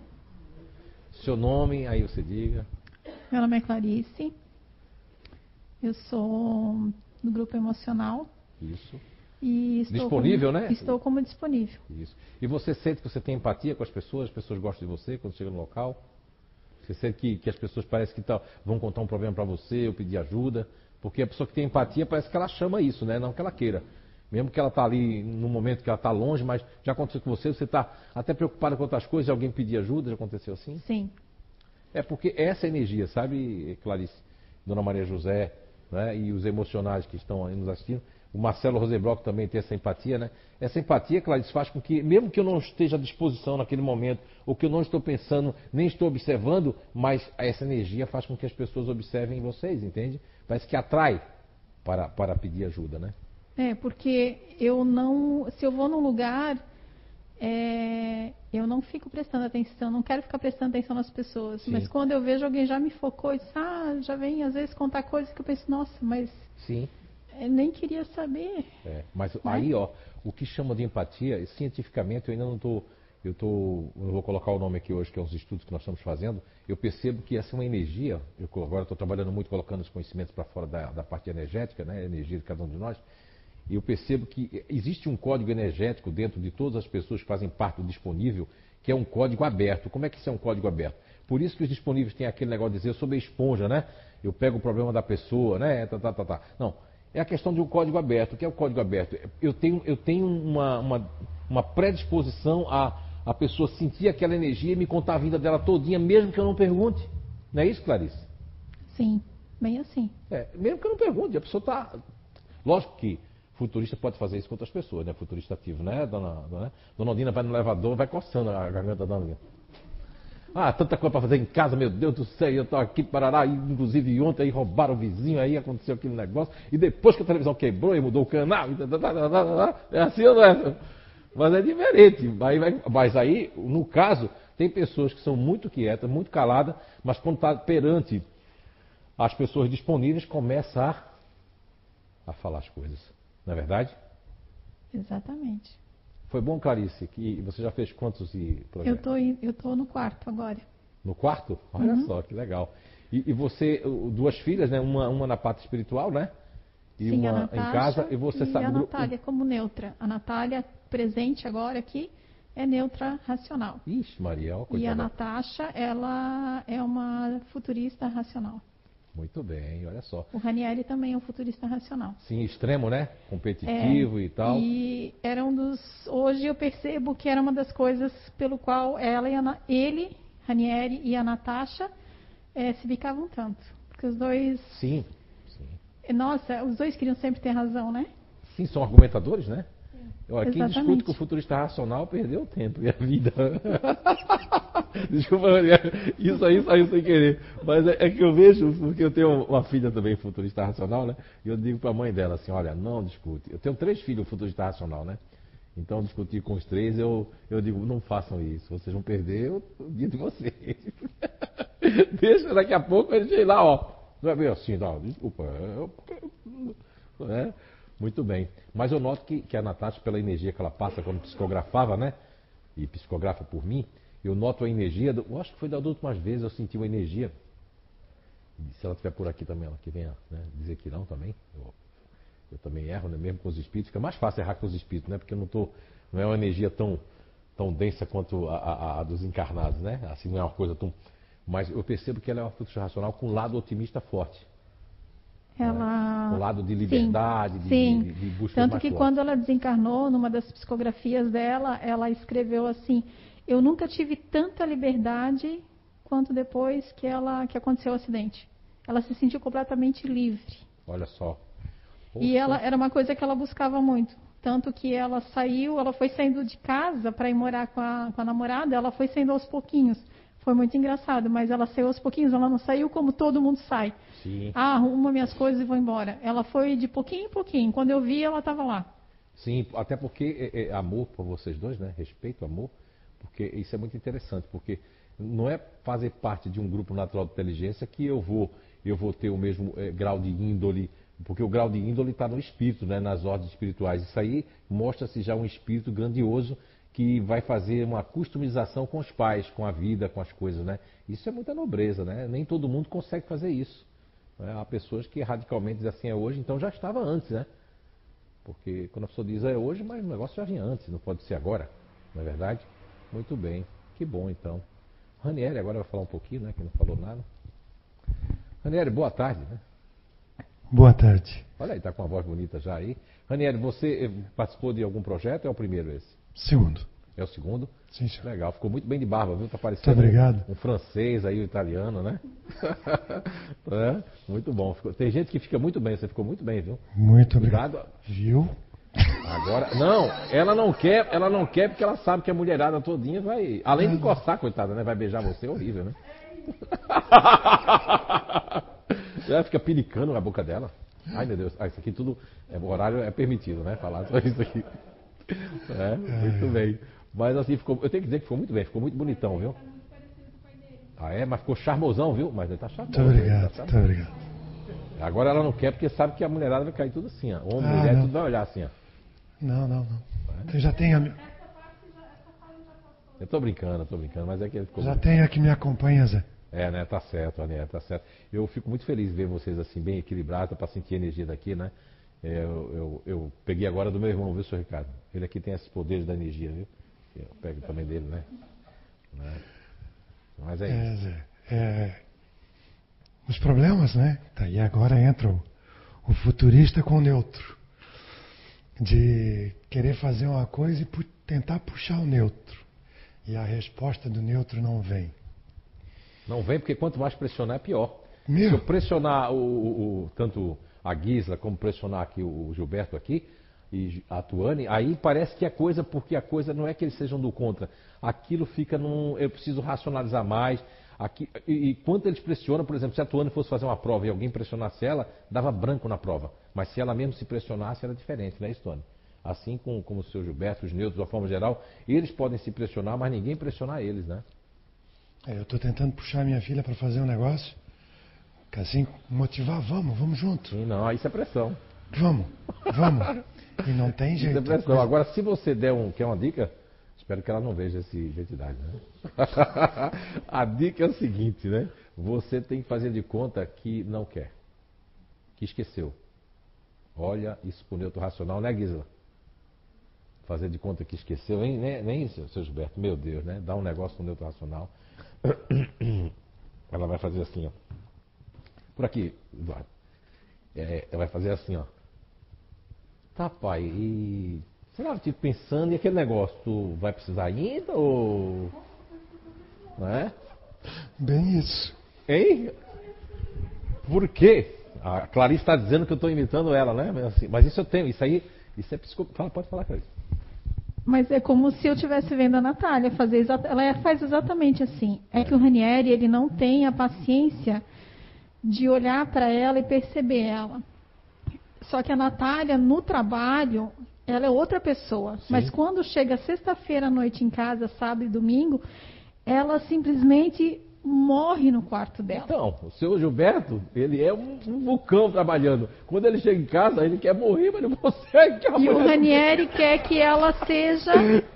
Seu nome, aí você diga. Meu nome é Clarice. Eu sou do grupo emocional. Isso. E estou disponível, como, né? Estou como disponível. Isso. E você sente que você tem empatia com as pessoas? As pessoas gostam de você quando chega no local? Você sente que, que as pessoas parecem que tá, vão contar um problema para você ou pedir ajuda? Porque a pessoa que tem empatia parece que ela chama isso, né? Não que ela queira. Mesmo que ela está ali no momento que ela está longe, mas já aconteceu com você, você está até preocupada com outras coisas e alguém pedir ajuda, já aconteceu assim? Sim. É porque essa energia, sabe, Clarice, Dona Maria José, né, e os emocionais que estão aí nos assistindo, o Marcelo Rosenbrock também tem essa empatia, né? Essa empatia, Clarice, faz com que, mesmo que eu não esteja à disposição naquele momento, ou que eu não estou pensando, nem estou observando, mas essa energia faz com que as pessoas observem vocês, entende? Parece que atrai para, para pedir ajuda, né? É, porque eu não... Se eu vou num lugar, é, eu não fico prestando atenção, não quero ficar prestando atenção nas pessoas. Sim. Mas quando eu vejo alguém já me focou e diz, ah, já vem às vezes contar coisas que eu penso, nossa, mas... Sim. Eu nem queria saber. É, mas né? aí, ó, o que chama de empatia, cientificamente, eu ainda não estou... Eu tô, eu vou colocar o nome aqui hoje, que é os estudos que nós estamos fazendo. Eu percebo que essa é uma energia. Eu agora estou trabalhando muito colocando os conhecimentos para fora da, da parte energética, né, a energia de cada um de nós. E eu percebo que existe um código energético dentro de todas as pessoas que fazem parte do disponível, que é um código aberto. Como é que isso é um código aberto? Por isso que os disponíveis têm aquele negócio de dizer, eu sou meio esponja, né? Eu pego o problema da pessoa, né? Tá, tá, tá, tá. Não, é a questão de um código aberto. O que é o código aberto? Eu tenho, eu tenho uma, uma, uma predisposição a a pessoa sentir aquela energia e me contar a vida dela todinha, mesmo que eu não pergunte. Não é isso, Clarice? Sim, bem assim. É, mesmo que eu não pergunte, a pessoa está... Lógico que futurista pode fazer isso com outras pessoas, né? Futurista ativo, né, dona, dona, dona Odina vai no elevador, vai coçando a garganta da dona Odina. Ah, tanta coisa para fazer em casa, meu Deus do céu, eu estou aqui parará, inclusive ontem aí roubaram o vizinho, aí aconteceu aquele negócio, e depois que a televisão quebrou e mudou o canal, é assim ou não é? Mas é diferente. Aí vai, mas aí, no caso, tem pessoas que são muito quietas, muito caladas, mas quando está perante as pessoas disponíveis, começa a, a falar as coisas. Não é verdade? Exatamente. Foi bom, Clarice, que você já fez quantos e eu tô eu tô no quarto agora. No quarto? Olha Uhum. só, que legal. E, e você, duas filhas, né? Uma, uma na parte espiritual, né? E Sim, uma a Natasha em casa, e você e sabe... a Natália como neutra. A Natália, presente agora aqui, é neutra racional. Ixi, Maria, ó, E a coitada. Natasha, ela é uma futurista racional. Muito bem, olha só. O Ranieri também é um futurista racional. Sim, extremo, né? Competitivo É, e tal. E era um dos... Hoje eu percebo que era uma das coisas pelo qual ela e a, ele, Ranieri e a Natasha, é, se bicavam tanto. Por que os dois... Sim, sim. Nossa, os dois queriam sempre ter razão, né? Sim, são argumentadores, né? Olha, quem Exatamente. discute com o futurista racional perdeu o tempo e a vida. Desculpa, isso aí saiu sem querer. Mas é, é que eu vejo, porque eu tenho uma filha também futurista racional, né? E eu digo para a mãe dela assim, olha, não discute. Eu tenho três filhos futurista racional, né? Então, discutir com os três, eu, eu digo, não façam isso. Vocês vão perder o, o dia de vocês. Deixa, daqui a pouco ele chega lá, ó. Não é bem assim, não, desculpa. É, é, muito bem. Mas eu noto que, que a Natasha, pela energia que ela passa quando psicografava, né? E psicografa por mim, eu noto a energia. Do, eu acho que foi das últimas vezes eu senti uma energia. Se ela estiver por aqui também, ela que venha, né, dizer que não também. Eu, eu também erro, né? Mesmo com os espíritos. Fica mais fácil errar com os espíritos, né? Porque eu não tô, não é uma energia tão, tão densa quanto a, a, a dos encarnados, né? Assim, não é uma coisa tão. Mas eu percebo que ela é uma futurista racional com um lado otimista forte. Ela... Né? Um lado de liberdade, sim, de, sim. de, de busca Tanto mais que forte. quando ela desencarnou, numa das psicografias dela, ela escreveu assim: eu nunca tive tanta liberdade quanto depois que, ela, que aconteceu o acidente. Ela se sentiu completamente livre. Olha só. Poxa. E ela era uma coisa que ela buscava muito. Tanto que ela saiu, ela foi saindo de casa para ir morar com a, com a namorada, ela foi saindo aos pouquinhos. Foi muito engraçado, mas ela saiu aos pouquinhos, ela não saiu como todo mundo sai. Sim. Ah, arruma minhas coisas e vou embora. Ela foi de pouquinho em pouquinho. Quando eu vi, ela estava lá. Sim, até porque é, é amor por vocês dois, né? Respeito, amor. Porque isso é muito interessante, porque não é fazer parte de um grupo natural de inteligência que eu vou, eu vou ter o mesmo é, grau de índole, porque o grau de índole está no espírito, né? Nas ordens espirituais. Isso aí mostra-se já um espírito grandioso que vai fazer uma customização com os pais, com a vida, com as coisas, né? Isso é muita nobreza, né? Nem todo mundo consegue fazer isso. Né? Há pessoas que radicalmente dizem assim, é hoje, então já estava antes, né? Porque quando a pessoa diz é hoje, mas o negócio já vinha antes, não pode ser agora, não é verdade? Muito bem, que bom então. Ranieri agora vai falar um pouquinho, né? Que não falou nada. Ranieri, boa tarde, né? Boa tarde. Olha aí, tá com uma voz bonita já aí. Ranieri, você participou de algum projeto ou é o primeiro esse? Segundo. É o segundo? Sim, senhor. Legal, ficou muito bem de barba, viu? Tá parecendo muito obrigado. Um, um francês aí, um italiano, né? É, muito bom. Ficou, tem gente que fica muito bem, você ficou muito bem, viu? Muito obrigado. Cuidado. Viu? Agora, não, ela não quer, ela não quer porque ela sabe que a mulherada todinha vai, além de encostar, coitada, né? Vai beijar você, é horrível, né? Ela fica pinicando na boca dela. Ai, meu Deus, ah, isso aqui tudo, é, o horário é permitido, né? Falar só isso aqui. É, muito bem. Mas assim, ficou, eu tenho que dizer que ficou muito bem, ficou muito bonitão, viu? Ah, é? Mas ficou charmosão, viu? Mas ele tá charmoso. Muito obrigado, tá muito obrigado. Agora ela não quer porque sabe que a mulherada vai cair tudo assim, ó. Homem, Ah, mulher, não. tudo vai olhar assim, ó. Não, não, não. Eu já tenho, a, Eu tô brincando, eu tô brincando, mas é que ele ficou. já tenho a que me acompanha, Zé. É, né? Tá certo, Aniel, tá certo. Eu fico muito feliz de ver vocês assim, bem equilibrados, para sentir a energia daqui, né? É, eu, eu, eu peguei agora do meu irmão, viu, senhor Ricardo? Ele aqui tem esses poderes da energia, viu? Eu pego também dele, né? né? Mas é É, isso. Zé, é, os problemas, né? Daí agora entra o, o futurista com o neutro. De querer fazer uma coisa e pu- tentar puxar o neutro. E a resposta do neutro não vem. Não vem, porque quanto mais pressionar é pior. Meu. Se eu pressionar o, o- o- tanto a Gisla como pressionar aqui o Gilberto aqui, e a Tuane, aí parece que a coisa, porque a coisa não é que eles sejam do contra. Aquilo fica num. Eu preciso racionalizar mais. Aqui, e, e quanto eles pressionam, por exemplo, se a Tuane fosse fazer uma prova e alguém pressionasse ela, dava branco na prova. Mas se ela mesmo se pressionasse, era diferente, não é isso, Tuane? Assim como, como o seu Gilberto, os neutros, de uma forma geral, eles podem se pressionar, mas ninguém pressionar eles, né? É, eu estou tentando puxar minha filha para fazer um negócio. Que assim, motivar, vamos, vamos junto. Sim, não, isso é pressão. Vamos, vamos. E não tem Isso é jeito. pressão. coisa- Agora, se você der um, quer uma dica, espero que ela não veja esse identidade, né? A dica é o seguinte, né? Você tem que fazer de conta que não quer, que esqueceu. Olha isso pro neutro racional, né, Gisela? Fazer de conta que esqueceu, hein? Nem, nem isso, seu Gilberto, meu Deus, né? Dá um negócio pro neutro racional. Ela vai fazer assim, ó. Por aqui, Eduardo. É, ela vai fazer assim, ó. Tá, pai, e. Sei lá, eu tive pensando, e aquele negócio, tu vai precisar ainda ou. Não é? Bem isso. Hein? Por quê? A Clarice está dizendo que eu estou imitando ela, né? Mas, assim, mas isso eu tenho, isso aí, isso é psicopata. Fala, pode falar, Clarice. Mas é como se eu estivesse vendo a Natália fazer exata, ela faz exatamente assim. É que o Ranieri, ele não tem a paciência de olhar para ela e perceber ela. Só que a Natália, no trabalho, ela é outra pessoa. Sim. Mas quando chega sexta-feira à noite em casa, sábado e domingo, ela simplesmente morre no quarto dela. Então, o seu Gilberto, ele é um, um vulcão trabalhando. Quando ele chega em casa, ele quer morrer, mas não consegue. E o Ranieri quer que ela seja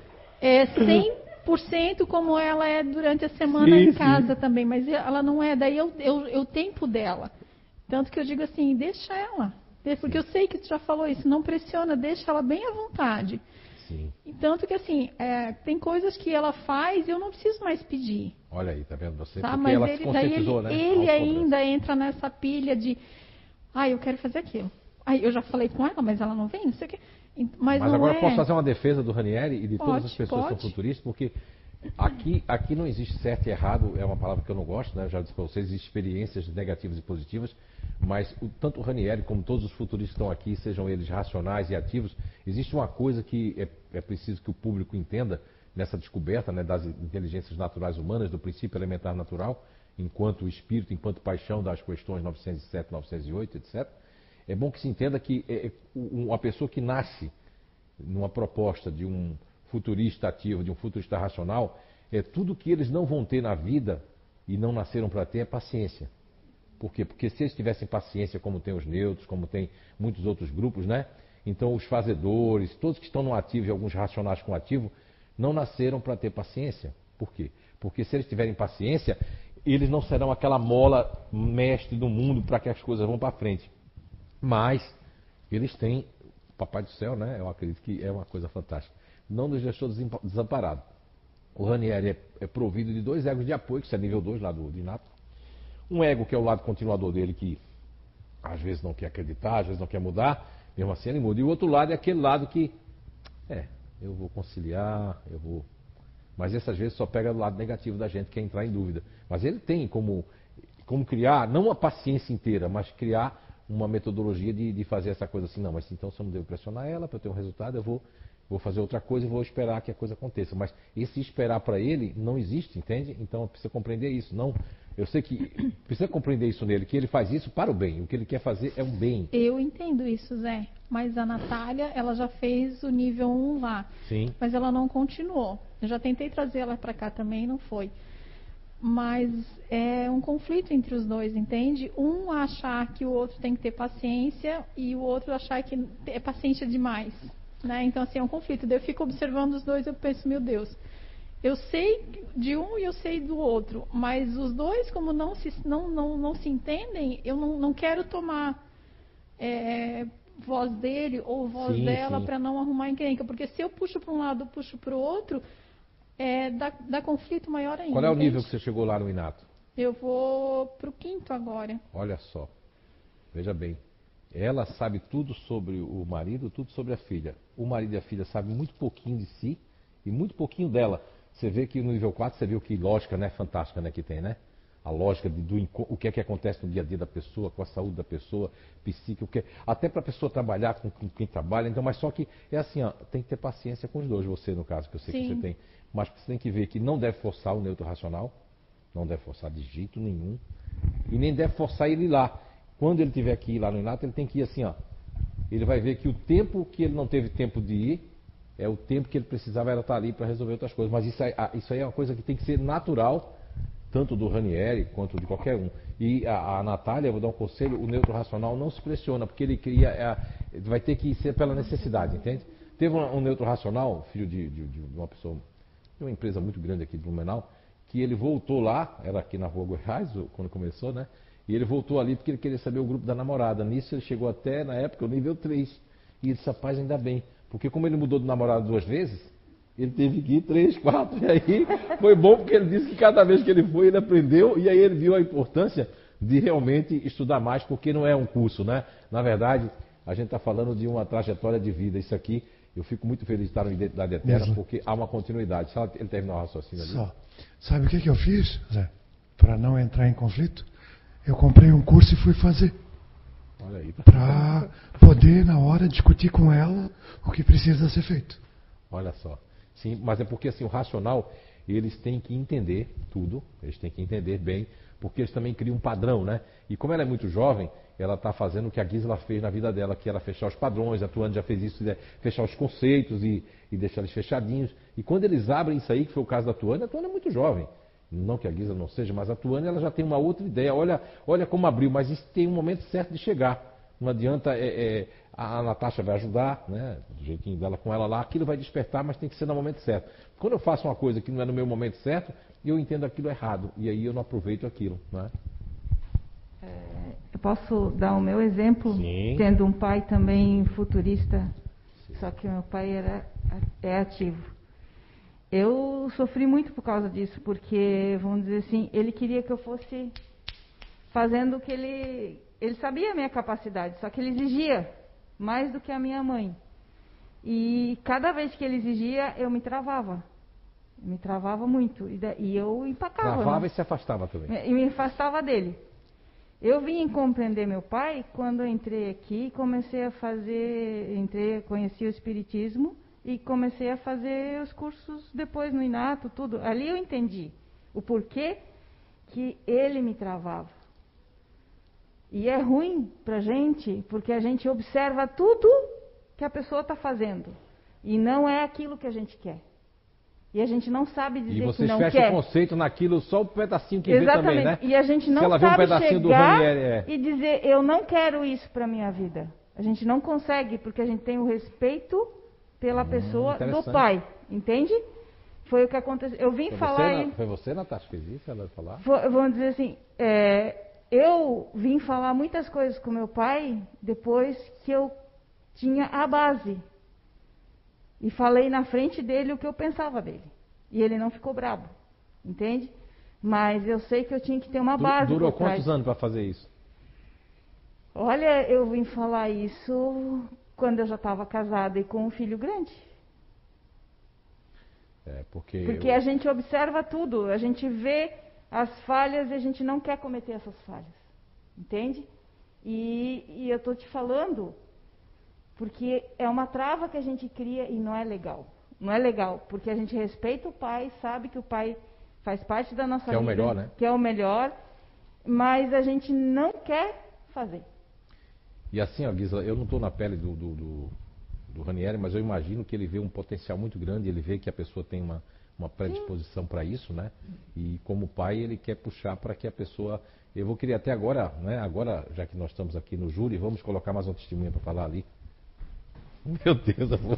é, cem por cento como ela é durante a semana sim, em casa sim. também. Mas ela não é, daí eu, eu, eu tempo dela. Tanto que eu digo assim, deixa ela. Porque eu sei que tu já falou isso, não pressiona, deixa ela bem à vontade. Sim. E tanto que assim, é, tem coisas que ela faz e eu não preciso mais pedir. Olha aí, tá vendo você? Tá, porque mas ela ele, se conscientizou, daí né? ele, ele ainda entra nessa pilha de, ah, eu quero fazer aquilo. Aí eu já falei com ela, mas ela não vem, não sei o quê. Mas, mas não agora é... eu posso fazer uma defesa do Ranieri e de pode, todas as pessoas pode. que são futuristas, porque aqui, aqui não existe certo e errado, é uma palavra que eu não gosto, né? Eu já disse para vocês, existem experiências negativas e positivas, mas o, tanto o Ranieri como todos os futuristas que estão aqui, sejam eles racionais e ativos, existe uma coisa que é, é preciso que o público entenda nessa descoberta, né, das inteligências naturais humanas, do princípio elementar natural, enquanto espírito, enquanto paixão das questões novecentos e sete, novecentos e oito, etcétera. É bom que se entenda que é, é, uma pessoa que nasce numa proposta de um futurista ativo, de um futurista racional, é tudo que eles não vão ter na vida e não nasceram para ter é paciência. Por quê? Porque se eles tivessem paciência, como tem os neutros, como tem muitos outros grupos, né? Então os fazedores, todos que estão no ativo e alguns racionais com ativo, não nasceram para ter paciência. Por quê? Porque se eles tiverem paciência, eles não serão aquela mola mestre do mundo para que as coisas vão para frente. Mas eles têm, Papai do Céu, né? Eu acredito que é uma coisa fantástica. Não nos deixou desamparado. O Ranieri é, é provido de dois egos de apoio, que isso é nível dois lá do Inato. Um ego que é o lado continuador dele, que às vezes não quer acreditar, às vezes não quer mudar, mesmo assim ele muda. E o outro lado é aquele lado que, é, eu vou conciliar, eu vou... Mas essas vezes só pega do lado negativo da gente, que é entrar em dúvida. Mas ele tem como, como criar, não a paciência inteira, mas criar uma metodologia de, de fazer essa coisa assim. Não, mas então se eu não devo pressionar ela para eu ter um resultado, eu vou, vou fazer outra coisa e vou esperar que a coisa aconteça. Mas esse esperar para ele não existe, entende? Então precisa compreender isso. Não, eu sei que precisa compreender isso nele, que ele faz isso para o bem. O que ele quer fazer é um bem. Eu entendo isso, Zé. Mas a Natália, ela já fez o nível um lá. Sim. Mas ela não continuou. Eu já tentei trazer ela para cá também, não foi. Mas é um conflito entre os dois, entende? Um achar que o outro tem que ter paciência e o outro achar que é paciência demais, né? Então, assim, é um conflito. Eu fico observando os dois e eu penso, meu Deus, eu sei de um e eu sei do outro, mas os dois, como não se, não, não, não se entendem, eu não, não quero tomar é, voz dele ou voz sim, dela para não arrumar encrenca, porque se eu puxo para um lado ou puxo para o outro, é, dá, dá conflito maior ainda. Qual é o entende? nível que você chegou lá no Inato? Eu vou para o quinto agora. Olha só, veja bem, ela sabe tudo sobre o marido, tudo sobre a filha. O marido e a filha sabem muito pouquinho de si e muito pouquinho dela. Você vê que no nível quatro, você viu que lógica, né, fantástica, né, que tem, né? A lógica de, do o que é que acontece no dia a dia da pessoa, com a saúde da pessoa, psíquica, o que, até para a pessoa trabalhar com, com quem trabalha. Então, mas só que é assim, ó, tem que ter paciência com os dois, você no caso, que eu sei Sim. que você tem. Mas você tem que ver que não deve forçar o neutro racional, não deve forçar de jeito nenhum, e nem deve forçar ele ir lá. Quando ele tiver que ir lá no Inato, ele tem que ir assim, ó. Ele vai ver que o tempo que ele não teve tempo de ir, é o tempo que ele precisava era estar ali para resolver outras coisas. Mas isso aí, isso aí é uma coisa que tem que ser natural, tanto do Ranieri quanto de qualquer um. E a, a Natália, eu vou dar um conselho, o neutro racional não se pressiona, porque ele cria, é, vai ter que ser pela necessidade, entende? Teve um, um neutro racional, filho de, de, de uma pessoa, de uma empresa muito grande aqui de Blumenau, que ele voltou lá, era aqui na rua Goiás, quando começou, né? E ele voltou ali porque ele queria saber o grupo da namorada. Nisso ele chegou até, na época, o nível três. E ele disse, rapaz, ainda bem. Porque como ele mudou de namorada duas vezes, ele teve que ir três, quatro. E aí foi bom porque ele disse que cada vez que ele foi, ele aprendeu. E aí ele viu a importância de realmente estudar mais, porque não é um curso, né? Na verdade, a gente está falando de uma trajetória de vida. Isso aqui, eu fico muito feliz de estar no Identidade Eterna, Mesmo. Porque há uma continuidade. Só ele terminar o raciocínio ali. Só. Sabe o que, que eu fiz, Zé? Para não entrar em conflito? eu comprei um curso e fui fazer. Olha aí. Para poder, na hora, discutir com ela o que precisa ser feito. Olha só. Sim, mas é porque assim, o racional, eles têm que entender tudo, eles têm que entender bem, porque eles também criam um padrão, né? E como ela é muito jovem, ela está fazendo o que a Gisela fez na vida dela, que era fechar os padrões, a Tuane já fez isso, né? Fechar os conceitos e, e deixar eles fechadinhos. E quando eles abrem isso aí, que foi o caso da Tuane, a Tuane é muito jovem. Não que a Gisela não seja, mas a Tuane ela já tem uma outra ideia. Olha, olha como abriu, mas isso tem um momento certo de chegar. Não adianta, é, é, a Natasha vai ajudar, né, do jeitinho dela com ela lá, aquilo vai despertar, mas tem que ser no momento certo. Quando eu faço uma coisa que não é no meu momento certo, eu entendo aquilo errado, e aí eu não aproveito aquilo. Né? É, eu posso dar o meu exemplo, Sim. tendo um pai também futurista, Sim. Só que meu pai era, é ativo. Eu sofri muito por causa disso, porque, vamos dizer assim, ele queria que eu fosse fazendo o que ele... Ele sabia a minha capacidade, só que ele exigia mais do que a minha mãe. E cada vez que ele exigia, eu me travava. Eu me travava muito. E, da, e eu empacava. Travava né? E se afastava também. E me afastava dele. Eu vim compreender meu pai quando eu entrei aqui e comecei a fazer... Entrei, conheci o Espiritismo e comecei a fazer os cursos depois no Inato, tudo. Ali eu entendi o porquê que ele me travava. E é ruim pra gente, porque a gente observa tudo que a pessoa está fazendo. E não é aquilo que a gente quer. E a gente não sabe dizer que não quer. E vocês fecham o conceito naquilo, só o pedacinho que Exatamente. vê também, né? E a gente não Se ela sabe vê um pedacinho do chegar Ranieri, é. e dizer, eu não quero isso para minha vida. A gente não consegue, porque a gente tem o respeito pela hum, pessoa do pai. Entende? Foi o que aconteceu. Eu vim foi falar... Você, aí, foi você, Natasha, que fez isso? Ela falar? Foi, vamos dizer assim... É, eu vim falar muitas coisas com meu pai depois que eu tinha a base. E falei na frente dele o que eu pensava dele. E ele não ficou bravo, entende? Mas eu sei que eu tinha que ter uma base. Durou por trás. Quantos anos para fazer isso? Olha, eu vim falar isso quando eu já estava casada e com um filho grande. É, porque porque eu... a gente observa tudo, a gente vê as falhas e a gente não quer cometer essas falhas, entende? E, e eu estou te falando porque é uma trava que a gente cria e não é legal. Não é legal, porque a gente respeita o pai, sabe que o pai faz parte da nossa vida. Que é o melhor, né? Que é o melhor, mas a gente não quer fazer. E assim, ó, Gisela, eu não estou na pele do, do, do, do Ranieri, mas eu imagino que ele vê um potencial muito grande, ele vê que a pessoa tem uma, uma predisposição para isso, né? E como pai, ele quer puxar para que a pessoa... Eu vou querer até agora, né? Agora, já que nós estamos aqui no júri, vamos colocar mais um testemunho para falar ali. Meu Deus, amor.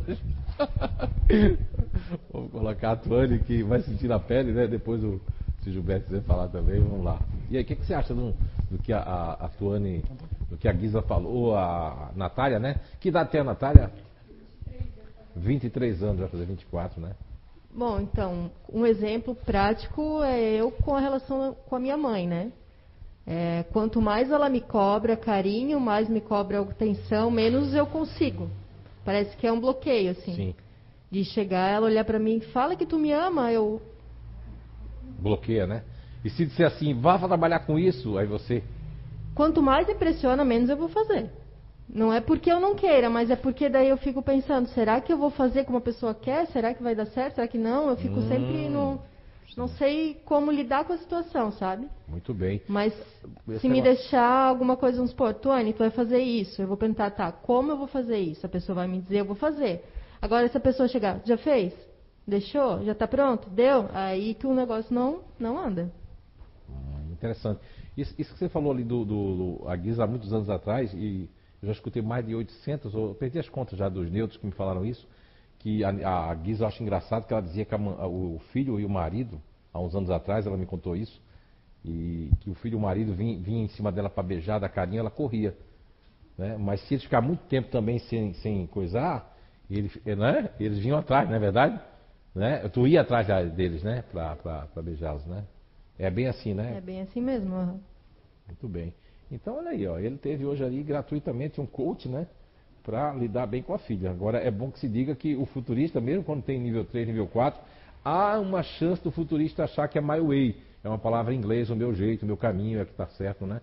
Vamos colocar a Tuane, que vai sentir na pele, né? Depois o, se o Gilberto quiser falar também, vamos lá. E aí, o que, que você acha do, do que a, a, a Tuane, do que a Gisela falou, a Natália, né? Que idade tem a Natália? vinte e três anos, vai fazer vinte e quatro, né? Bom, então, um exemplo prático é eu com a relação com a minha mãe, né? É, quanto mais ela me cobra carinho, mais me cobra atenção, menos eu consigo. Parece que é um bloqueio, assim. Sim. De chegar, ela olhar pra mim, fala que tu me ama, eu... Bloqueia, né? E se disser assim, vá trabalhar com isso, aí você... Quanto mais impressiona, menos eu vou fazer. Não é porque eu não queira, mas é porque daí eu fico pensando, será que eu vou fazer como a pessoa quer? Será que vai dar certo? Será que não? Eu fico hum, sempre no... Não sei como lidar com a situação, sabe? Muito bem. Mas Esse se é me uma... deixar alguma coisa, vamos supor, Tuane, tu vai fazer isso. Eu vou perguntar, tá, como eu vou fazer isso? A pessoa vai me dizer, eu vou fazer. Agora, se a pessoa chegar, já fez? Deixou? Já tá pronto? Deu? Aí que o negócio não, não anda. Hum, interessante. Isso, isso que você falou ali do, do, do a Gisela há muitos anos atrás, e eu já escutei mais de oitocentos, ou perdi as contas já dos neutros que me falaram isso, que a, a Gisela, eu acho engraçado que ela dizia que a, o filho e o marido, há uns anos atrás, ela me contou isso, e que o filho e o marido vinha, vinha em cima dela para beijar da carinha, ela corria. Né? Mas se eles ficar muito tempo também sem, sem coisar, ele, né? eles vinham atrás, não é verdade? Né? Tu ia atrás deles, né? Para beijá-los, né? É bem assim, né? É bem assim mesmo. Uhum. Muito bem. Então, olha aí, ó, ele teve hoje ali gratuitamente um coach, né? Para lidar bem com a filha. Agora, é bom que se diga que o futurista, mesmo quando tem nível três, nível quatro, há uma chance do futurista achar que é my way. É uma palavra em inglês, o meu jeito, o meu caminho, é que está certo, né?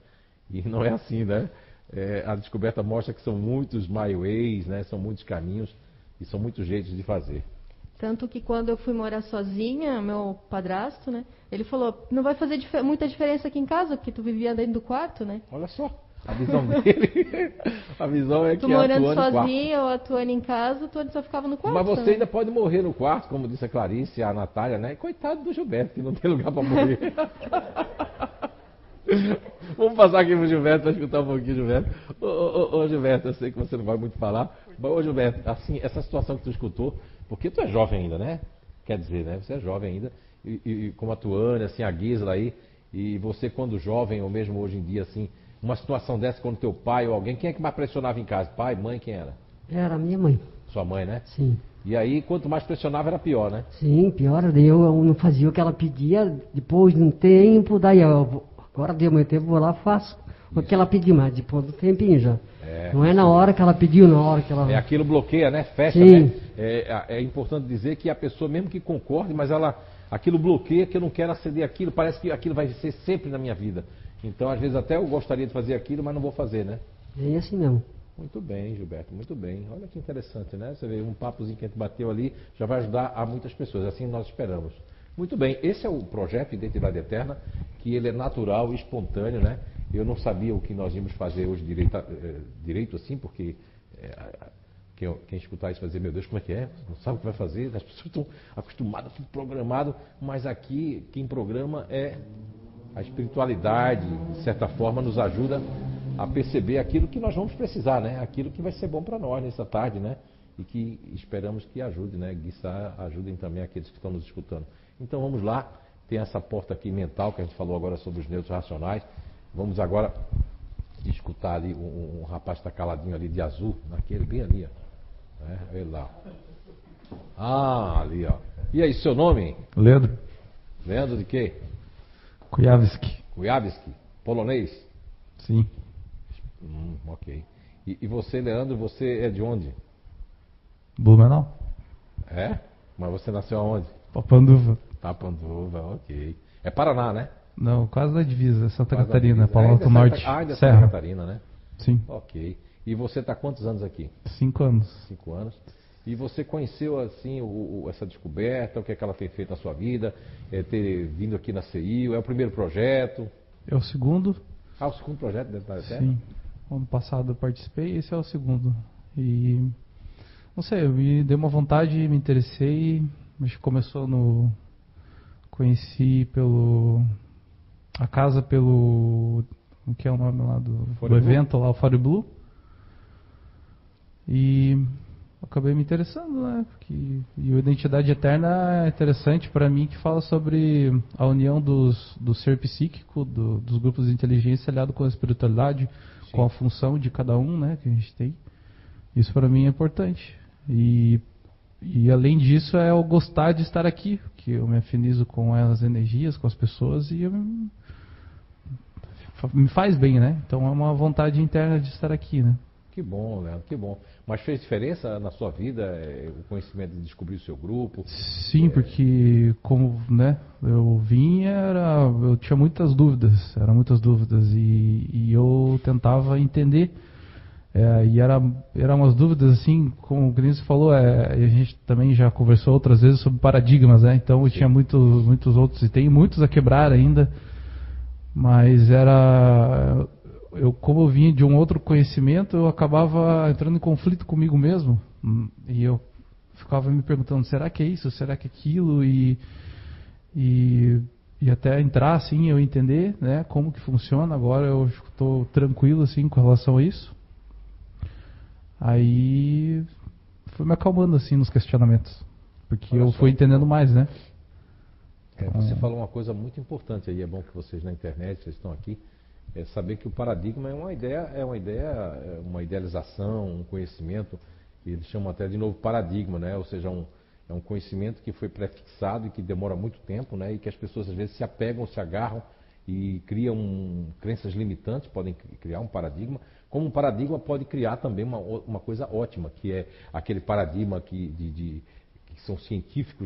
E não é assim, né? É, a descoberta mostra que são muitos my ways, né? São muitos caminhos e são muitos jeitos de fazer. Tanto que quando eu fui morar sozinha, meu padrasto, né? Ele falou, não vai fazer dif- muita diferença aqui em casa, porque tu vivia dentro do quarto, né? Olha só, a visão dele. A visão é que Tu morando atuando no quarto. sozinha ou atuando em casa, tu só ficava no quarto. Mas você também. ainda pode morrer no quarto, como disse a Clarice, a Natália, né? Coitado do Gilberto, que não tem lugar para morrer. Vamos passar aqui pro Gilberto para escutar um pouquinho, Gilberto. Ô, ô, ô, Gilberto, eu sei que você não vai muito falar, mas, ô, Gilberto, assim, essa situação que tu escutou, porque tu é jovem ainda, né? Quer dizer, né? Você é jovem ainda, e, e como a Tuane, assim, a Gisela aí, e você quando jovem, ou mesmo hoje em dia, assim, uma situação dessa quando teu pai ou alguém, quem é que mais pressionava em casa? Pai, mãe, quem era? Era minha mãe. Sua mãe, né? Sim. E aí, quanto mais pressionava, era pior, né? Sim, pior, daí eu, eu não fazia o que ela pedia, depois de um tempo, daí eu, vou- agora deu meu tempo, vou lá e faço o que ela pediu, mas depois do tempinho já. É, não é na hora que ela pediu, na hora que ela... É, aquilo bloqueia, né? Fecha, Sim. né? É, é importante dizer que a pessoa, mesmo que concorde, mas ela, aquilo bloqueia que eu não quero aceder àquilo, parece que aquilo vai ser sempre na minha vida. Então, às vezes, até eu gostaria de fazer aquilo, mas não vou fazer, né? É assim mesmo. Muito bem, Gilberto, muito bem. Olha que interessante, né? Você vê, um papozinho que a gente bateu ali já vai ajudar a muitas pessoas, assim nós esperamos. Muito bem, esse é o projeto Identidade Eterna, que ele é natural e espontâneo, né? Eu não sabia o que nós íamos fazer hoje direito, eh, direito assim, porque eh, quem, quem escutar isso vai dizer, meu Deus, como é que é? Não sabe o que vai fazer? As pessoas estão acostumadas, tudo programado, mas aqui quem programa é a espiritualidade, de certa forma, nos ajuda a perceber aquilo que nós vamos precisar, né? Aquilo que vai ser bom para nós nessa tarde, né? E que esperamos que ajude, né? Guiçar, ajudem também aqueles que estão nos escutando. Então vamos lá, tem essa porta aqui mental que a gente falou agora sobre os neutros racionais. Vamos agora escutar ali, um, um rapaz está caladinho ali de azul, naquele bem ali, ó. É, olha lá. Ah, ali, ó. E aí, seu nome? Leandro Leandro de quê? Kujawski. Kujawski? Polonês? Sim. Hum, ok. E, e você, Leandro, você é de onde? Blumenau. É? Mas você nasceu aonde? Papanduva. Papanduva, ok. É Paraná, né? Não, quase na divisa, Santa Quase Catarina, na divisa. Planalto Ah, Norte. Ah, ainda é Serra. Santa Catarina, né? Sim. Ok. E você está quantos anos aqui? Cinco anos. Cinco anos. E você conheceu, assim, o, o, essa descoberta, o que é que ela tem feito na sua vida? É, ter vindo aqui na C I U, é o primeiro projeto? É o segundo. Ah, o segundo projeto da Identidade Eterna? Sim. Ano passado eu participei, esse é o segundo. E não sei, eu me dei uma vontade, me interessei, acho que começou no conheci pelo a casa pelo o que é o nome lá do, do evento lá, o Fire Blue. E acabei me interessando, né? Porque, e o Identidade Eterna é interessante para mim, que fala sobre a união dos, do ser psíquico, do, dos grupos de inteligência aliado com a espiritualidade, sim, com a função de cada um, né? Que a gente tem. Isso para mim é importante. E, e além disso é eu gostar de estar aqui, que eu me afinizo com as energias, com as pessoas e eu me, me faz bem, né? Então é uma vontade interna de estar aqui, né? Que bom, Leandro, que bom. Mas fez diferença na sua vida é, o conhecimento de descobrir o seu grupo? Sim, é... porque como, né, eu vim, era, eu tinha muitas dúvidas, eram muitas dúvidas e, e eu tentava entender. É, e era, eram umas dúvidas assim, como o Gris falou, é, a gente também já conversou outras vezes sobre paradigmas, né? Então eu Sim. tinha muito, muitos outros, e tem muitos a quebrar ainda, mas era... Eu, como eu vinha de um outro conhecimento, eu acabava entrando em conflito comigo mesmo. E eu ficava me perguntando, será que é isso? Será que é aquilo? E, e, e até entrar assim, eu entender, né, como que funciona. Agora eu estou tranquilo assim, com relação a isso. Aí fui me acalmando assim, nos questionamentos. Porque Olha eu fui entendendo mais, né? É, você falou uma coisa muito importante aí. É bom que vocês na internet, vocês estão aqui. É saber que o paradigma é uma ideia, é uma ideia, é uma idealização, um conhecimento, e eles chamam até de novo paradigma, né? Ou seja, um, é um conhecimento que foi prefixado e que demora muito tempo, né? E que as pessoas às vezes se apegam, se agarram e criam crenças limitantes, podem criar um paradigma, como um paradigma pode criar também uma, uma coisa ótima, que é aquele paradigma que, de, de, que são científicos, né?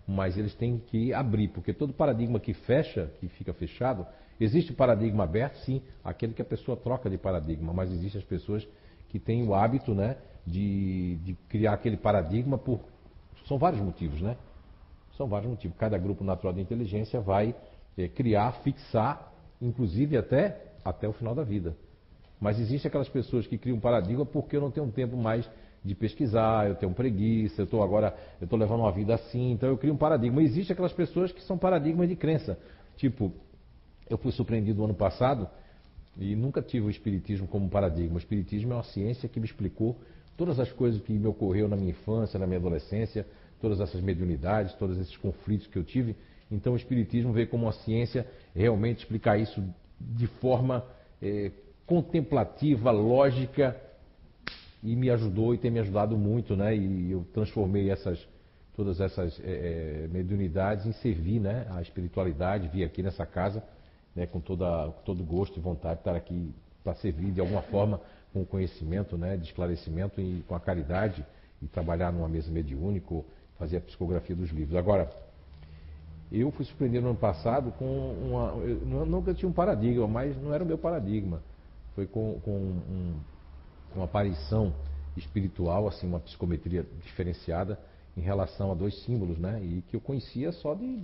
Mas eles têm que abrir, porque todo paradigma que fecha, que fica fechado, existe o paradigma aberto, sim, aquele que a pessoa troca de paradigma, mas existem as pessoas que têm o hábito, né, de, de criar aquele paradigma por... São vários motivos, né? São vários motivos. Cada grupo natural de inteligência vai é, criar, fixar, inclusive até, até o final da vida. Mas existem aquelas pessoas que criam paradigma porque eu não tenho tempo mais de pesquisar, eu tenho preguiça, eu estou agora, eu estou levando uma vida assim, então eu crio um paradigma. Existem aquelas pessoas que são paradigmas de crença. Tipo, eu fui surpreendido no ano passado e nunca tive o espiritismo como paradigma. O espiritismo é uma ciência que me explicou todas as coisas que me ocorreu na minha infância, na minha adolescência, todas essas mediunidades, todos esses conflitos que eu tive. Então o espiritismo veio como uma ciência realmente explicar isso de forma é, contemplativa, lógica, e me ajudou e tem me ajudado muito, né? E eu transformei essas, todas essas é, mediunidades em servir, né, a espiritualidade. Vim aqui nessa casa, né, com toda, todo gosto e vontade de estar aqui para servir de alguma forma com o conhecimento, né, de esclarecimento e com a caridade, e trabalhar numa mesa mediúnica, fazer a psicografia dos livros. Agora, eu fui surpreendido no ano passado com uma... Eu nunca tinha um paradigma, mas não era o meu paradigma. Foi com, com um, uma aparição espiritual, assim, uma psicometria diferenciada em relação a dois símbolos, né? E que eu conhecia só de...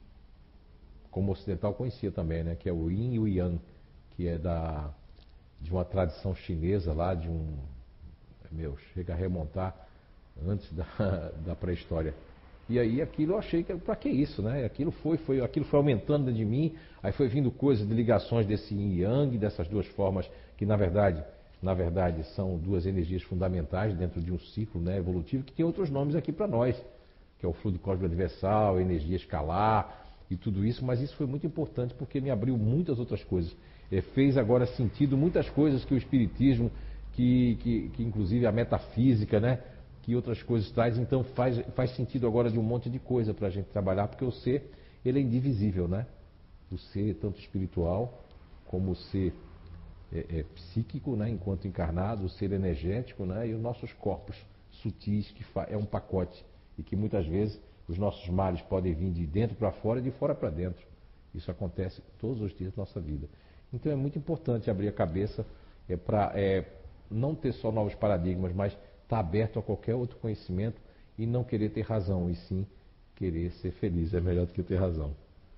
Como ocidental conhecia também, né? Que é o Yin e o Yang, que é da, de uma tradição chinesa lá, de um... Meu, chega a remontar antes da, da pré-história. E aí aquilo eu achei que, para que isso, né? Aquilo foi, foi, aquilo foi aumentando dentro de mim, aí foi vindo coisas de ligações desse Yin e Yang, dessas duas formas que na verdade, na verdade são duas energias fundamentais dentro de um ciclo, né, evolutivo, que tem outros nomes aqui para nós, que é o fluido cósmico universal, energia escalar e tudo isso, mas isso foi muito importante porque me abriu muitas outras coisas. É, fez agora sentido muitas coisas que o espiritismo, que, que, que inclusive a metafísica, né, que outras coisas traz, então faz, faz sentido agora de um monte de coisa para a gente trabalhar, porque o ser, ele é indivisível, né? O ser tanto espiritual como o ser é, é, psíquico, né, enquanto encarnado, o ser energético, né, e os nossos corpos sutis, que é um pacote, e que muitas vezes os nossos males podem vir de dentro para fora e de fora para dentro. Isso acontece todos os dias da nossa vida. Então é muito importante abrir a cabeça é, para é, não ter só novos paradigmas, mas estar aberto a qualquer outro conhecimento e não querer ter razão, e sim querer ser feliz. É melhor do que ter razão.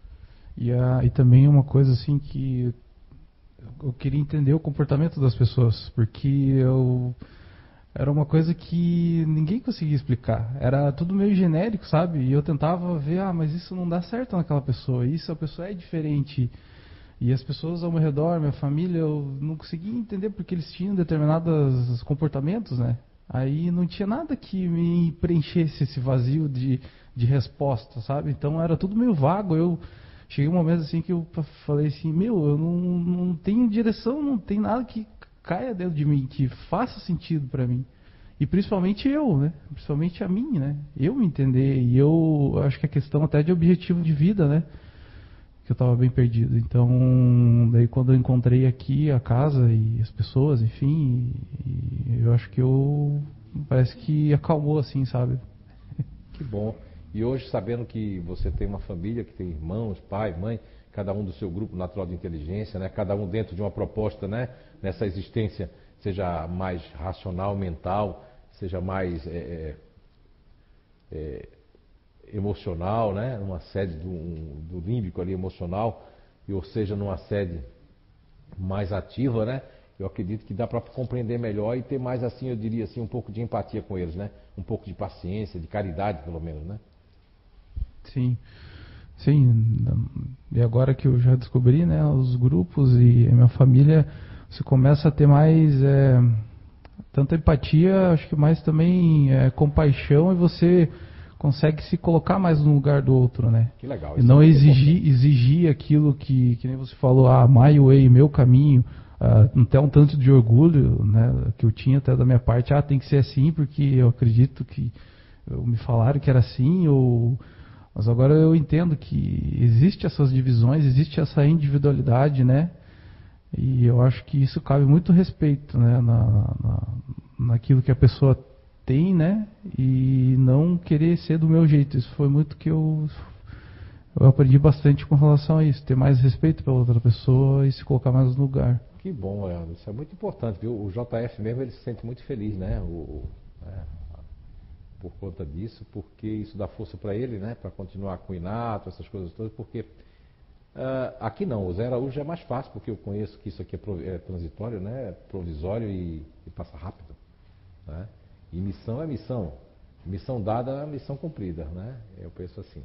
E, a, e também uma coisa assim que eu queria entender o comportamento das pessoas, porque eu era uma coisa que ninguém conseguia explicar. Era tudo meio genérico, sabe? E eu tentava ver, ah, mas isso não dá certo naquela pessoa, isso a pessoa é diferente. E as pessoas ao meu redor, minha família, eu não conseguia entender porque eles tinham determinados comportamentos, né? Aí não tinha nada que me preenchesse esse vazio de, de resposta, sabe? Então era tudo meio vago. Eu cheguei um momento assim que eu falei assim, meu, eu não, não tenho direção, não tem nada que caia dentro de mim, que faça sentido para mim. E principalmente eu, né? Principalmente a mim, né? Eu me entender. E eu acho que a questão até de objetivo de vida, né? Que eu estava bem perdido. Então, daí quando eu encontrei aqui a casa e as pessoas, enfim, e, e eu acho que eu... Parece que acalmou assim, sabe? Que bom. E hoje, sabendo que você tem uma família, que tem irmãos, pai, mãe, cada um do seu grupo natural de inteligência, né? Cada um dentro de uma proposta, né? Nessa existência, seja mais racional, mental, seja mais é, é, emocional, né? Numa sede do, do límbico ali emocional, e ou seja, numa sede mais ativa, né? Eu acredito que dá para compreender melhor e ter mais, assim, eu diria assim, um pouco de empatia com eles, né? Um pouco de paciência, de caridade, pelo menos, né? Sim, sim. E agora que eu já descobri, né, os grupos e a minha família, você começa a ter mais é, tanta empatia, acho que mais também é, compaixão, e você consegue se colocar mais no lugar do outro, né? Que legal. E não exigir, exigir aquilo que, que nem você falou, ah, my way, meu caminho, uh, até um tanto de orgulho, né, que eu tinha até da minha parte, ah, tem que ser assim porque eu acredito que eu, me falaram que era assim, ou... Mas agora eu entendo que existe essas divisões, existe essa individualidade, né? E eu acho que isso cabe muito respeito, né? Na, na, naquilo que a pessoa tem, né? E não querer ser do meu jeito. Isso foi muito que eu, eu aprendi bastante com relação a isso. Ter mais respeito pela outra pessoa e se colocar mais no lugar. Que bom, Leandro. Isso é muito importante, viu? O J F mesmo, ele se sente muito feliz, né? O, é, por conta disso, porque isso dá força para ele, né? Para continuar com o Inato, essas coisas todas, porque uh, aqui não, o Zé Araújo é mais fácil, porque eu conheço que isso aqui é, pro, é transitório, né? É provisório e, e passa rápido, né? E missão é missão. Missão dada é missão cumprida, né? Eu penso assim.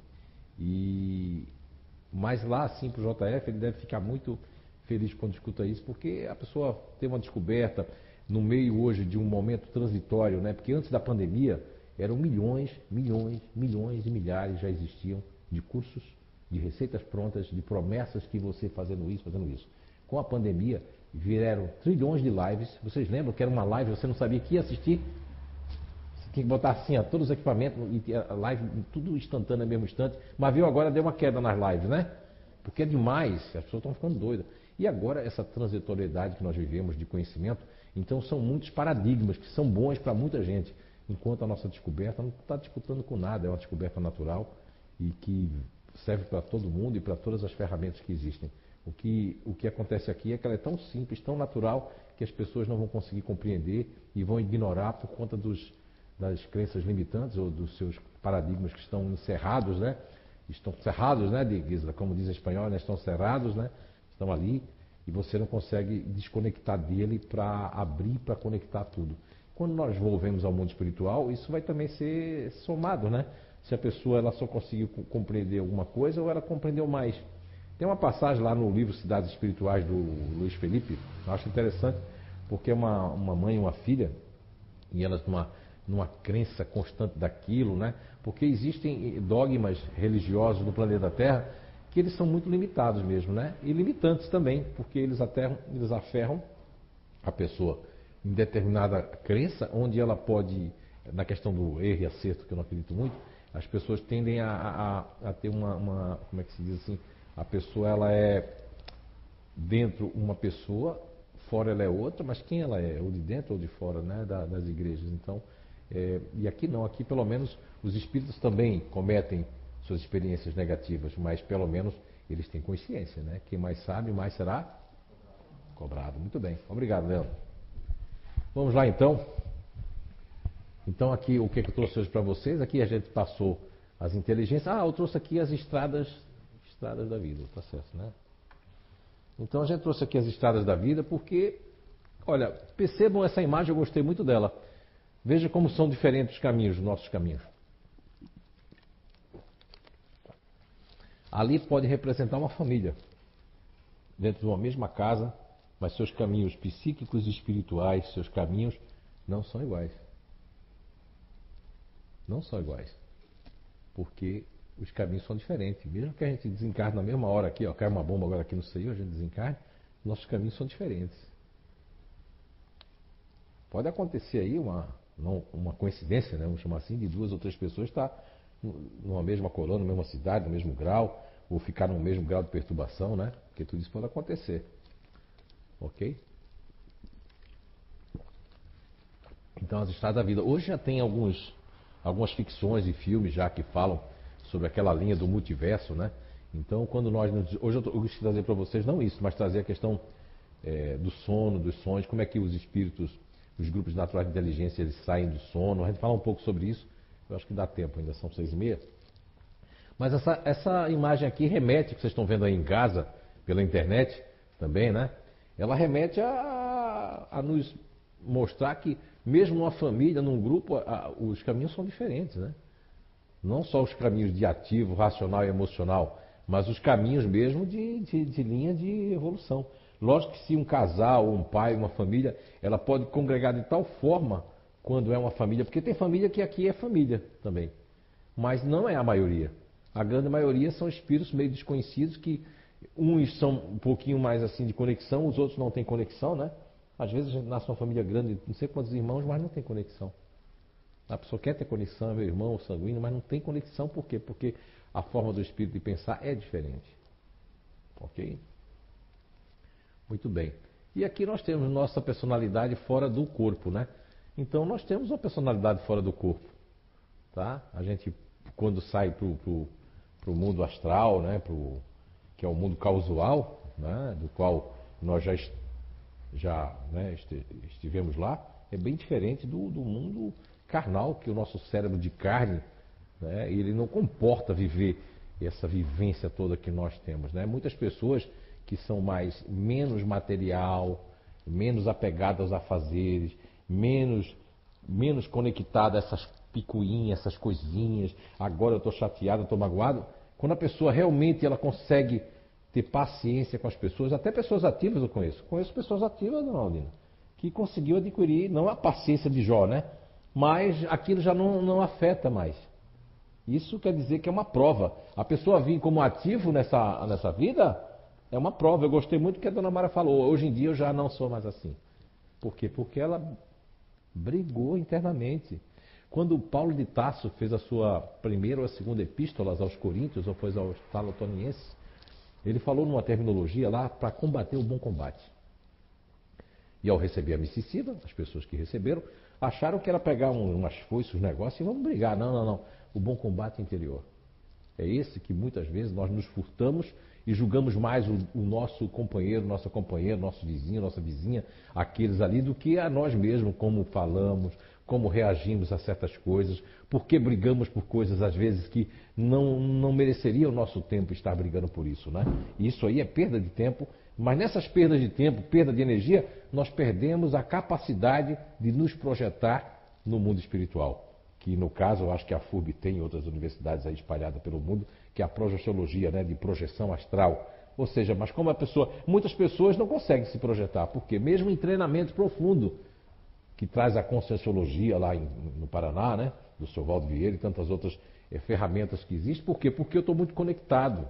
E, mas lá, assim, para o J F, ele deve ficar muito feliz quando escuta isso, porque a pessoa tem uma descoberta no meio hoje de um momento transitório, né? Porque antes da pandemia eram milhões, milhões, milhões e milhares já existiam de cursos, de receitas prontas, de promessas que você fazendo isso, fazendo isso. Com a pandemia vieram trilhões de lives. Vocês lembram que era uma live, você não sabia que ia assistir? Você tinha que botar assim, ó, todos os equipamentos e a live tudo instantâneo no mesmo instante. Mas viu, agora deu uma queda nas lives, né? Porque é demais, as pessoas estão ficando doidas. E agora essa transitoriedade que nós vivemos de conhecimento, então são muitos paradigmas que são bons para muita gente, enquanto a nossa descoberta não está disputando com nada, é uma descoberta natural e que serve para todo mundo e para todas as ferramentas que existem. O que, o que acontece aqui é que ela é tão simples, tão natural, que as pessoas não vão conseguir compreender e vão ignorar por conta dos, das crenças limitantes ou dos seus paradigmas que estão encerrados, né? Estão cerrados, né, Gisela? Como diz em espanhol, né? Estão cerrados, né? Estão ali e você não consegue desconectar dele para abrir, para conectar tudo. Quando nós volvemos ao mundo espiritual, isso vai também ser somado, né? Se a pessoa ela só conseguiu compreender alguma coisa ou ela compreendeu mais. Tem uma passagem lá no livro Cidades Espirituais do Luiz Felipe, eu acho interessante, porque é uma, uma mãe e uma filha, e elas numa, numa crença constante daquilo, né? Porque existem dogmas religiosos no planeta Terra que eles são muito limitados mesmo, né? E limitantes também, porque eles, aterram, eles aferram a pessoa em determinada crença, onde ela pode, na questão do erro e acerto, que eu não acredito muito, as pessoas tendem a, a, a ter uma, uma, como é que se diz assim, a pessoa ela é dentro uma pessoa, fora ela é outra, mas quem ela é? Ou de dentro ou de fora, né? Da, das igrejas. Então, é, e aqui não, aqui pelo menos os espíritos também cometem suas experiências negativas, mas pelo menos eles têm consciência, né? Quem mais sabe, mais será cobrado. Muito bem. Obrigado, Leandro. Vamos lá, então. Então, aqui, o que eu trouxe hoje para vocês? Aqui a gente passou as inteligências. Ah, eu trouxe aqui as estradas, estradas da vida, tá certo, né? Então, a gente trouxe aqui as estradas da vida porque, olha, percebam essa imagem, eu gostei muito dela. Veja como são diferentes os caminhos, os nossos caminhos. Ali pode representar uma família, dentro de uma mesma casa, mas seus caminhos psíquicos e espirituais, seus caminhos não são iguais. Não são iguais. Porque os caminhos são diferentes. Mesmo que a gente desencarne na mesma hora aqui, ó, cai uma bomba agora aqui no seio, a gente desencarne, nossos caminhos são diferentes. Pode acontecer aí uma, não, uma coincidência, né, vamos chamar assim, de duas ou três pessoas estar numa mesma colônia, na mesma cidade, no mesmo grau, ou ficar no mesmo grau de perturbação, né? Porque tudo isso pode acontecer. Ok? Então, as estradas da vida. Hoje já tem alguns, algumas ficções e filmes já que falam sobre aquela linha do multiverso, né? Então, quando nós... Hoje eu gostaria de trazer para vocês, não isso, mas trazer a questão é, do sono, dos sonhos, como é que os espíritos, os grupos naturais de inteligência, eles saem do sono. A gente fala um pouco sobre isso. Eu acho que dá tempo, ainda são seis e meia. Mas essa, essa imagem aqui remete, que vocês estão vendo aí em casa, pela internet também, né? Ela remete a, a nos mostrar que, mesmo numa família, num grupo, a, os caminhos são diferentes, né? Não só os caminhos de ativo, racional e emocional, mas os caminhos mesmo de, de, de linha de evolução. Lógico que se um casal, um pai, uma família, ela pode congregar de tal forma quando é uma família, porque tem família que aqui é família também, mas não é a maioria. A grande maioria são espíritos meio desconhecidos que uns são um pouquinho mais assim de conexão, os outros não têm conexão, né? Às vezes a gente nasce numa família grande, não sei quantos irmãos, mas não tem conexão. A pessoa quer ter conexão, é meu irmão sanguíneo, mas não tem conexão, por quê? Porque a forma do espírito de pensar é diferente. Ok? Muito bem. E aqui nós temos nossa personalidade fora do corpo, né? Então nós temos uma personalidade fora do corpo. Tá? A gente, quando sai para o mundo astral, né, pro, que é o mundo causal, né, do qual nós já, já né, estivemos lá, é bem diferente do, do mundo carnal, que o nosso cérebro de carne, né, ele não comporta viver essa vivência toda que nós temos. Né? Muitas pessoas que são mais menos material, menos apegadas a afazeres, menos, menos conectadas a essas picuinhas, essas coisinhas, agora eu estou chateado, estou magoado. Quando a pessoa realmente ela consegue ter paciência com as pessoas, até pessoas ativas eu conheço. Conheço pessoas ativas, dona Aldina, que conseguiu adquirir, não a paciência de Jó, né? Mas aquilo já não, não afeta mais. Isso quer dizer que é uma prova. A pessoa vir como ativo nessa, nessa vida é uma prova. Eu gostei muito do que a dona Mara falou. Hoje em dia eu já não sou mais assim. Por quê? Porque ela brigou internamente. Quando Paulo de Tarso fez a sua primeira ou a segunda epístola aos Coríntios, ou foi aos Talotonienses, ele falou numa terminologia lá para combater o bom combate. E ao receber a misticidade, as pessoas que receberam, acharam que era pegar um, umas foices, um negócios e vamos brigar. Não, não, não. O bom combate interior. É esse que muitas vezes nós nos furtamos e julgamos mais o, o nosso companheiro, nossa companheira, nosso vizinho, nossa vizinha, aqueles ali, do que a nós mesmos, como falamos, como reagimos a certas coisas, porque brigamos por coisas às vezes que não, não mereceria o nosso tempo estar brigando por isso, né? Isso aí é perda de tempo, mas nessas perdas de tempo, perda de energia, nós perdemos a capacidade de nos projetar no mundo espiritual. Que no caso, eu acho que a F U R B tem, outras universidades aí espalhadas pelo mundo, que é a projeciologia, né, de projeção astral. Ou seja, mas como a pessoa, muitas pessoas não conseguem se projetar, porque mesmo em treinamento profundo, que traz a conscienciologia lá em, no Paraná, né, do seu Valdo Vieira e tantas outras é, ferramentas que existem, por quê? Porque eu estou muito conectado.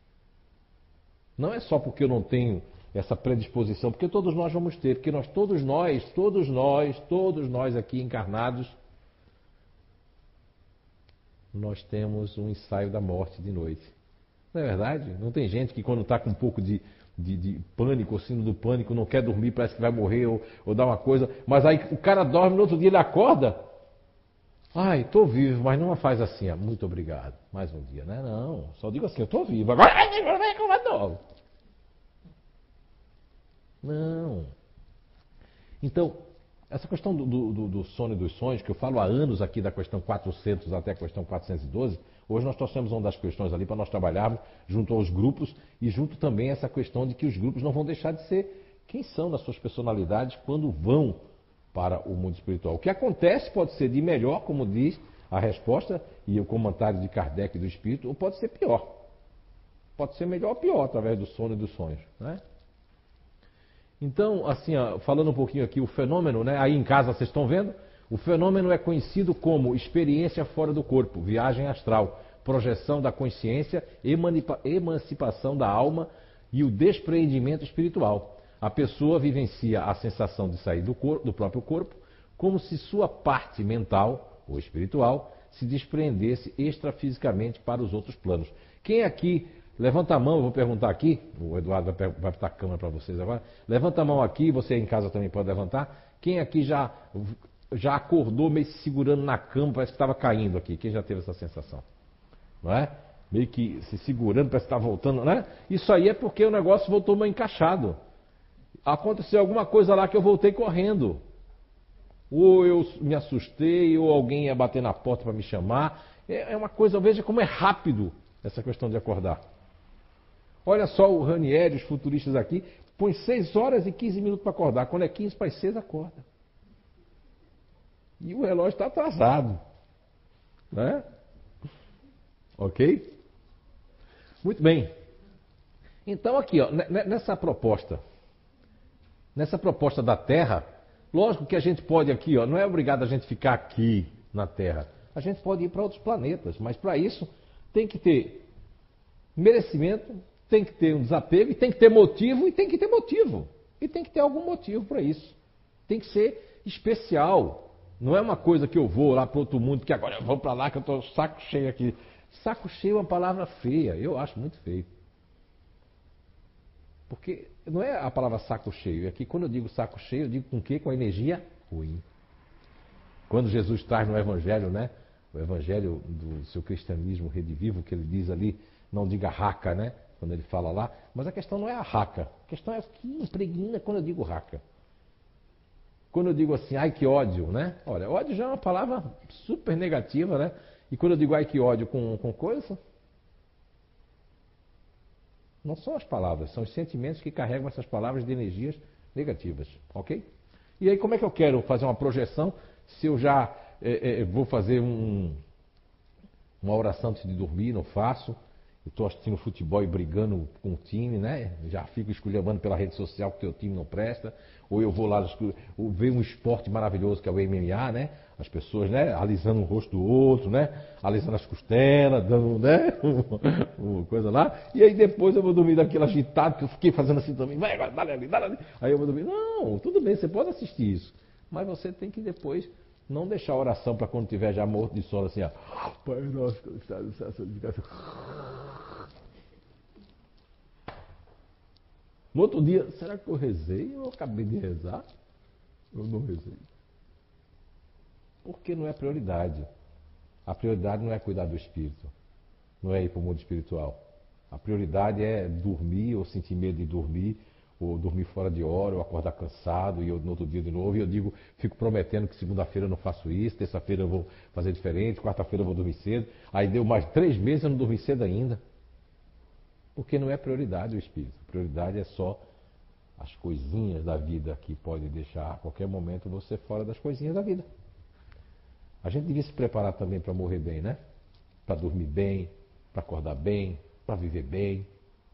Não é só porque eu não tenho essa predisposição, porque todos nós vamos ter, porque nós, todos nós, todos nós, todos nós aqui encarnados, nós temos um ensaio da morte de noite. Não é verdade? Não tem gente que quando está com um pouco de, de, de pânico, ou síndrome do pânico, não quer dormir, parece que vai morrer ou, ou dar uma coisa, mas aí o cara dorme, no outro dia ele acorda. Ai, estou vivo, mas não faz assim, ah, muito obrigado, mais um dia, né? Não, só digo assim, eu estou vivo, agora eu dorme. Não. Então, essa questão do, do, do sono e dos sonhos, que eu falo há anos aqui da questão quatrocentos até a questão quatrocentos e doze, hoje nós trouxemos uma das questões ali para nós trabalharmos junto aos grupos e junto também essa questão de que os grupos não vão deixar de ser quem são nas suas personalidades quando vão para o mundo espiritual. O que acontece pode ser de melhor, como diz a resposta e o comentário de Kardec e do Espírito, ou pode ser pior. Pode ser melhor ou pior através do sono e dos sonhos, né? Então, assim, ó, falando um pouquinho aqui, o fenômeno, né? Aí em casa vocês estão vendo, o fenômeno é conhecido como experiência fora do corpo, viagem astral, projeção da consciência, emancipação da alma e o despreendimento espiritual. A pessoa vivencia a sensação de sair do, corpo, do próprio corpo, como se sua parte mental ou espiritual se despreendesse extrafisicamente para os outros planos. Quem aqui... Levanta a mão, eu vou perguntar aqui, o Eduardo vai, vai botar a câmera para vocês agora. Levanta a mão aqui, você em casa também pode levantar. Quem aqui já, já acordou meio se segurando na cama, parece que estava caindo aqui? Quem já teve essa sensação? Não é? Meio que se segurando, parece que está voltando, né? Isso aí é porque o negócio voltou meio encaixado. Aconteceu alguma coisa lá que eu voltei correndo. Ou eu me assustei, ou alguém ia bater na porta para me chamar. É uma coisa, veja como é rápido essa questão de acordar. Olha só o Ranieri, os futuristas aqui, põe seis horas e quinze minutos para acordar. Quando é quinze para as seis, acorda. E o relógio está atrasado. Né? Ok? Muito bem. Então aqui, ó, nessa proposta, nessa proposta da Terra, lógico que a gente pode aqui, ó, não é obrigado a gente ficar aqui na Terra. A gente pode ir para outros planetas, mas para isso tem que ter merecimento, tem que ter um desapego, e tem que ter motivo, e tem que ter motivo. E tem que ter algum motivo para isso. Tem que ser especial. Não é uma coisa que eu vou lá para outro mundo, que agora eu vou para lá, que eu estou saco cheio aqui. Saco cheio é uma palavra feia, eu acho muito feio. Porque não é a palavra saco cheio, é que quando eu digo saco cheio, eu digo com o quê? Com a energia ruim. Quando Jesus traz no Evangelho, né? O Evangelho do seu cristianismo redivivo, que ele diz ali, não diga raca, né? Quando ele fala lá. Mas a questão não é a raca. A questão é o que impregna quando eu digo raca. Quando eu digo assim, ai que ódio, né? Olha, ódio já é uma palavra super negativa, né? E quando eu digo ai que ódio com, com coisa, não são as palavras, são os sentimentos que carregam essas palavras de energias negativas, ok? E aí como é que eu quero fazer uma projeção se eu já é, é, vou fazer um, uma oração antes de dormir, não faço? Eu estou assistindo futebol e brigando com o time, né? Já fico esculhambando pela rede social que o teu time não presta. Ou eu vou lá ver um esporte maravilhoso que é o M M A, né? As pessoas, né? Alisando o rosto do outro, né? Alisando as costelas, dando, né? Coisa lá. E aí depois eu vou dormir daquele agitado que eu fiquei fazendo assim também. Vai agora, dá ali, dá ali. Aí eu vou dormir. Não, tudo bem, você pode assistir isso. Mas você tem que depois não deixar a oração para quando tiver já morto de sono assim, ó. Pai nosso que estás no céu, santificado. No outro dia, será que eu rezei ou eu acabei de rezar? Eu não rezei. Porque não é prioridade. A prioridade não é cuidar do espírito. Não é ir para o mundo espiritual. A prioridade é dormir ou sentir medo de dormir, ou dormir fora de hora, ou acordar cansado, e eu no outro dia de novo, e eu digo, fico prometendo que segunda-feira eu não faço isso, terça-feira eu vou fazer diferente, quarta-feira eu vou dormir cedo. Aí deu mais três meses e eu não dormi cedo ainda. Porque não é prioridade o espírito. A prioridade é só as coisinhas da vida que pode deixar a qualquer momento você fora das coisinhas da vida. A gente devia se preparar também para morrer bem, né? Para dormir bem, para acordar bem, para viver bem.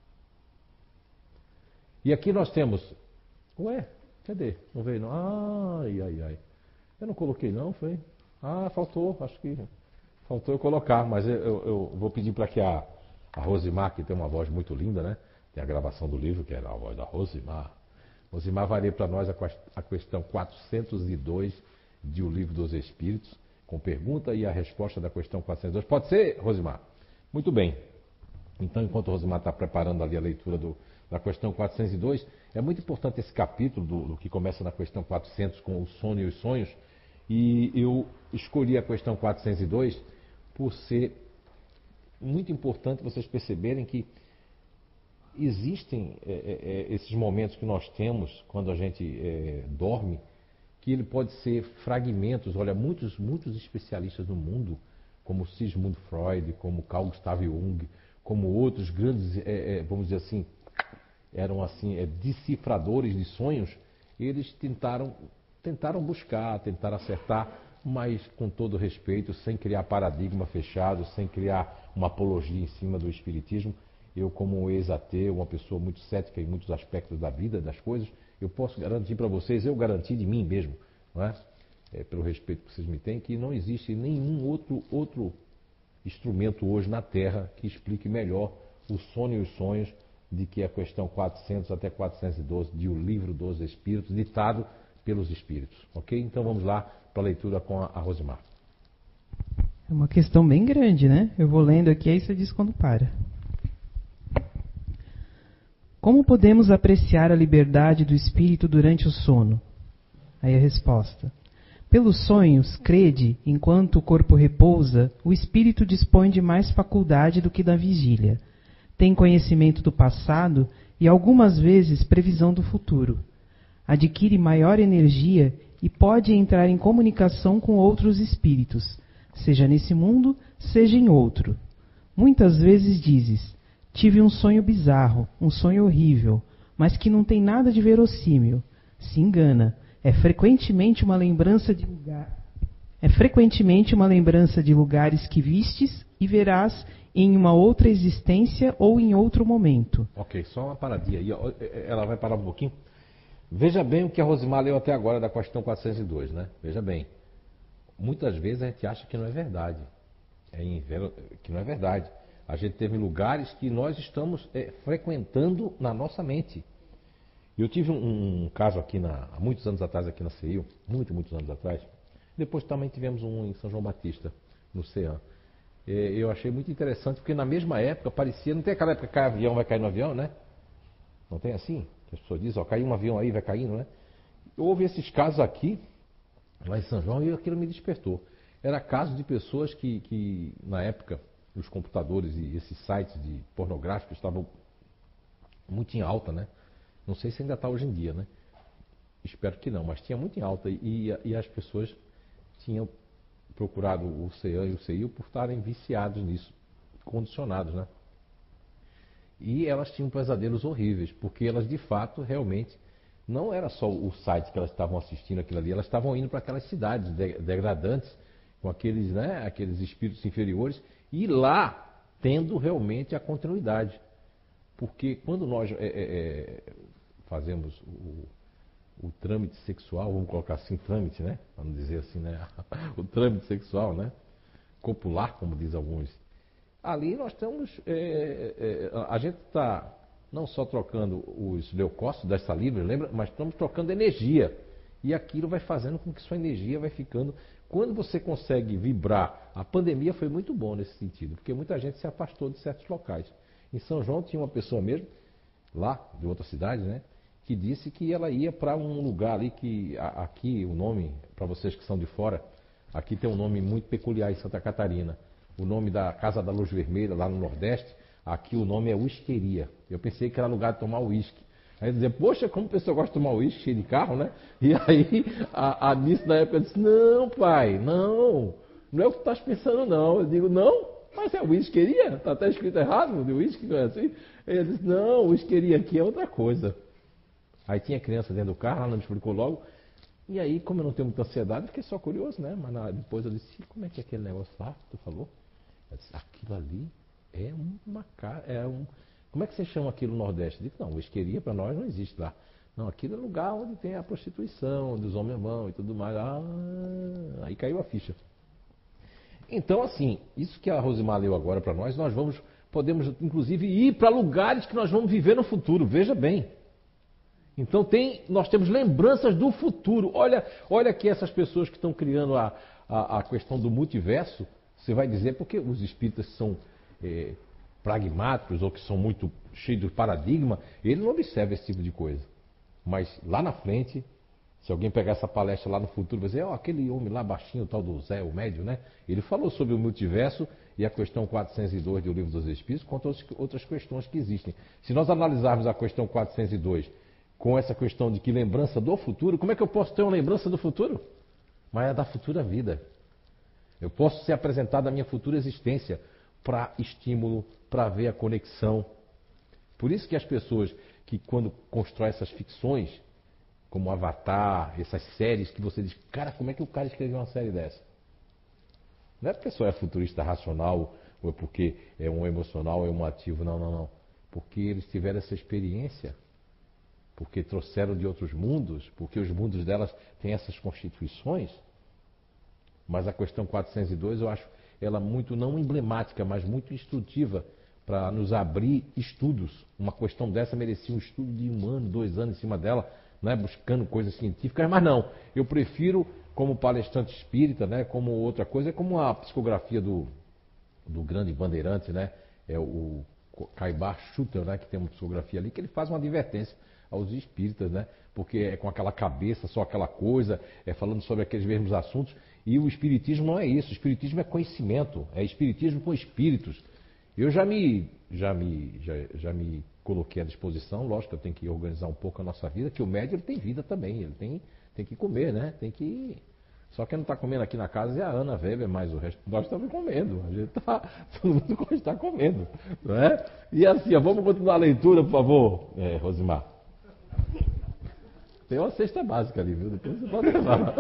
E aqui nós temos... Ué, cadê? Não veio não? Ai, ai, ai. Eu não coloquei não, foi? Ah, faltou, acho que... Faltou eu colocar, mas eu, eu, eu vou pedir para que a... A Rosimar, que tem uma voz muito linda, né? Tem a gravação do livro, que era a voz da Rosimar. Rosimar vai ler para nós a questão quatrocentos e dois de O Livro dos Espíritos, com pergunta e a resposta da questão quatrocentos e dois. Pode ser, Rosimar? Muito bem. Então, enquanto a Rosimar está preparando ali a leitura do, da questão quatrocentos e dois, é muito importante esse capítulo do, do que começa na questão quatrocentos com o sono e os sonhos. E eu escolhi a questão quatrocentos e dois por ser muito importante vocês perceberem que existem é, é, esses momentos que nós temos quando a gente é, dorme, que ele pode ser fragmentos. Olha, muitos, muitos especialistas no mundo, como Sigmund Freud, como Carl Gustav Jung, como outros grandes, é, é, vamos dizer assim, eram assim, é, decifradores de sonhos, eles tentaram, tentaram buscar, tentaram acertar, mas com todo respeito, sem criar paradigma fechado, sem criar uma apologia em cima do espiritismo. Eu, como um ex-ateu, uma pessoa muito cética em muitos aspectos da vida, das coisas, eu posso garantir para vocês, eu garanti de mim mesmo, não é? É, pelo respeito que vocês me têm, que não existe nenhum outro, outro instrumento hoje na Terra que explique melhor o sono e os sonhos de que a questão quatrocentos até quatrocentos e doze de O Livro dos Espíritos, ditado pelos Espíritos. Ok? Então vamos lá para a leitura com a, a Rosimar. É uma questão bem grande, né? Eu vou lendo aqui, aí você diz quando para. Como podemos apreciar a liberdade do espírito durante o sono? Aí a resposta. Pelos sonhos, crede, enquanto o corpo repousa, o espírito dispõe de mais faculdade do que da vigília. Tem conhecimento do passado e algumas vezes previsão do futuro. Adquire maior energia e pode entrar em comunicação com outros espíritos, seja nesse mundo, seja em outro. Muitas vezes dizes, tive um sonho bizarro, um sonho horrível, mas que não tem nada de verossímil. Se engana, é frequentemente uma lembrança de lugar, é frequentemente uma lembrança de lugares que vistes e verás em uma outra existência ou em outro momento. Ok, só uma paradinha aí, ela vai parar um pouquinho. Veja bem o que a Rosimar leu até agora da questão quatrocentos e dois, né? Veja bem. Muitas vezes a gente acha que não é verdade. É invero... que não é verdade. A gente teve lugares que nós estamos é, frequentando na nossa mente. Eu tive um, um caso aqui, na, há muitos anos atrás, aqui na C I U, muito, muitos anos atrás. Depois também tivemos um em São João Batista, no C E A M. É, eu achei muito interessante, porque na mesma época parecia, não tem aquela época que cai avião, vai cair no avião, né? Não tem assim? As pessoas dizem, ó, caiu um avião aí, vai caindo, né? Houve esses casos aqui, lá em São João, e aquilo me despertou. Era caso de pessoas que, que na época, os computadores e esses sites de pornográficos estavam muito em alta, né? Não sei se ainda está hoje em dia, né? Espero que não, mas tinha muito em alta. E, e as pessoas tinham procurado o C E A e o C I U por estarem viciados nisso, condicionados, né? E elas tinham pesadelos horríveis, porque elas de fato, realmente, não era só o site que elas estavam assistindo aquilo ali, elas estavam indo para aquelas cidades degradantes, com aqueles, né, aqueles espíritos inferiores, e lá tendo realmente a continuidade. Porque quando nós é, é, fazemos o, o trâmite sexual, vamos colocar assim, trâmite, né? Vamos dizer assim, né? O trâmite sexual, né? Copular, como diz alguns. Ali nós estamos, é, é, a gente está não só trocando os leucócitos das salivas, lembra? Mas estamos trocando energia. E aquilo vai fazendo com que sua energia vai ficando... Quando você consegue vibrar, a pandemia foi muito bom nesse sentido, porque muita gente se afastou de certos locais. Em São João tinha uma pessoa mesmo, lá de outra cidade, né, que disse que ela ia para um lugar ali que, a, aqui o nome, para vocês que são de fora, aqui tem um nome muito peculiar em Santa Catarina. O nome da Casa da Luz Vermelha, lá no Nordeste, aqui o nome é Uisqueria. Eu pensei que era lugar de tomar uísque. Aí dizer, poxa, como a pessoa gosta de tomar uísque cheio de carro, né? E aí a, a Nice na época disse, não, pai, não, não é o que tu estás pensando, não. Eu digo, não, mas é uísqueria, está até escrito errado, de uísque, não é assim? Ele disse, não, uísqueria aqui é outra coisa. Aí tinha criança dentro do carro, ela não me explicou logo. E aí, como eu não tenho muita ansiedade, fiquei só curioso, né? Mas na, depois eu disse, como é que é aquele negócio lá que tu falou? Eu disse, aquilo ali é uma cara, é um... Como é que você chama aquilo no Nordeste? Eu disse, não, uísqueria para nós não existe lá. Não, aquilo é lugar onde tem a prostituição, onde os homens vão e tudo mais. Ah, aí caiu a ficha. Então, assim, isso que a Rosimar leu agora para nós, nós vamos, podemos inclusive ir para lugares que nós vamos viver no futuro, veja bem. Então tem, nós temos lembranças do futuro. Olha, olha aqui essas pessoas que estão criando a, a, a questão do multiverso, você vai dizer porque os espíritas são... É, pragmáticos ou que são muito cheios de paradigma, ele não observa esse tipo de coisa. Mas lá na frente, se alguém pegar essa palestra lá no futuro, vai dizer, ó, oh, aquele homem lá baixinho, o tal do Zé, o médio, né? Ele falou sobre o multiverso e a questão quatrocentos e dois do Livro dos Espíritos, quanto outras questões que existem. Se nós analisarmos a questão quatrocentos e dois com essa questão de que lembrança do futuro, como é que eu posso ter uma lembrança do futuro? Mas é da futura vida. Eu posso ser apresentado à minha futura existência para estímulo, para ver a conexão. Por isso que as pessoas que quando constroem essas ficções, como Avatar, essas séries que você diz, cara, como é que o cara escreveu uma série dessa? Não é porque só é futurista racional, ou é porque é um emocional, é um ativo, não, não, não. Porque eles tiveram essa experiência, porque trouxeram de outros mundos, porque os mundos delas têm essas constituições. Mas a questão quatrocentos e dois eu acho ela muito, não emblemática, mas muito instrutiva para nos abrir estudos. Uma questão dessa merecia um estudo de um ano, dois anos em cima dela, né, buscando coisas científicas, mas não. Eu prefiro, como palestrante espírita, né, como outra coisa, é como a psicografia do, do grande bandeirante, né, é o Caibar Schutter, né, que tem uma psicografia ali, que ele faz uma advertência aos espíritas, né, porque é com aquela cabeça, só aquela coisa, é falando sobre aqueles mesmos assuntos. E o espiritismo não é isso, o espiritismo é conhecimento, é espiritismo com espíritos. Eu já me, já me, já, já me coloquei à disposição, lógico que eu tenho que organizar um pouco a nossa vida, que o médium ele tem vida também, ele tem, tem que comer, né? Tem que... Só quem não está comendo aqui na casa é a Ana Weber, mas o resto nós estamos comendo, a gente tá, todo mundo está comendo, não é? E assim, ó, vamos continuar a leitura, por favor, é, Rosimar. Tem uma cesta básica ali, viu? Depois você pode levar.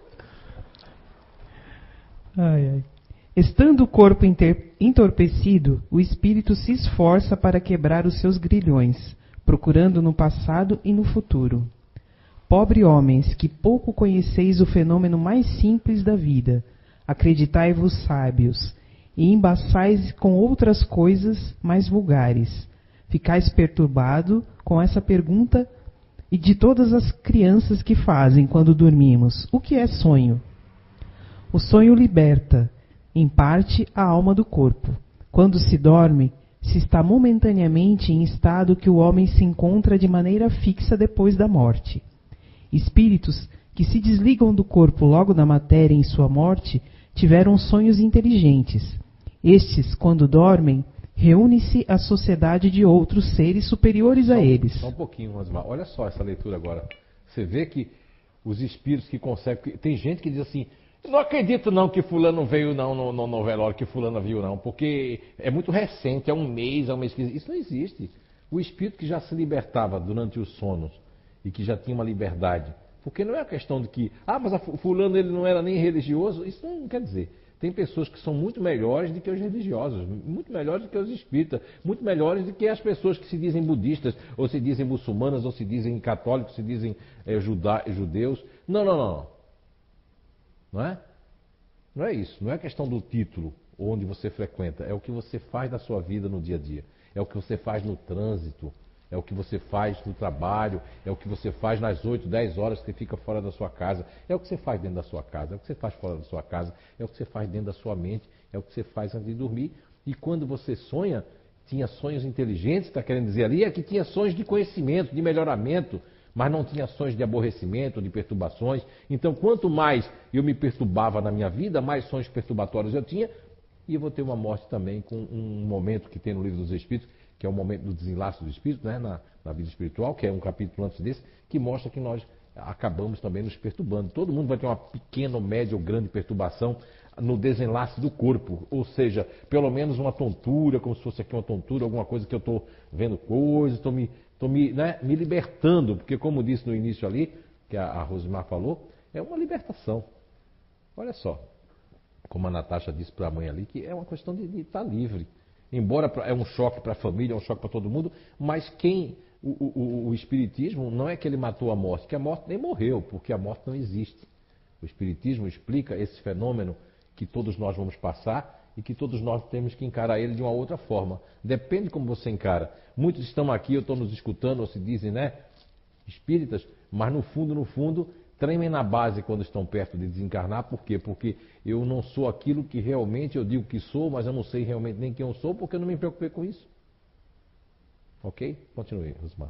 Ai, ai. Estando o corpo entorpecido, o espírito se esforça para quebrar os seus grilhões, procurando no passado e no futuro. Pobre homens, que pouco conheceis o fenômeno mais simples da vida, acreditai-vos sábios, e embaçais com outras coisas mais vulgares. Ficais perturbado com essa pergunta e de todas as crianças que fazem quando dormimos: o que é sonho? O sonho liberta, em parte, a alma do corpo. Quando se dorme, se está momentaneamente em estado que o homem se encontra de maneira fixa depois da morte. Espíritos que se desligam do corpo logo na matéria em sua morte, tiveram sonhos inteligentes. Estes, quando dormem, reúne-se à sociedade de outros seres superiores a eles. Só um pouquinho, Rosmar. Olha só essa leitura agora. Você vê que os espíritos que conseguem... Tem gente que diz assim, não acredito não que fulano veio não no, no, no velório, que fulano viu não, porque é muito recente, é um mês, é um mês que... Isso não existe. O espírito que já se libertava durante os sonos e que já tinha uma liberdade, porque não é a questão de que, ah, mas a fulano ele não era nem religioso, isso não quer dizer. Tem pessoas que são muito melhores do que os religiosos, muito melhores do que os espíritas, muito melhores do que as pessoas que se dizem budistas, ou se dizem muçulmanas, ou se dizem católicos, se dizem é, juda, judeus. Não, não, não. Não é? Não é isso. Não é questão do título, onde você frequenta. É o que você faz da sua vida no dia a dia. É o que você faz no trânsito. É o que você faz no trabalho, é o que você faz nas oito, dez horas que você fica fora da sua casa, é o que você faz dentro da sua casa, é o que você faz fora da sua casa, é o que você faz dentro da sua mente, é o que você faz antes de dormir. E quando você sonha, tinha sonhos inteligentes, está querendo dizer ali, é que tinha sonhos de conhecimento, de melhoramento, mas não tinha sonhos de aborrecimento, de perturbações. Então, quanto mais eu me perturbava na minha vida, mais sonhos perturbatórios eu tinha, e eu vou ter uma morte também com um momento que tem no Livro dos Espíritos, que é o momento do desenlace do espírito, né, na, na vida espiritual, que é um capítulo antes desse, que mostra que nós acabamos também nos perturbando. Todo mundo vai ter uma pequena, média ou grande perturbação no desenlace do corpo, ou seja, pelo menos uma tontura, como se fosse aqui uma tontura, alguma coisa que eu estou vendo coisas, estou me, tô me, né, me libertando, porque como disse no início ali, que a, a Rosimar falou, é uma libertação. Olha só, como a Natasha disse para a mãe ali, que é uma questão de, de estar livre. Embora é um choque para a família, é um choque para todo mundo, mas quem, o, o, o Espiritismo, não é que ele matou a morte, que a morte nem morreu, porque a morte não existe. O Espiritismo explica esse fenômeno que todos nós vamos passar e que todos nós temos que encarar ele de uma outra forma. Depende como você encara. Muitos estão aqui, eu estou nos escutando, ou se dizem, né, espíritas, mas no fundo, no fundo, tremem na base quando estão perto de desencarnar. Por quê? Porque eu não sou aquilo que realmente eu digo que sou, mas eu não sei realmente nem quem eu sou, porque eu não me preocupei com isso. Ok? Continue, Rosmar.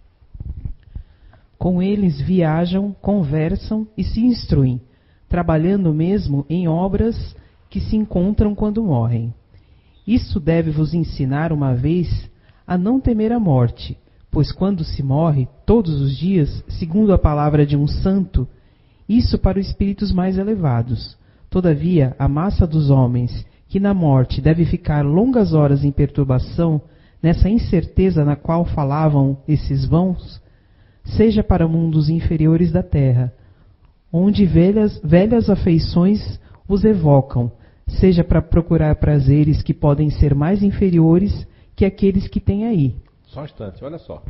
Com eles viajam, conversam e se instruem, trabalhando mesmo em obras que se encontram quando morrem. Isso deve vos ensinar uma vez a não temer a morte, pois quando se morre, todos os dias, segundo a palavra de um santo, isso para os espíritos mais elevados. Todavia, a massa dos homens, que na morte deve ficar longas horas em perturbação, nessa incerteza na qual falavam esses vãos, seja para mundos inferiores da terra, onde velhas, velhas afeições os evocam, seja para procurar prazeres que podem ser mais inferiores que aqueles que têm aí. Só um instante, olha só.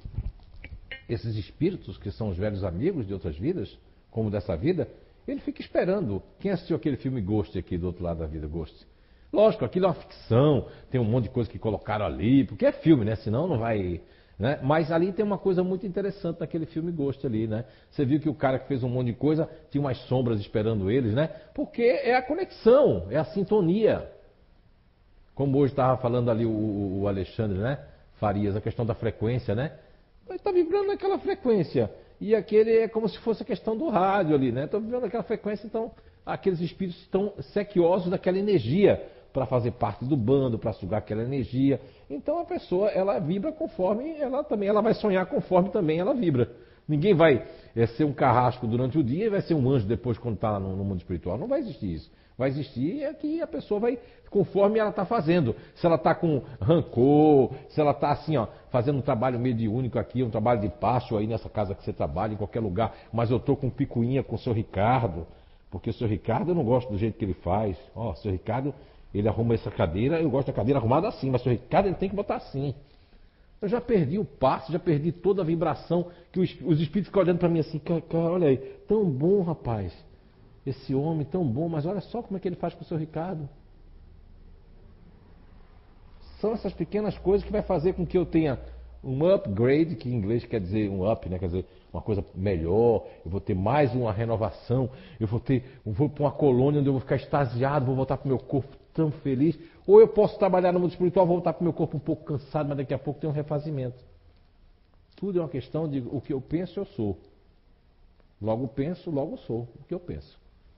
Esses espíritos, que são os velhos amigos de outras vidas, como dessa vida, ele fica esperando. Quem assistiu aquele filme Ghost aqui do outro lado da vida, Ghost? Lógico, aquilo é uma ficção, tem um monte de coisa que colocaram ali, porque é filme, né? Senão não vai... Né? Mas ali tem uma coisa muito interessante naquele filme Ghost ali, né? Você viu que o cara que fez um monte de coisa tinha umas sombras esperando eles, né? Porque é a conexão, é a sintonia. Como hoje estava falando ali o, o Alexandre, né? Farias, a questão da frequência, né? Está vibrando naquela frequência. E aquele é como se fosse a questão do rádio ali, né? Está vibrando naquela frequência, então aqueles espíritos estão sequiosos daquela energia para fazer parte do bando, para sugar aquela energia. Então a pessoa, ela vibra conforme ela também, ela vai sonhar conforme também ela vibra. Ninguém vai é, ser um carrasco durante o dia e vai ser um anjo depois quando está no, no mundo espiritual. Não vai existir isso. Vai existir é que a pessoa vai, conforme ela está fazendo. Se ela está com rancor, se ela está assim, ó, fazendo um trabalho mediúnico aqui, um trabalho de pasto aí nessa casa que você trabalha, em qualquer lugar, mas eu estou com picuinha com o seu Ricardo, porque o seu Ricardo eu não gosto do jeito que ele faz. Ó, o seu Ricardo, ele arruma essa cadeira, eu gosto da cadeira arrumada assim, mas o seu Ricardo ele tem que botar assim. Eu já perdi o passo, já perdi toda a vibração, que os, os espíritos ficam olhando para mim assim, cara, olha aí, tão bom, rapaz. Esse homem tão bom, mas olha só como é que ele faz com o seu Ricardo. São essas pequenas coisas que vai fazer com que eu tenha um upgrade, que em inglês quer dizer um up, né? Quer dizer uma coisa melhor, eu vou ter mais uma renovação, eu vou ter, eu vou para uma colônia onde eu vou ficar extasiado, vou voltar para o meu corpo tão feliz, ou eu posso trabalhar no mundo espiritual, voltar para o meu corpo um pouco cansado, mas daqui a pouco tem um refazimento. Tudo é uma questão de o que eu penso, eu sou. Logo penso, logo sou o que eu penso.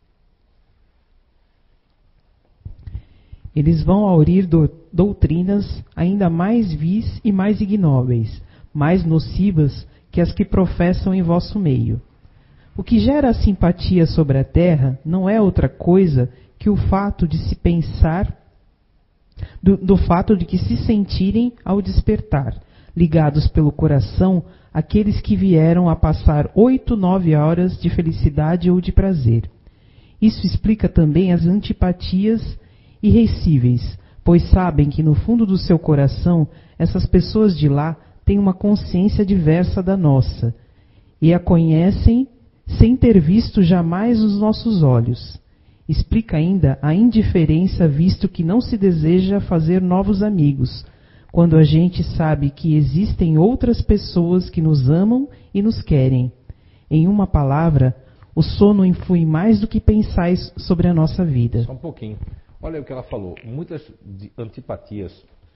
Eles vão aurir do, doutrinas ainda mais vis e mais ignóbeis, mais nocivas que as que professam em vosso meio. O que gera a simpatia sobre a terra não é outra coisa que o fato de se pensar, do, do fato de que se sentirem ao despertar, ligados pelo coração, aqueles que vieram a passar oito, nove horas de felicidade ou de prazer. Isso explica também as antipatias irreversíveis, pois sabem que no fundo do seu coração essas pessoas de lá têm uma consciência diversa da nossa e a conhecem sem ter visto jamais os nossos olhos. Explica ainda a indiferença, visto que não se deseja fazer novos amigos, quando a gente sabe que existem outras pessoas que nos amam e nos querem. Em uma palavra, o sono influi mais do que pensais sobre a nossa vida. Só um pouquinho. Olha o que ela falou. Muitas antipatias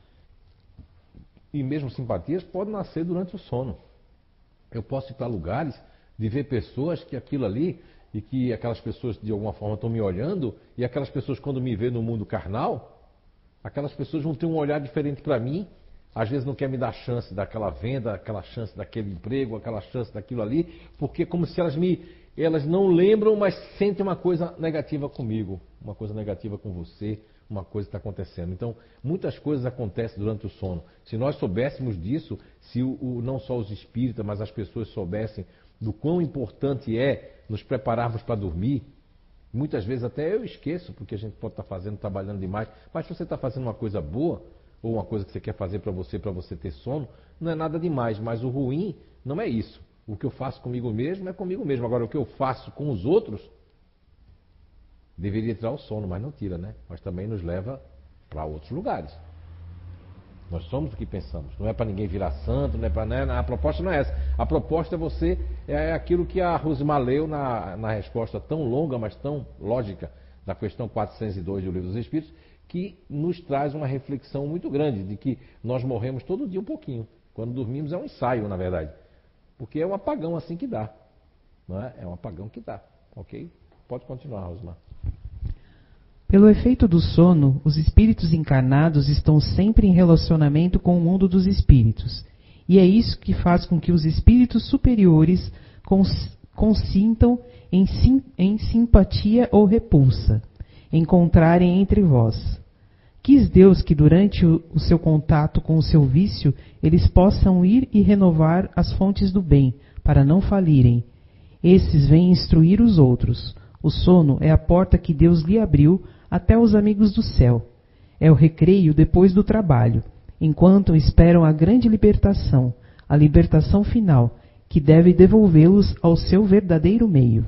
e mesmo simpatias podem nascer durante o sono. Eu posso ir para lugares de ver pessoas que aquilo ali, e que aquelas pessoas de alguma forma estão me olhando, e aquelas pessoas quando me vê no mundo carnal, aquelas pessoas vão ter um olhar diferente para mim, às vezes não quer me dar chance daquela venda, aquela chance daquele emprego, aquela chance daquilo ali, porque é como se elas me, elas não lembram, mas sentem uma coisa negativa comigo, uma coisa negativa com você, uma coisa está acontecendo. Então, muitas coisas acontecem durante o sono. Se nós soubéssemos disso, se o, o, não só os espíritas, mas as pessoas soubessem do quão importante é nos prepararmos para dormir, muitas vezes até eu esqueço, porque a gente pode estar fazendo, trabalhando demais, mas se você está fazendo uma coisa boa, ou uma coisa que você quer fazer para você, para você ter sono, não é nada demais, mas o ruim não é isso. O que eu faço comigo mesmo é comigo mesmo. Agora, o que eu faço com os outros deveria tirar o sono, mas não tira, né? Mas também nos leva para outros lugares. Nós somos o que pensamos. Não é para ninguém virar santo, não é para, né? A proposta não é essa. A proposta é você, é aquilo que a Rosimar leu na, na resposta tão longa, mas tão lógica, da questão quatrocentos e dois do Livro dos Espíritos, que nos traz uma reflexão muito grande de que nós morremos todo dia um pouquinho. Quando dormimos é um ensaio, na verdade. Porque é um apagão assim que dá. Não é? É um apagão que dá. Ok? Pode continuar, Rosimar. Pelo efeito do sono, os espíritos encarnados estão sempre em relacionamento com o mundo dos espíritos. E é isso que faz com que os espíritos superiores cons consintam em, sim em simpatia ou repulsa, encontrarem entre vós. Quis Deus que durante o, o seu contato com o seu vício, eles possam ir e renovar as fontes do bem, para não falirem. Esses vêm instruir os outros. O sono é a porta que Deus lhe abriu até os amigos do céu. É o recreio depois do trabalho, enquanto esperam a grande libertação, a libertação final, que deve devolvê-los ao seu verdadeiro meio.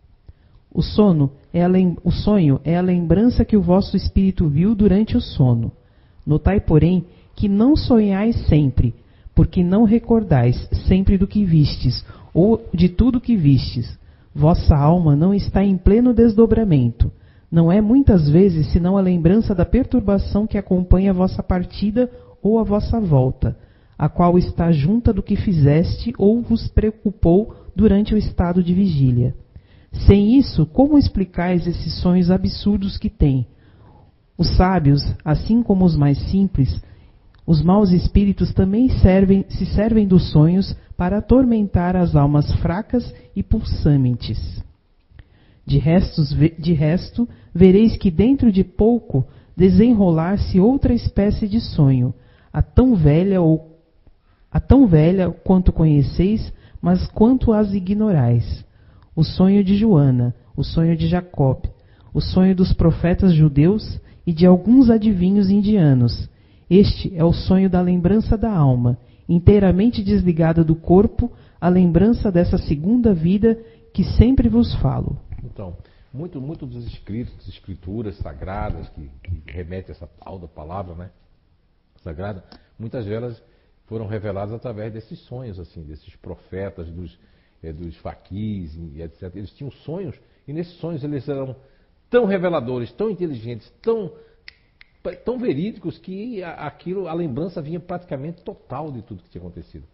O sono é a o sonho é a lembrança que o vosso espírito viu durante o sono. Notai, porém, que não sonhais sempre, porque não recordais sempre do que vistes, ou de tudo que vistes. Vossa alma não está em pleno desdobramento. Não é muitas vezes senão a lembrança da perturbação que acompanha a vossa partida ou a vossa volta, a qual está junta do que fizeste ou vos preocupou durante o estado de vigília. Sem isso, como explicais esses sonhos absurdos que têm? Os sábios, assim como os mais simples, os maus espíritos também servem, se servem dos sonhos para atormentar as almas fracas e pulsantes. De, restos, de resto, vereis que dentro de pouco desenrolar-se outra espécie de sonho, a tão velha ou a tão velha quanto conheceis, mas quanto as ignorais. O sonho de Joana, o sonho de Jacob, o sonho dos profetas judeus e de alguns adivinhos indianos. Este é o sonho da lembrança da alma, inteiramente desligada do corpo, a lembrança dessa segunda vida que sempre vos falo. Então, muito, muito dos escritos, escrituras sagradas que, que remetem a essa tal da palavra, né, sagrada, muitas delas foram reveladas através desses sonhos, assim, desses profetas, dos, é, dos faquis e etcétera. Eles tinham sonhos e nesses sonhos eles eram tão reveladores, tão inteligentes, tão, tão verídicos que aquilo, a lembrança vinha praticamente total de tudo que tinha acontecido.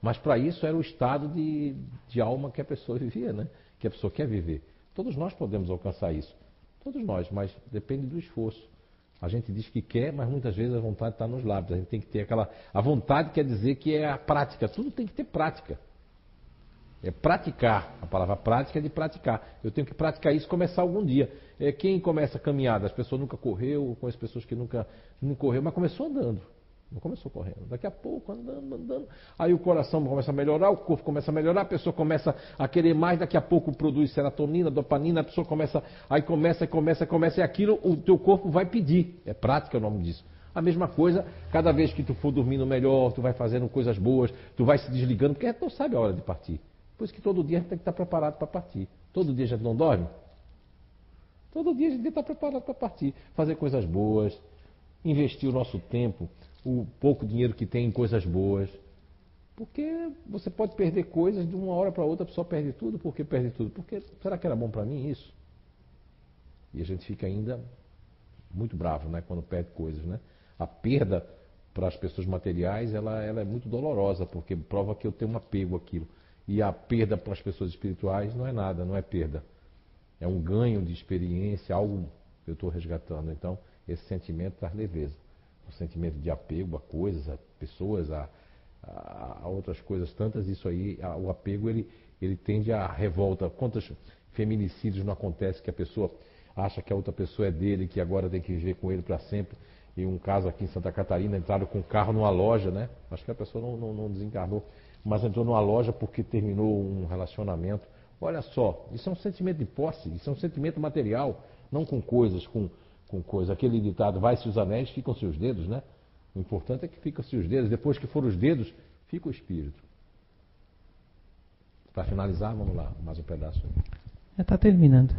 Mas para isso era o estado de, de alma que a pessoa vivia, né? Que a pessoa quer viver. Todos nós podemos alcançar isso. Todos nós, mas depende do esforço. A gente diz que quer, mas muitas vezes a vontade está nos lábios. A gente tem que ter aquela... A vontade quer dizer que é a prática. Tudo tem que ter prática. É praticar. A palavra prática é de praticar. Eu tenho que praticar isso e começar algum dia. É, quem começa a caminhada? As pessoas nunca correu, com as pessoas que nunca não correu, mas começou andando. Não começou correndo. Daqui a pouco, andando, andando. Aí o coração começa a melhorar, o corpo começa a melhorar, a pessoa começa a querer mais, daqui a pouco produz serotonina, dopamina, a pessoa começa, aí começa, começa, começa, e aquilo o teu corpo vai pedir. É prática o nome disso. A mesma coisa, cada vez que tu for dormindo melhor, tu vai fazendo coisas boas, tu vai se desligando, porque a gente não sabe a hora de partir. Por isso que todo dia a gente tem que estar preparado para partir. Todo dia a gente não dorme? Todo dia a gente tem que estar preparado para partir. Fazer coisas boas, investir o nosso tempo, o pouco dinheiro que tem em coisas boas. Porque você pode perder coisas de uma hora para outra, a pessoa perde tudo. Por que perde tudo? Porque será que era bom para mim isso? E a gente fica ainda muito bravo, né, quando perde coisas, né? A perda para as pessoas materiais, ela, ela é muito dolorosa, porque prova que eu tenho um apego àquilo. E a perda para as pessoas espirituais não é nada, não é perda. É um ganho de experiência, algo que eu estou resgatando. Então, esse sentimento traz leveza. O sentimento de apego a coisas, a pessoas, a, a, a outras coisas tantas, isso aí, a, o apego, ele, ele tende à revolta. Quantos feminicídios não acontece que a pessoa acha que a outra pessoa é dele, que agora tem que viver com ele para sempre? E um caso aqui em Santa Catarina, entraram com um carro numa loja, né? Acho que a pessoa não, não, não desencarnou, mas entrou numa loja porque terminou um relacionamento. Olha só, isso é um sentimento de posse, isso é um sentimento material, não com coisas, com, com coisas. Aquele ditado, vai-se os anéis, ficam-se os dedos, né? O importante é que ficam-se os dedos, depois que foram os dedos, fica o espírito. Para finalizar, vamos lá, mais um pedaço. Já está terminando.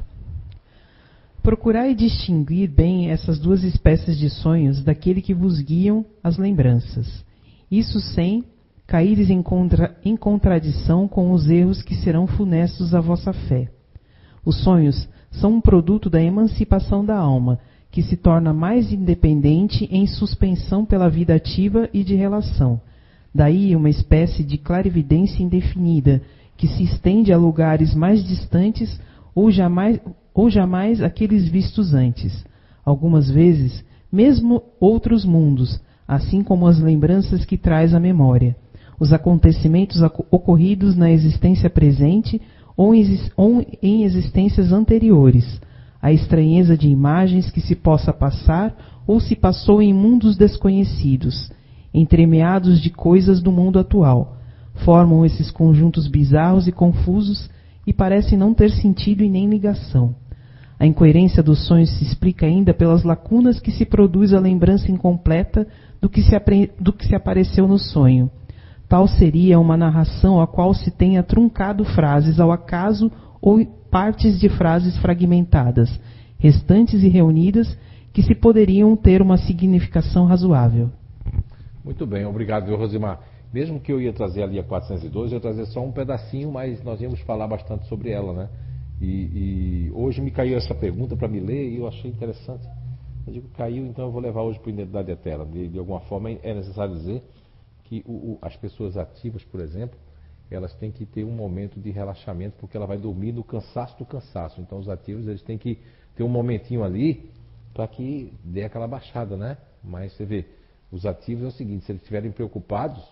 Procurai distinguir bem essas duas espécies de sonhos daquele que vos guiam as lembranças. Isso sem caíres em, contra, em contradição com os erros que serão funestos à vossa fé. Os sonhos são um produto da emancipação da alma, que se torna mais independente em suspensão pela vida ativa e de relação. Daí uma espécie de clarividência indefinida, que se estende a lugares mais distantes ou jamais, ou jamais aqueles vistos antes. Algumas vezes, mesmo outros mundos, assim como as lembranças que traz a memória. Os acontecimentos ocorridos na existência presente ou em existências anteriores, a estranheza de imagens que se possa passar ou se passou em mundos desconhecidos, entremeados de coisas do mundo atual, formam esses conjuntos bizarros e confusos e parecem não ter sentido e nem ligação. A incoerência dos sonhos se explica ainda pelas lacunas que se produz a lembrança incompleta do que se, apre... do que se apareceu no sonho. Tal seria uma narração a qual se tenha truncado frases ao acaso ou partes de frases fragmentadas, restantes e reunidas, que se poderiam ter uma significação razoável. Muito bem, obrigado, viu, Rosimar. Mesmo que eu ia trazer ali a quatrocentos e doze, eu ia trazer só um pedacinho, mas nós íamos falar bastante sobre ela, né? E, e hoje me caiu essa pergunta para me ler e eu achei interessante. Eu digo, caiu, então eu vou levar hoje para a Identidade Eterna. De, de alguma forma é necessário dizer que o, o, as pessoas ativas, por exemplo, elas têm que ter um momento de relaxamento, porque ela vai dormir no cansaço do cansaço. Então os ativos, eles têm que ter um momentinho ali para que dê aquela baixada, né? Mas você vê, os ativos é o seguinte, se eles estiverem preocupados,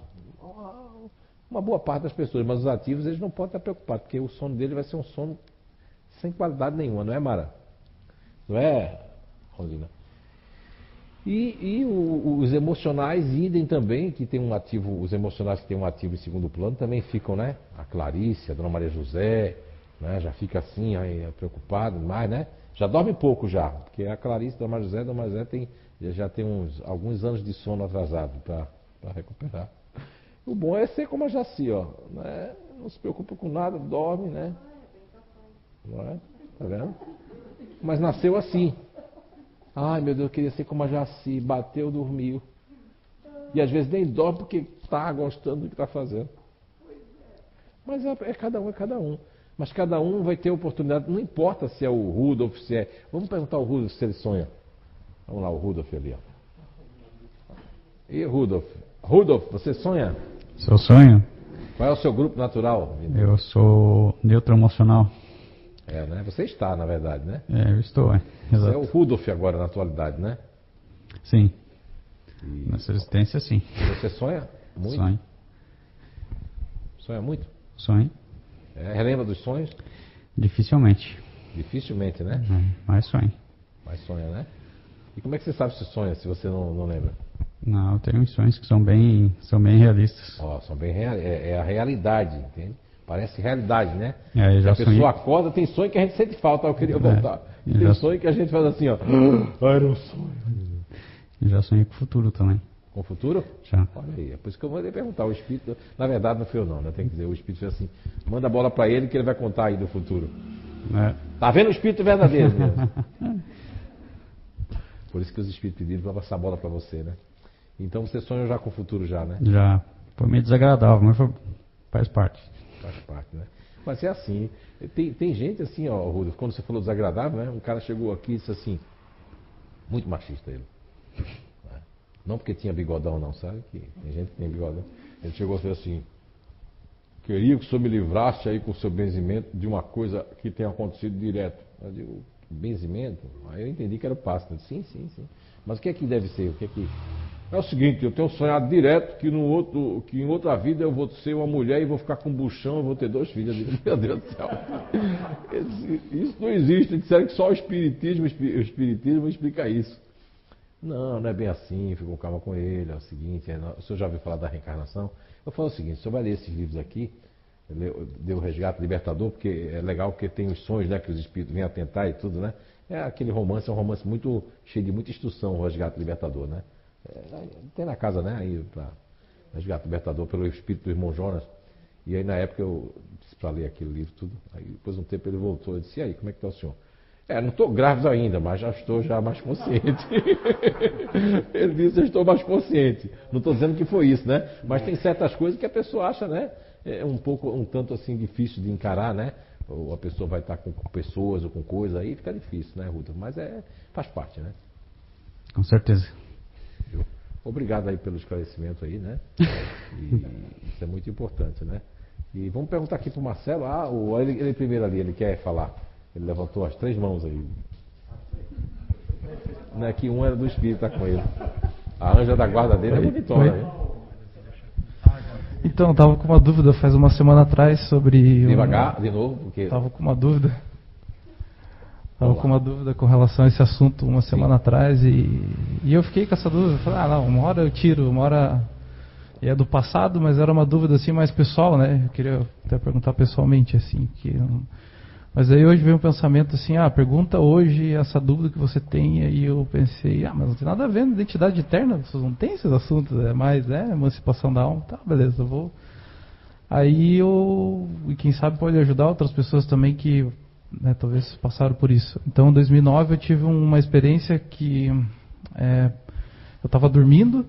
uma boa parte das pessoas, mas os ativos, eles não podem estar preocupados, porque o sono dele vai ser um sono sem qualidade nenhuma, não é, Mara? Não é, Rosina? E, e o, os emocionais, idem também, que tem um ativo, os emocionais que tem um ativo em segundo plano também ficam, né? A Clarice, a Dona Maria José, né? Já fica assim, aí, preocupado mais, né? Já dorme pouco já, porque a Clarice, a Dona Maria José, a Dona Maria José tem, já tem uns, alguns anos de sono atrasado para recuperar. O bom é ser como a Jaci, ó, né? Não se preocupa com nada, dorme, né? Não é? Tá vendo? Mas nasceu assim. Ai, meu Deus, eu queria ser como a Jaci, bateu, dormiu. E às vezes nem dorme porque está gostando do que está fazendo. Mas é, é cada um, é cada um. Mas cada um vai ter oportunidade, não importa se é o Rudolf, se é... Vamos perguntar ao Rudolf se ele sonha. Vamos lá, o Rudolf ali, ó. E Rudolf? Rudolf, você sonha? Se eu sonho? Qual é o seu grupo natural? Eu sou neutro emocional. É, né? Você está, na verdade, né? É, eu estou, é. Você é o Rudolf agora, na atualidade, né? Sim. E... Nessa existência, sim. Você sonha muito? Sonho. Sonha muito? Sonho. É, relembra dos sonhos? Dificilmente. Dificilmente, né? Uhum. Mas sonho. Mas sonha, né? E como é que você sabe se sonha, se você não, não lembra? Não, eu tenho uns sonhos que são bem, são bem realistas. Ó, são bem real, é, é a realidade, entende? Parece realidade, né? É, eu já a pessoa sonhei... acorda, tem sonho que a gente sente falta, eu queria voltar. É, e tem já... sonho que a gente faz assim, ó. Ah, era um sonho. Eu já sonhei com o futuro também. Com o futuro? Já. Olha aí, é por isso que eu mandei perguntar. O espírito, na verdade não foi eu não, né? Tem que dizer, o espírito fez assim, manda a bola pra ele que ele vai contar aí do futuro. É. Tá vendo o espírito verdadeiro mesmo? Por isso que os espíritos pediram pra passar a bola pra você, né? Então você sonha já com o futuro já, né? Já. Foi meio desagradável, mas foi... faz parte. Faz parte, né? Mas é assim, tem, tem gente assim, ó, Rudolf, quando você falou desagradável, né? Um cara chegou aqui e disse assim, muito machista ele. Não porque tinha bigodão não, sabe? Que tem gente que tem bigodão. Ele chegou e falou assim, queria que o senhor me livrasse aí com o seu benzimento de uma coisa que tem acontecido direto. Eu digo, benzimento? Aí eu entendi que era o passo. Eu disse, sim, sim, sim. Mas o que é que deve ser? O que é que... É o seguinte, eu tenho sonhado direto que, no outro, que em outra vida eu vou ser uma mulher e vou ficar com um buchão e vou ter dois filhos. Eu digo, meu Deus do céu. Isso não existe. Disseram que só o espiritismo, o espiritismo explica isso. Não, não é bem assim, fica com calma com ele. É o seguinte, é, o senhor já ouviu falar da reencarnação? Eu falo o seguinte, o senhor vai ler esses livros aqui, deu o Resgate Libertador, porque é legal porque tem os sonhos, né, que os espíritos vêm atentar e tudo, né? É aquele romance, é um romance muito cheio de muita instrução, o Resgate Libertador, né? É, tem na casa, né, aí para Resgate Libertador pelo espírito do irmão Jonas. E aí na época eu disse para ler aquele livro tudo. Aí depois de um tempo ele voltou e disse, e aí, como é que está o senhor? É, não estou grávido ainda, mas já estou já mais consciente. Ele disse, eu estou mais consciente. Não estou dizendo que foi isso, né? Mas tem certas coisas que a pessoa acha, né? É um pouco, um tanto assim difícil de encarar, né? Ou a pessoa vai estar com pessoas ou com coisas, aí fica difícil, né, Ruta? Mas é, faz parte, né? Com certeza. Obrigado aí pelo esclarecimento aí, né? E isso é muito importante, né? E vamos perguntar aqui para o Marcelo. Ah, o, ele, ele primeiro ali, ele quer falar. Ele levantou as três mãos aí. Não é que um era do espírito, tá com ele. A anja da guarda dele é bonitona, viu? Então, eu tava com uma dúvida faz uma semana atrás sobre... Devagar, uma... de novo, porque... Tava com uma dúvida. Tava com uma dúvida com relação a esse assunto uma semana Sim. atrás e, e eu fiquei com essa dúvida. Falei, ah, não, uma hora eu tiro, uma hora... E é do passado, mas era uma dúvida assim mais pessoal, né? Eu queria até perguntar pessoalmente, assim, que... Mas aí hoje veio um pensamento assim, ah, pergunta hoje essa dúvida que você tem, e eu pensei, ah, mas não tem nada a ver com identidade eterna, vocês não tem esses assuntos, é mais, né, emancipação da alma, tá, beleza, eu vou. Aí eu, e quem sabe pode ajudar outras pessoas também que, né, talvez passaram por isso. Então, em dois mil e nove eu tive uma experiência que é, eu estava dormindo,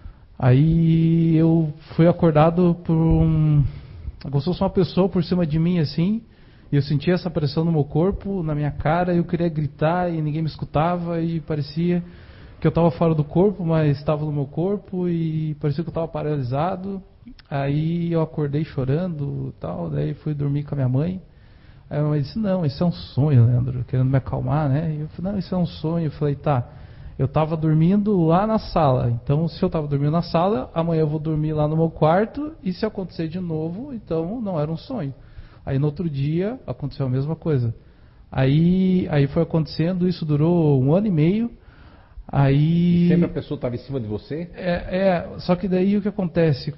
aí eu fui acordado por um, como se fosse uma pessoa por cima de mim, assim. E eu sentia essa pressão no meu corpo, na minha cara, e eu queria gritar e ninguém me escutava, e parecia que eu estava fora do corpo, mas estava no meu corpo, e parecia que eu estava paralisado. Aí eu acordei chorando e tal, daí fui dormir com a minha mãe. Aí a minha mãe disse, não, isso é um sonho, Leandro, querendo me acalmar, né? E eu falei, não, isso é um sonho. Eu falei, tá, eu estava dormindo lá na sala, então se eu estava dormindo na sala, amanhã eu vou dormir lá no meu quarto, e se acontecer de novo, então não era um sonho. Aí no outro dia aconteceu a mesma coisa. Aí, aí foi acontecendo, isso durou um ano e meio. Aí, e sempre a pessoa estava em cima de você? É, é, só que daí o que acontece?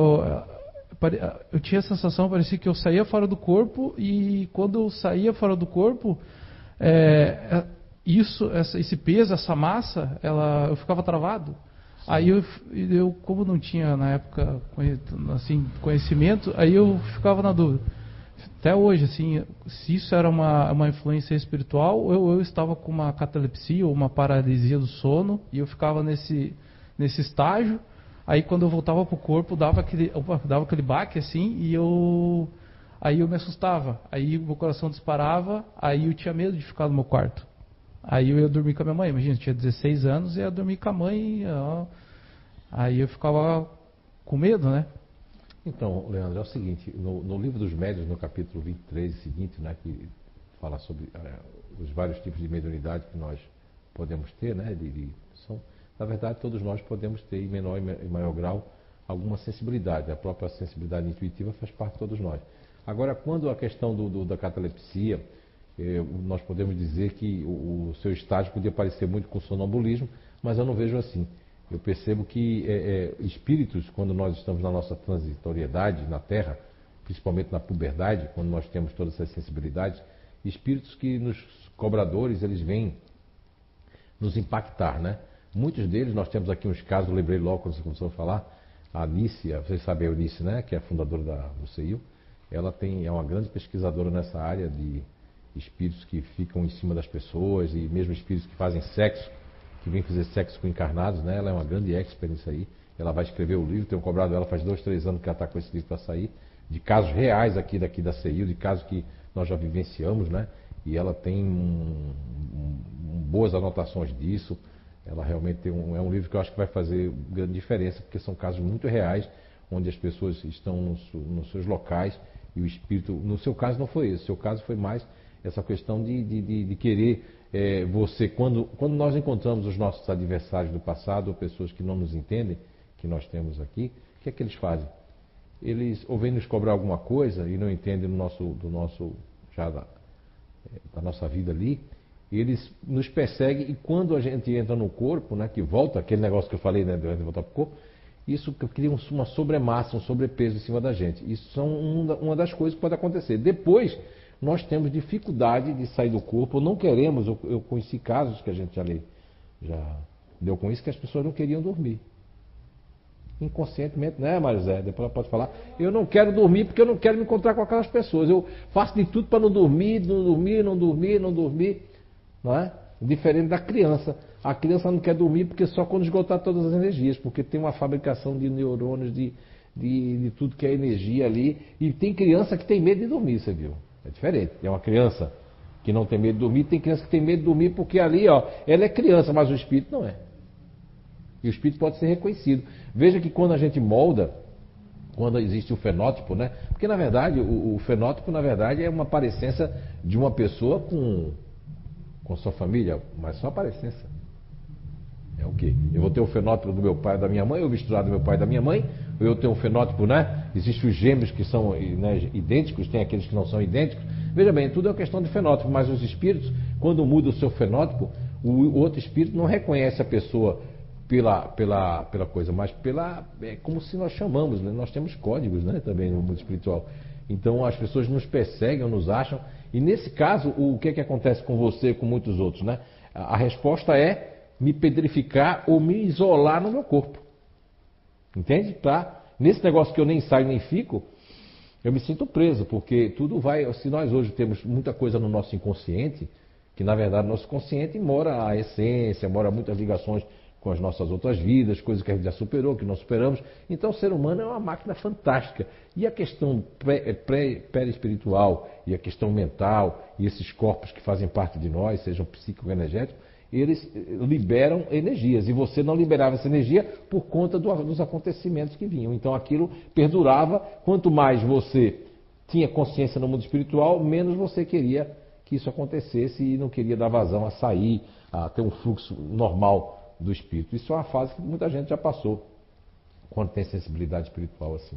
Eu tinha a sensação, parecia que eu saía fora do corpo, e quando eu saía fora do corpo, é, isso, essa, esse peso, essa massa, ela, eu ficava travado. Sim. Aí eu, eu, como não tinha na época assim, conhecimento, aí eu ficava na dúvida. Até hoje, assim, se isso era uma, uma influência espiritual, ou eu, eu estava com uma catalepsia ou uma paralisia do sono, e eu ficava nesse, nesse estágio. Aí quando eu voltava para o corpo, dava aquele, opa, dava aquele baque assim, e eu, aí eu me assustava. Aí o meu coração disparava, aí eu tinha medo de ficar no meu quarto. Aí eu ia dormir com a minha mãe. Imagina, eu tinha dezesseis anos e ia dormir com a mãe. Ó, aí eu ficava com medo, né? Então, Leandro, é o seguinte, no, no livro dos médiuns, no capítulo vinte e três seguinte, né, que fala sobre é, os vários tipos de mediunidade que nós podemos ter, né, de, de, são, na verdade, todos nós podemos ter, em menor e maior grau, alguma sensibilidade. A própria sensibilidade intuitiva faz parte de todos nós. Agora, quando a questão do, do, da catalepsia, eh, nós podemos dizer que o, o seu estágio podia parecer muito com sonambulismo, mas eu não vejo assim. Eu percebo que é, é, espíritos, quando nós estamos na nossa transitoriedade na Terra, principalmente na puberdade, quando nós temos todas essas sensibilidades, espíritos que nos cobradores, eles vêm nos impactar, né? Muitos deles, nós temos aqui uns casos, eu lembrei logo quando você começou a falar, a Anice, vocês sabem a Eunice, né? Que é a fundadora da, do C I U, ela tem, é uma grande pesquisadora nessa área de espíritos que ficam em cima das pessoas e mesmo espíritos que fazem sexo, que vem fazer sexo com encarnados, né? Ela é uma grande expert nisso aí. Ela vai escrever o livro, tenho cobrado ela faz dois, três anos que ela está com esse livro para sair, de casos reais aqui daqui da C I U, de casos que nós já vivenciamos, né? E ela tem um, um, boas anotações disso. Ela realmente tem um, é um livro que eu acho que vai fazer grande diferença, porque são casos muito reais, onde as pessoas estão nos, nos seus locais e o espírito, no seu caso não foi isso, no seu caso foi mais essa questão de, de, de, de querer é, você, quando, quando nós encontramos os nossos adversários do passado, ou pessoas que não nos entendem, que nós temos aqui, o que é que eles fazem? Eles ou vêm nos cobrar alguma coisa e não entendem do nosso, do nosso, já da, da nossa vida ali, eles nos perseguem e quando a gente entra no corpo, né, que volta, aquele negócio que eu falei, né, de voltar para o corpo, isso cria uma sobremassa, um sobrepeso em cima da gente. Isso são uma das coisas que pode acontecer. Depois, nós temos dificuldade de sair do corpo, não queremos, eu, eu conheci casos que a gente já, li, já deu com isso, que as pessoas não queriam dormir. Inconscientemente, né, Marisé? Depois ela pode falar, eu não quero dormir porque eu não quero me encontrar com aquelas pessoas. Eu faço de tudo para não dormir, não dormir, não dormir, não dormir. Não é? Diferente da criança. A criança não quer dormir porque só quando esgotar todas as energias, porque tem uma fabricação de neurônios, de, de, de tudo que é energia ali. E tem criança que tem medo de dormir, você viu? É diferente. É uma criança que não tem medo de dormir, tem criança que tem medo de dormir porque ali, ó, ela é criança, mas o espírito não é. E o espírito pode ser reconhecido. Veja que quando a gente molda, quando existe o fenótipo, né? Porque na verdade, o, o fenótipo, na verdade, é uma parecência de uma pessoa com, com sua família, mas só parecência. É o quê? Eu vou ter o fenótipo do meu pai e da minha mãe, eu misturar do meu pai e da minha mãe, ou eu tenho um fenótipo, né? Existem os gêmeos que são, né, idênticos, tem aqueles que não são idênticos. Veja bem, tudo é uma questão de fenótipo, mas os espíritos, quando muda o seu fenótipo, o, o outro espírito não reconhece a pessoa pela, pela, pela coisa, mas pela, é como se nós chamamos, né? Nós temos códigos, né, também no mundo espiritual. Então as pessoas nos perseguem, nos acham, e nesse caso, o que é que acontece com você e com muitos outros, né? A, a resposta é me pedrificar ou me isolar no meu corpo. Entende? Tá? Nesse negócio que eu nem saio nem fico, eu me sinto preso, porque tudo vai... Se nós hoje temos muita coisa no nosso inconsciente, que na verdade no nosso consciente mora a essência, mora muitas ligações com as nossas outras vidas, coisas que a gente já superou, que não superamos. Então o ser humano é uma máquina fantástica. E a questão pré-espiritual, e a questão mental, e esses corpos que fazem parte de nós, sejam psicoenergéticos, eles liberam energias, e você não liberava essa energia por conta do, dos acontecimentos que vinham. Então aquilo perdurava, quanto mais você tinha consciência no mundo espiritual, menos você queria que isso acontecesse e não queria dar vazão a sair, a ter um fluxo normal do espírito. Isso é uma fase que muita gente já passou, quando tem sensibilidade espiritual assim.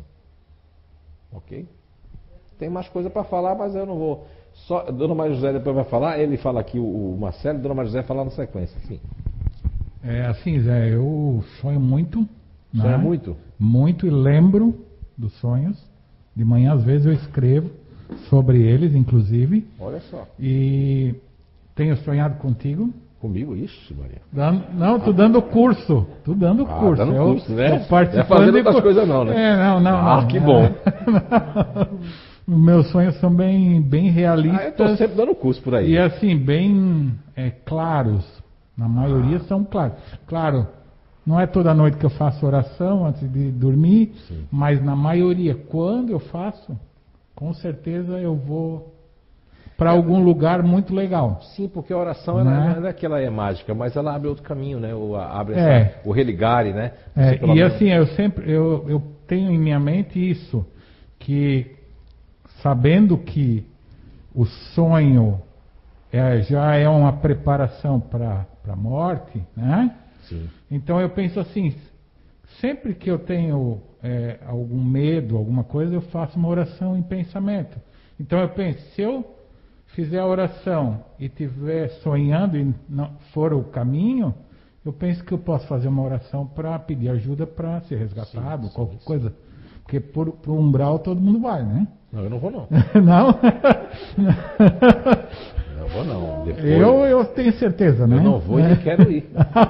Ok? Tem mais coisa para falar, mas eu não vou... Só, Dona Maria José depois vai falar, ele fala aqui o, o Marcelo, Dona Maria José fala na sequência. Sim. É assim, Zé, eu sonho muito. Sonha né? muito? Muito, e lembro dos sonhos. De manhã, às vezes, eu escrevo sobre eles, inclusive. Olha só. E tenho sonhado contigo. Comigo? Ixi, Maria. Dando, não, tô dando curso. Tô dando ah, curso. Dando eu, curso, né? Tô participando. É fazendo outras de... coisas não, né? É, não, não. Ah, não, que é. bom. Meus sonhos são bem, bem realistas. Ah, eu tô sempre dando curso por aí. E assim, bem é, claros. Na maioria ah. são claros. Claro, não é toda noite que eu faço oração antes de dormir, sim, mas na maioria, quando eu faço, com certeza eu vou para é, algum lugar muito legal. Sim, porque a oração, né? ela, não é que ela é mágica, mas ela abre outro caminho, né? Ou abre essa, é. o religare, né? É, e menos... assim, eu sempre... Eu, eu tenho em minha mente isso, que sabendo que o sonho é, já é uma preparação para a morte, né? Sim. Então eu penso assim, sempre que eu tenho é, algum medo, alguma coisa, eu faço uma oração em pensamento. Então eu penso, se eu fizer a oração e estiver sonhando e não for o caminho, eu penso que eu posso fazer uma oração para pedir ajuda para ser resgatado, sim, qualquer sim, coisa. Sim. Porque por, por umbral todo mundo vai, né? Não, eu não vou não. Não? Não vou não. Depois, eu, eu tenho certeza, né? Eu não vou e nem quero ir.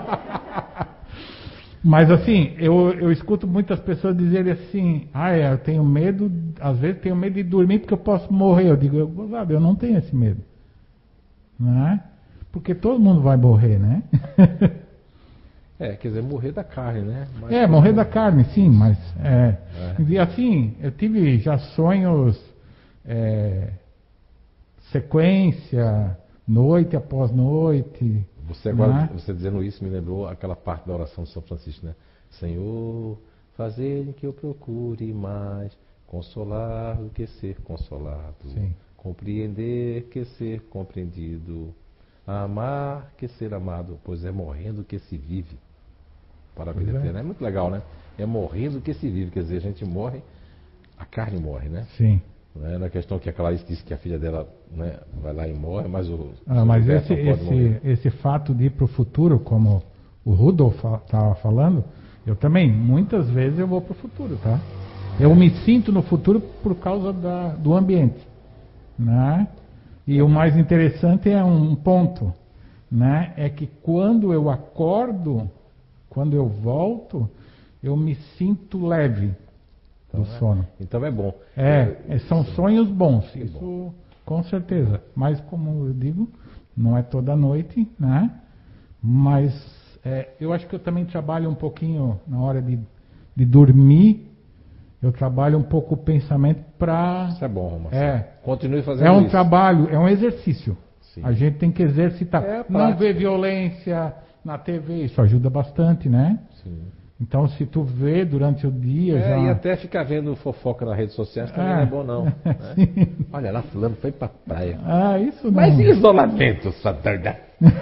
Mas assim, eu, eu escuto muitas pessoas dizerem assim, ah, é, eu tenho medo, às vezes tenho medo de dormir porque eu posso morrer. Eu digo, eu, eu não tenho esse medo. Não é? Porque todo mundo vai morrer, né? É, quer dizer, morrer da carne, né? Mas, é, morrer é... da carne, sim, mas é, é. E assim, eu tive já sonhos, é, sequência, noite após noite. Você agora, né? Você dizendo isso me lembrou aquela parte da oração de São Francisco, né? Senhor, fazer que eu procure mais consolar do que ser consolado, sim, compreender que ser compreendido, amar que ser amado, pois é morrendo que se vive para a vida eterna. É. É muito legal, né? É morrendo que se vive, quer dizer, a gente morre, a carne morre, né? Sim. Não é na questão que a Clarice disse que a filha dela, né, vai lá e morre, mas o... Ah, mas esse, esse, esse fato de ir para o futuro, como o Rudolf estava falando, eu também, muitas vezes eu vou para o futuro, tá? Eu me sinto no futuro por causa da, do ambiente, né? E o mais interessante é um ponto, né? É que quando eu acordo, quando eu volto, eu me sinto leve do então, sono. É, então é bom. É, é são sim, sonhos bons, é isso bom. Com certeza. Mas como eu digo, não é toda noite, né? Mas é, eu acho que eu também trabalho um pouquinho na hora de, de dormir. Eu trabalho um pouco o pensamento para... Isso é bom, Marcelo. É, continue fazendo isso. É um isso. trabalho, é um exercício. Sim. A gente tem que exercitar. É não ver violência na T V, isso ajuda bastante, né? Sim. Então, se tu vê durante o dia... É, já... e até ficar vendo fofoca nas redes sociais também é. Não é bom, não. Né? Olha lá, fulano foi pra praia. Ah, isso não. Mas em isolamento, Saturda.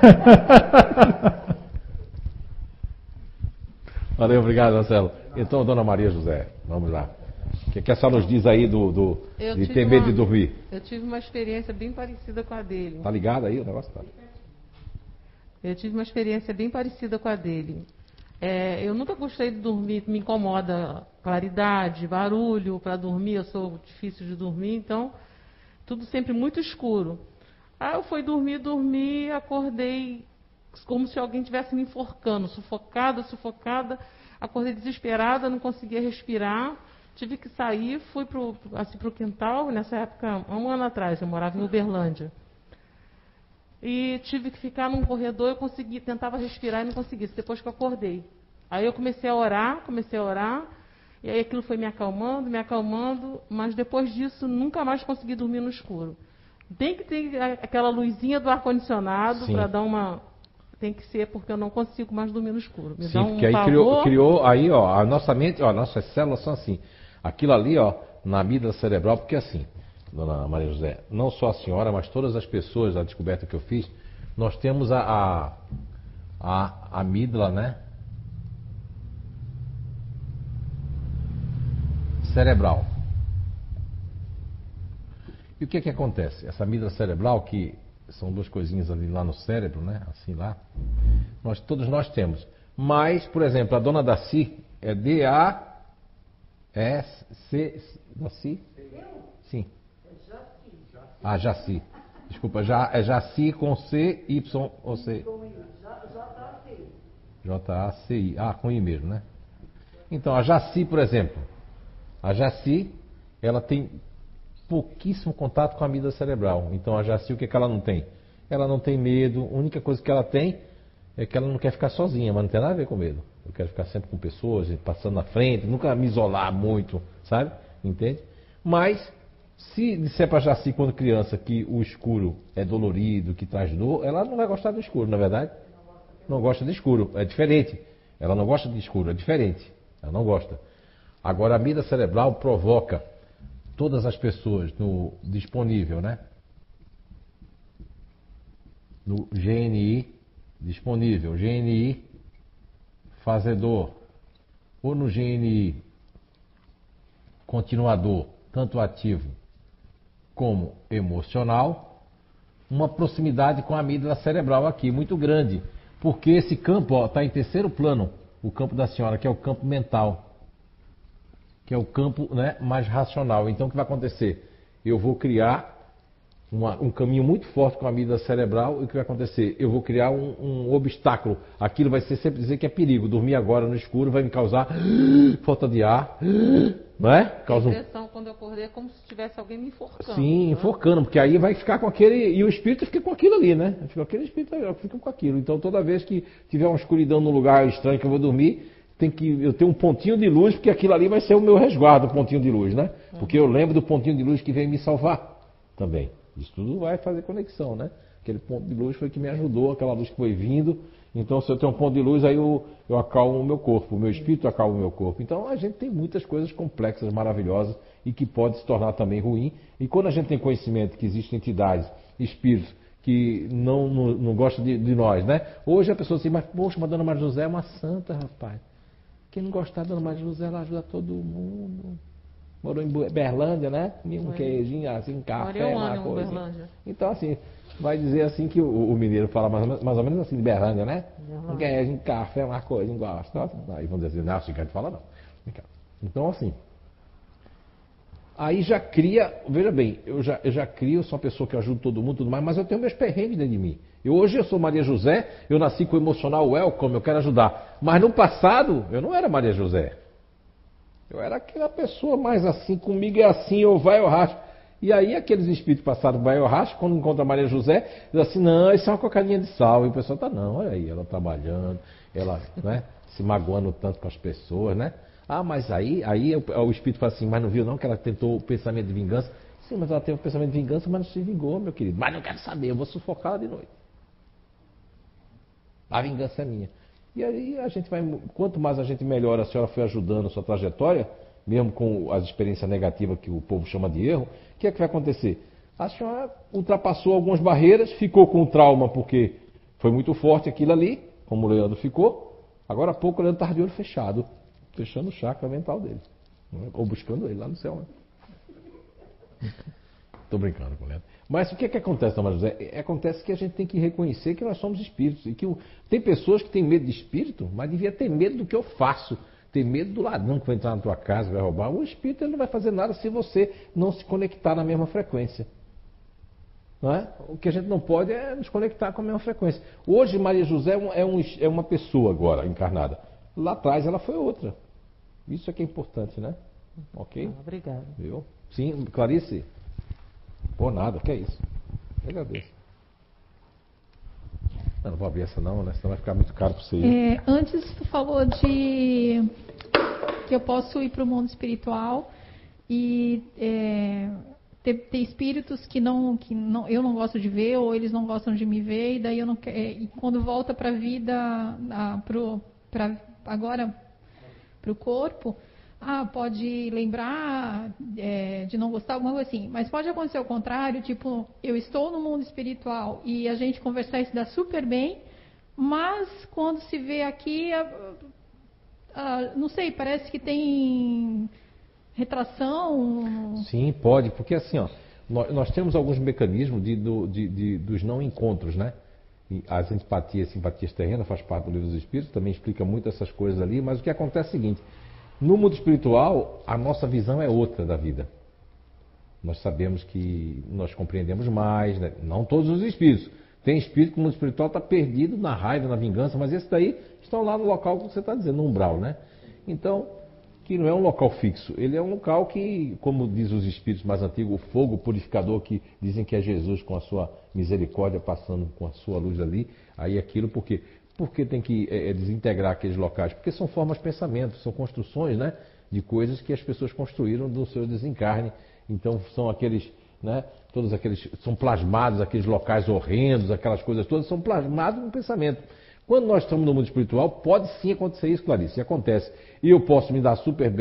Valeu, obrigado, Marcelo. Então, dona Maria José, vamos lá. O que, que a senhora nos diz aí do, do, de ter medo uma, de dormir? Eu tive uma experiência bem parecida com a dele. Tá ligado aí o negócio? Tá. Eu tive uma experiência bem parecida com a dele. É, eu nunca gostei de dormir, me incomoda claridade, barulho para dormir, eu sou difícil de dormir, então tudo sempre muito escuro. Aí eu fui dormir, dormi, acordei como se alguém estivesse me enforcando, sufocada, sufocada, acordei desesperada, não conseguia respirar, tive que sair, fui para o assim, pro quintal, nessa época, um ano atrás, eu morava em Uberlândia. E tive que ficar num corredor, eu consegui, tentava respirar e não conseguia, depois que eu acordei. Aí eu comecei a orar, comecei a orar, e aí aquilo foi me acalmando, me acalmando, mas depois disso nunca mais consegui dormir no escuro. Tem que ter aquela luzinha do ar-condicionado para dar uma... Tem que ser, porque eu não consigo mais dormir no escuro. Me Sim, dá um porque aí pavor. criou, criou, aí, ó, a nossa mente, ó, nossas células são assim. Aquilo ali, ó, na amígdala cerebral, porque assim... Dona Maria José, não só a senhora, mas todas as pessoas, a descoberta que eu fiz, nós temos a, a, a amígdala, né? Cerebral. E o que é que acontece? Essa amígdala cerebral, que são duas coisinhas ali lá no cérebro, né? Assim lá, nós, todos nós temos. Mas, por exemplo, a dona Daci é D A S C... Daci? Sim. Ah, Jaci. Desculpa, já, é Jaci com C, Y ou C? J A C I. Ah, com I mesmo, né? Então, a Jaci, por exemplo. A Jaci, ela tem pouquíssimo contato com a amígdala cerebral. Então, a Jaci, o que, é que ela não tem? Ela não tem medo. A única coisa que ela tem é que ela não quer ficar sozinha, mas não tem nada a ver com medo. Eu quero ficar sempre com pessoas, passando na frente, nunca me isolar muito, sabe? Entende? Mas... Se disser para Jaci quando criança que o escuro é dolorido, que traz dor, ela não vai gostar do escuro, na é verdade? Não gosta de escuro, é diferente. Ela não gosta de escuro, é diferente. Ela não gosta. Agora, a amígdala cerebral provoca todas as pessoas no disponível, né? No G N I disponível, G N I fazedor, ou no G N I continuador, tanto ativo como emocional, uma proximidade com a amígdala cerebral aqui, muito grande, porque esse campo está em terceiro plano, o campo da senhora, que é o campo mental, que é o campo, né, mais racional. Então, o que vai acontecer? Eu vou criar uma, um caminho muito forte com a amígdala cerebral, e o que vai acontecer? Eu vou criar um, um obstáculo. Aquilo vai ser sempre dizer que é perigo. Dormir agora no escuro vai me causar falta de ar, não é? Causa a um... impressão quando eu acordei é como se tivesse alguém me enforcando. Sim, né? enforcando, porque aí vai ficar com aquele... E o espírito fica com aquilo ali, né? Fica aquele espírito fica com aquilo. Então, toda vez que tiver uma escuridão num lugar estranho que eu vou dormir, tem que eu tenho um pontinho de luz, porque aquilo ali vai ser o meu resguardo, o pontinho de luz, né? Porque eu lembro do pontinho de luz que veio me salvar também. Isso tudo vai fazer conexão, né? Aquele ponto de luz foi que me ajudou, aquela luz que foi vindo. Então, se eu tenho um ponto de luz, aí eu, eu acalmo o meu corpo, o meu espírito acalma o meu corpo. Então, a gente tem muitas coisas complexas, maravilhosas, e que pode se tornar também ruim. E quando a gente tem conhecimento que existem entidades, espíritos, que não, não, não gostam de, de nós, né? Hoje a pessoa diz, mas poxa, mas a Dona Maria José é uma santa, rapaz. Quem não gostar da Dona Maria José, ela ajuda todo mundo. Morou em Berlândia, né? Comia um queijinho, assim, café, uma coisa. Então, assim, vai dizer assim que o, o mineiro fala mais ou, menos, mais ou menos assim de Berlândia, né? Um queijinho, café, uma coisa, gosta. Aí vão dizer assim, não, assim, não fala não. Então, assim, aí já cria, veja bem, eu já, eu já crio, sou uma pessoa que ajuda todo mundo, tudo mais, mas eu tenho meus perrengues dentro de mim. Eu, hoje eu sou Maria José, eu nasci com o emocional welcome, eu quero ajudar. Mas no passado, eu não era Maria José. Eu era aquela pessoa mais assim, comigo é assim, eu vai, eu racho. E aí aqueles espíritos passados vai, eu racho, quando encontra a Maria José, diz assim, não, isso é uma cocadinha de sal. E o pessoal tá, não, olha aí, ela trabalhando, ela, né, se magoando tanto com as pessoas, né? Ah, mas aí, aí o, o espírito fala assim, mas não viu não que ela tentou o pensamento de vingança? Sim, mas ela teve o pensamento de vingança, mas não se vingou, meu querido. Mas não quero saber, eu vou sufocá-la de noite. A vingança é minha. E aí a gente vai, quanto mais a gente melhora, a senhora foi ajudando a sua trajetória, mesmo com as experiências negativas que o povo chama de erro, o que é que vai acontecer? A senhora ultrapassou algumas barreiras, ficou com o trauma porque foi muito forte aquilo ali, como o Leandro ficou. Agora há pouco o Leandro estava de olho fechado, fechando o chakra mental dele. Ou buscando ele lá no céu, né? Estou brincando com o Leandro. Mas o que é que acontece, Dona José? Acontece que a gente tem que reconhecer que nós somos espíritos. E que o... tem pessoas que têm medo de espírito, mas devia ter medo do que eu faço. Ter medo do ladrão que vai entrar na tua casa e vai roubar. O espírito ele não vai fazer nada se você não se conectar na mesma frequência. Não é? O que a gente não pode é nos conectar com a mesma frequência. Hoje Maria José é, um, é uma pessoa agora encarnada. Lá atrás ela foi outra. Isso é que é importante, né? Ok? Ah, obrigada. Viu? Sim, Clarice? Por nada, que é isso? Eu agradeço. Não, não vou abrir essa não, né? Senão vai ficar muito caro para você ir. É, antes tu falou de que eu posso ir para o mundo espiritual e é, ter, ter espíritos que não, que não, eu não gosto de ver ou eles não gostam de me ver e daí eu não é, e quando volta para a vida, a, pro, pra, agora para o corpo. Ah, pode lembrar é, de não gostar, alguma coisa assim. Mas pode acontecer o contrário, tipo, eu estou no mundo espiritual e a gente conversar e se dá super bem, mas quando se vê aqui, a, a, não sei, parece que tem retração. Sim, pode, porque assim, ó, nós, nós temos alguns mecanismos de, do, de, de, dos não encontros, né? E as antipatias e simpatias terrenas, faz parte do livro dos Espíritos, também explica muito essas coisas ali, mas o que acontece é o seguinte. No mundo espiritual, a nossa visão é outra da vida. Nós sabemos que nós compreendemos mais, né? Não todos os espíritos. Tem espírito que no mundo espiritual está perdido na raiva, na vingança, mas esses daí estão lá no local que você está dizendo, no umbral, né? Então, que não é um local fixo. Ele é um local que, como diz os espíritos mais antigos, o fogo purificador, que dizem que é Jesus com a sua misericórdia passando com a sua luz ali, aí aquilo porque... Por que tem que é, desintegrar aqueles locais? Porque são formas de pensamento, são construções, né, de coisas que as pessoas construíram do seu desencarne. Então são aqueles, né, todos aqueles, são plasmados, aqueles locais horrendos, aquelas coisas todas, são plasmados no pensamento. Quando nós estamos no mundo espiritual, pode sim acontecer isso, Clarice, acontece. E eu posso me dar super bem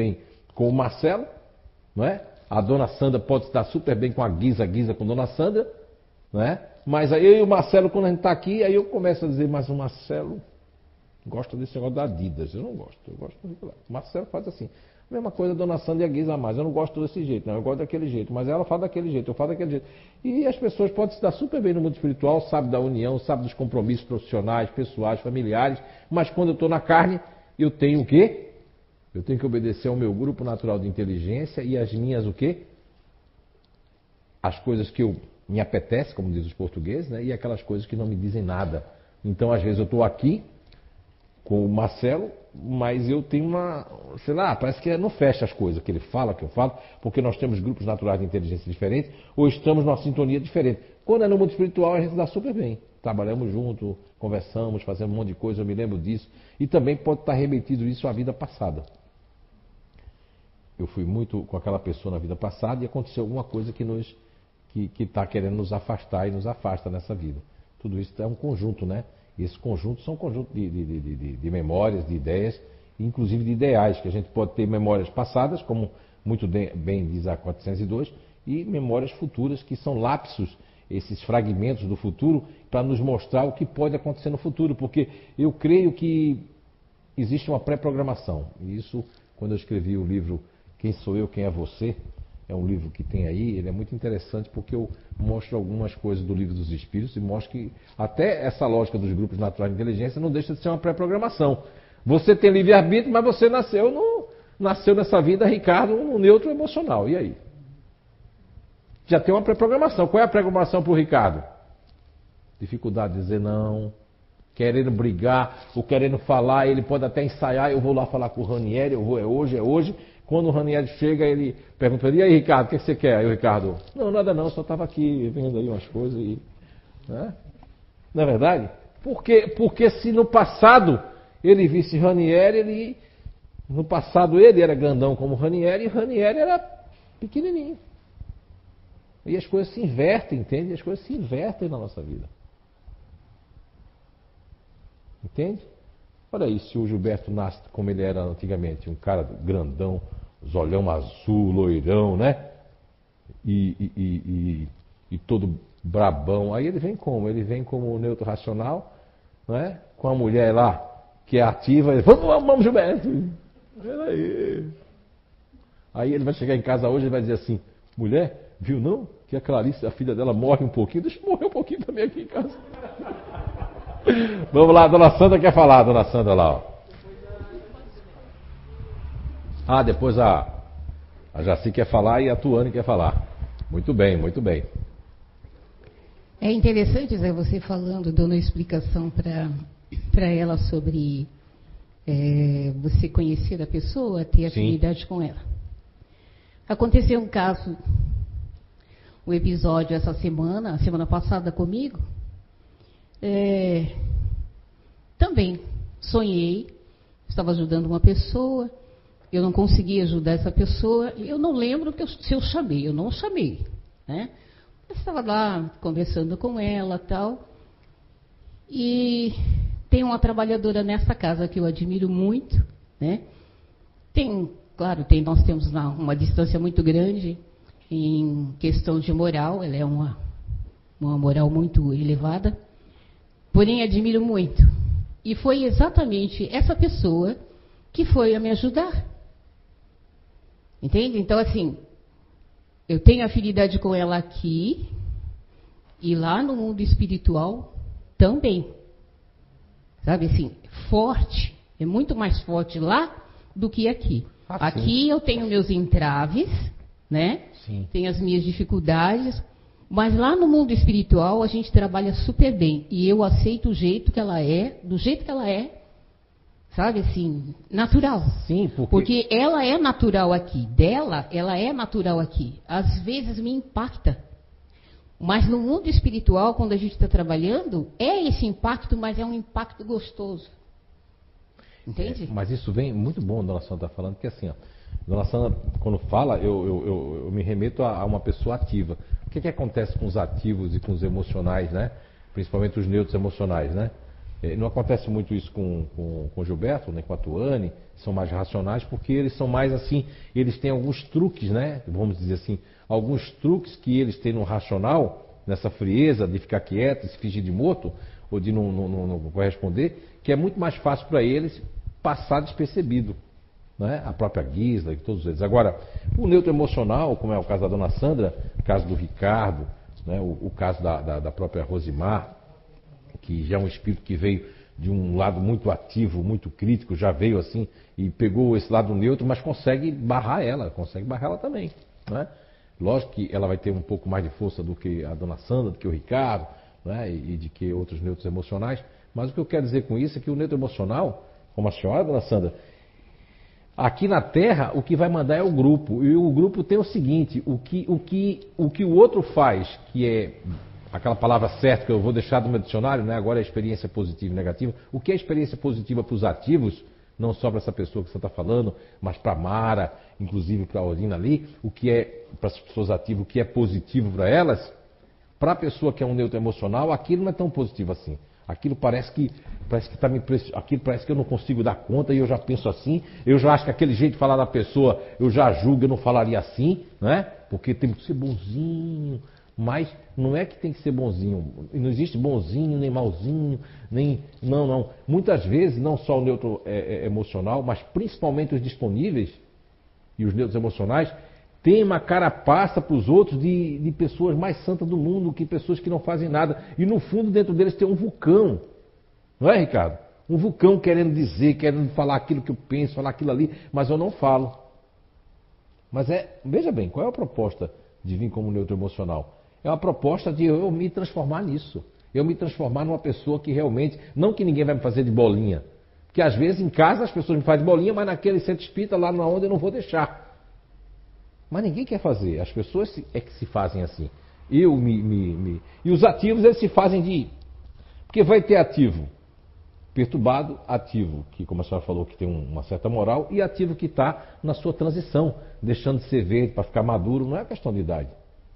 com o Marcelo, não é? A dona Sandra pode estar super bem com a Guisa, a Guisa com a dona Sandra, não é? Mas aí eu e o Marcelo, quando a gente está aqui, aí eu começo a dizer, mas o Marcelo gosta desse negócio da Adidas. Eu não gosto, eu gosto do regular. O Marcelo faz assim. Mesma coisa a dona Sandra e a Guisa mais. Eu não gosto desse jeito, não. Eu gosto daquele jeito. Mas ela fala daquele jeito, eu falo daquele jeito. E as pessoas podem se dar super bem no mundo espiritual, sabe da união, sabe dos compromissos profissionais, pessoais, familiares. Mas quando eu estou na carne, eu tenho o quê? Eu tenho que obedecer ao meu grupo natural de inteligência e as minhas o quê? As coisas que eu me apetece, como diz os portugueses, né? E aquelas coisas que não me dizem nada. Então, às vezes, eu estou aqui com o Marcelo, mas eu tenho uma, sei lá, parece que não fecha as coisas que ele fala, que eu falo, porque nós temos grupos naturais de inteligência diferentes, ou estamos numa sintonia diferente. Quando é no mundo espiritual, a gente dá super bem. Trabalhamos junto, conversamos, fazemos um monte de coisa, eu me lembro disso. E também pode estar remetido isso à vida passada. Eu fui muito com aquela pessoa na vida passada e aconteceu alguma coisa que nos que está querendo nos afastar e nos afasta nessa vida. Tudo isso é um conjunto, né? E esse conjunto são um conjunto de, de, de, de, de memórias, de ideias, inclusive de ideais, que a gente pode ter memórias passadas, como muito bem diz a quatrocentos e dois, e memórias futuras, que são lapsos, esses fragmentos do futuro, para nos mostrar o que pode acontecer no futuro, porque eu creio que existe uma pré-programação. E isso, quando eu escrevi o livro Quem Sou Eu, Quem é Você, é um livro que tem aí, ele é muito interessante porque eu mostro algumas coisas do Livro dos Espíritos e mostro que até essa lógica dos grupos naturais de inteligência não deixa de ser uma pré-programação. Você tem livre-arbítrio, mas você nasceu, no, nasceu nessa vida, Ricardo, no neutro emocional. E aí? Já tem uma pré-programação. Qual é a pré-programação para o Ricardo? Dificuldade de dizer não, querendo brigar, ou querendo falar, ele pode até ensaiar, eu vou lá falar com o Ranieri, eu vou, é hoje, é hoje. Quando o Ranieri chega, ele pergunta, e aí, Ricardo, o que você quer? Aí o Ricardo, não, nada não, só estava aqui vendo aí umas coisas. E... Né? Não é verdade? Porque, porque se no passado ele visse Ranieri, ele, no passado ele era grandão como Ranieri, e Ranieri era pequenininho. E as coisas se invertem, entende? As coisas se invertem na nossa vida. Entende? Olha aí, se o Gilberto nasce como ele era antigamente, um cara grandão, os olhão azul, loirão, né? E, e, e, e, e todo brabão. Aí ele vem como? Ele vem como neutro racional, né? Com a mulher lá, que é ativa. Ele, vamos, vamos, vamos, Gilberto. Peraí. Aí ele vai chegar em casa hoje e vai dizer assim, mulher, viu não? Que a Clarice, a filha dela, morre um pouquinho. Deixa eu morrer um pouquinho também aqui em casa. Vamos lá, a dona Sandra quer falar, a dona Sandra lá, ó. Ah, depois a, a Jaci quer falar e a Tuane quer falar. Muito bem, muito bem. É interessante, Zé, você falando, dando uma explicação para ela sobre é, você conhecer a pessoa, ter afinidade com ela. Aconteceu um caso, um episódio essa semana, semana passada comigo. É, também sonhei, estava ajudando uma pessoa, eu não consegui ajudar essa pessoa, eu não lembro que eu, se eu chamei, eu não chamei, né? Eu estava lá conversando com ela tal, e tem uma trabalhadora nessa casa que eu admiro muito, né? Tem, claro, tem, nós temos uma, uma distância muito grande em questão de moral, ela é uma, uma moral muito elevada. Porém, admiro muito. E foi exatamente essa pessoa que foi a me ajudar. Entende? Então, assim, eu tenho afinidade com ela aqui e lá no mundo espiritual também. Sabe, assim, forte. É muito mais forte lá do que aqui. Ah, aqui eu tenho meus entraves, né? Sim. Tenho as minhas dificuldades. Mas lá no mundo espiritual a gente trabalha super bem. E eu aceito o jeito que ela é, do jeito que ela é, sabe assim, natural. Sim, porque... porque ela é natural aqui. Dela, ela é natural aqui. Às vezes me impacta. Mas no mundo espiritual, quando a gente está trabalhando, é esse impacto, mas é um impacto gostoso. Entende? É, mas isso vem muito bom, a dona Sandra está falando, porque assim, ó, a dona Sandra, quando fala, eu, eu, eu, eu me remeto a, a uma pessoa ativa. O que, que acontece com os ativos e com os emocionais, né? Principalmente os neutros emocionais, né? Não acontece muito isso com, com, com o Gilberto, nem com a Tuane. são mais racionais, porque eles são mais assim, eles têm alguns truques, né? Vamos dizer assim, alguns truques que eles têm no racional, nessa frieza de ficar quieto, se fingir de morto, ou de não, não, não, não corresponder, que é muito mais fácil para eles passar despercebido. Né? A própria Gisla e todos eles. Agora, o neutro emocional, como é o caso da dona Sandra, o caso do Ricardo, né? o, o caso da, da, da própria Rosimar, que já é um espírito que veio de um lado muito ativo, muito crítico, já veio assim e pegou esse lado neutro, mas consegue barrar ela, consegue barrar ela também. Né? Lógico que ela vai ter um pouco mais de força do que a dona Sandra, do que o Ricardo, né? e, e de que outros neutros emocionais, mas o que eu quero dizer com isso é que o neutro emocional, como a senhora, dona Sandra, aqui na Terra o que vai mandar é o grupo, e o grupo tem o seguinte, o que o, que, o, que o outro faz, que é aquela palavra certa que eu vou deixar no meu dicionário, né? Agora é experiência positiva e negativa. O que é experiência positiva para os ativos, não só para essa pessoa que você está falando, mas para a Mara, inclusive para a Orina ali, o que é para as pessoas ativas, o que é positivo para elas, para a pessoa que é um neutro emocional, aquilo não é tão positivo assim. Aquilo parece que parece que tá me aquilo parece que eu não consigo dar conta e eu já penso assim, eu já acho que aquele jeito de falar da pessoa, eu já julgo, eu não falaria assim, né? Porque tem que ser bonzinho. Mas não é que tem que ser bonzinho, não existe bonzinho, nem malzinho, nem... Não, não. Muitas vezes, não só o neutro é, é, emocional, mas principalmente os disponíveis e os neutros emocionais, tem uma carapaça para os outros de, de pessoas mais santas do mundo, que pessoas que não fazem nada. E no fundo, dentro deles tem um vulcão. Não é, Ricardo? Um vulcão querendo dizer, querendo falar aquilo que eu penso, falar aquilo ali, mas eu não falo. Mas é... Veja bem, qual é a proposta de vir como neutro emocional? É uma proposta de eu me transformar nisso. Eu me transformar numa pessoa que realmente... Não que ninguém vai me fazer de bolinha. Porque às vezes em casa as pessoas me fazem de bolinha, mas naquele centro espírita lá na onde eu não vou deixar. Mas ninguém quer fazer. As pessoas é que se fazem assim. Eu me... me, me... E os ativos eles se fazem de... Porque vai ter ativo perturbado, ativo que, como a senhora falou, que tem uma certa moral, e ativo que está na sua transição, deixando de ser verde para ficar maduro. Não é questão de idade.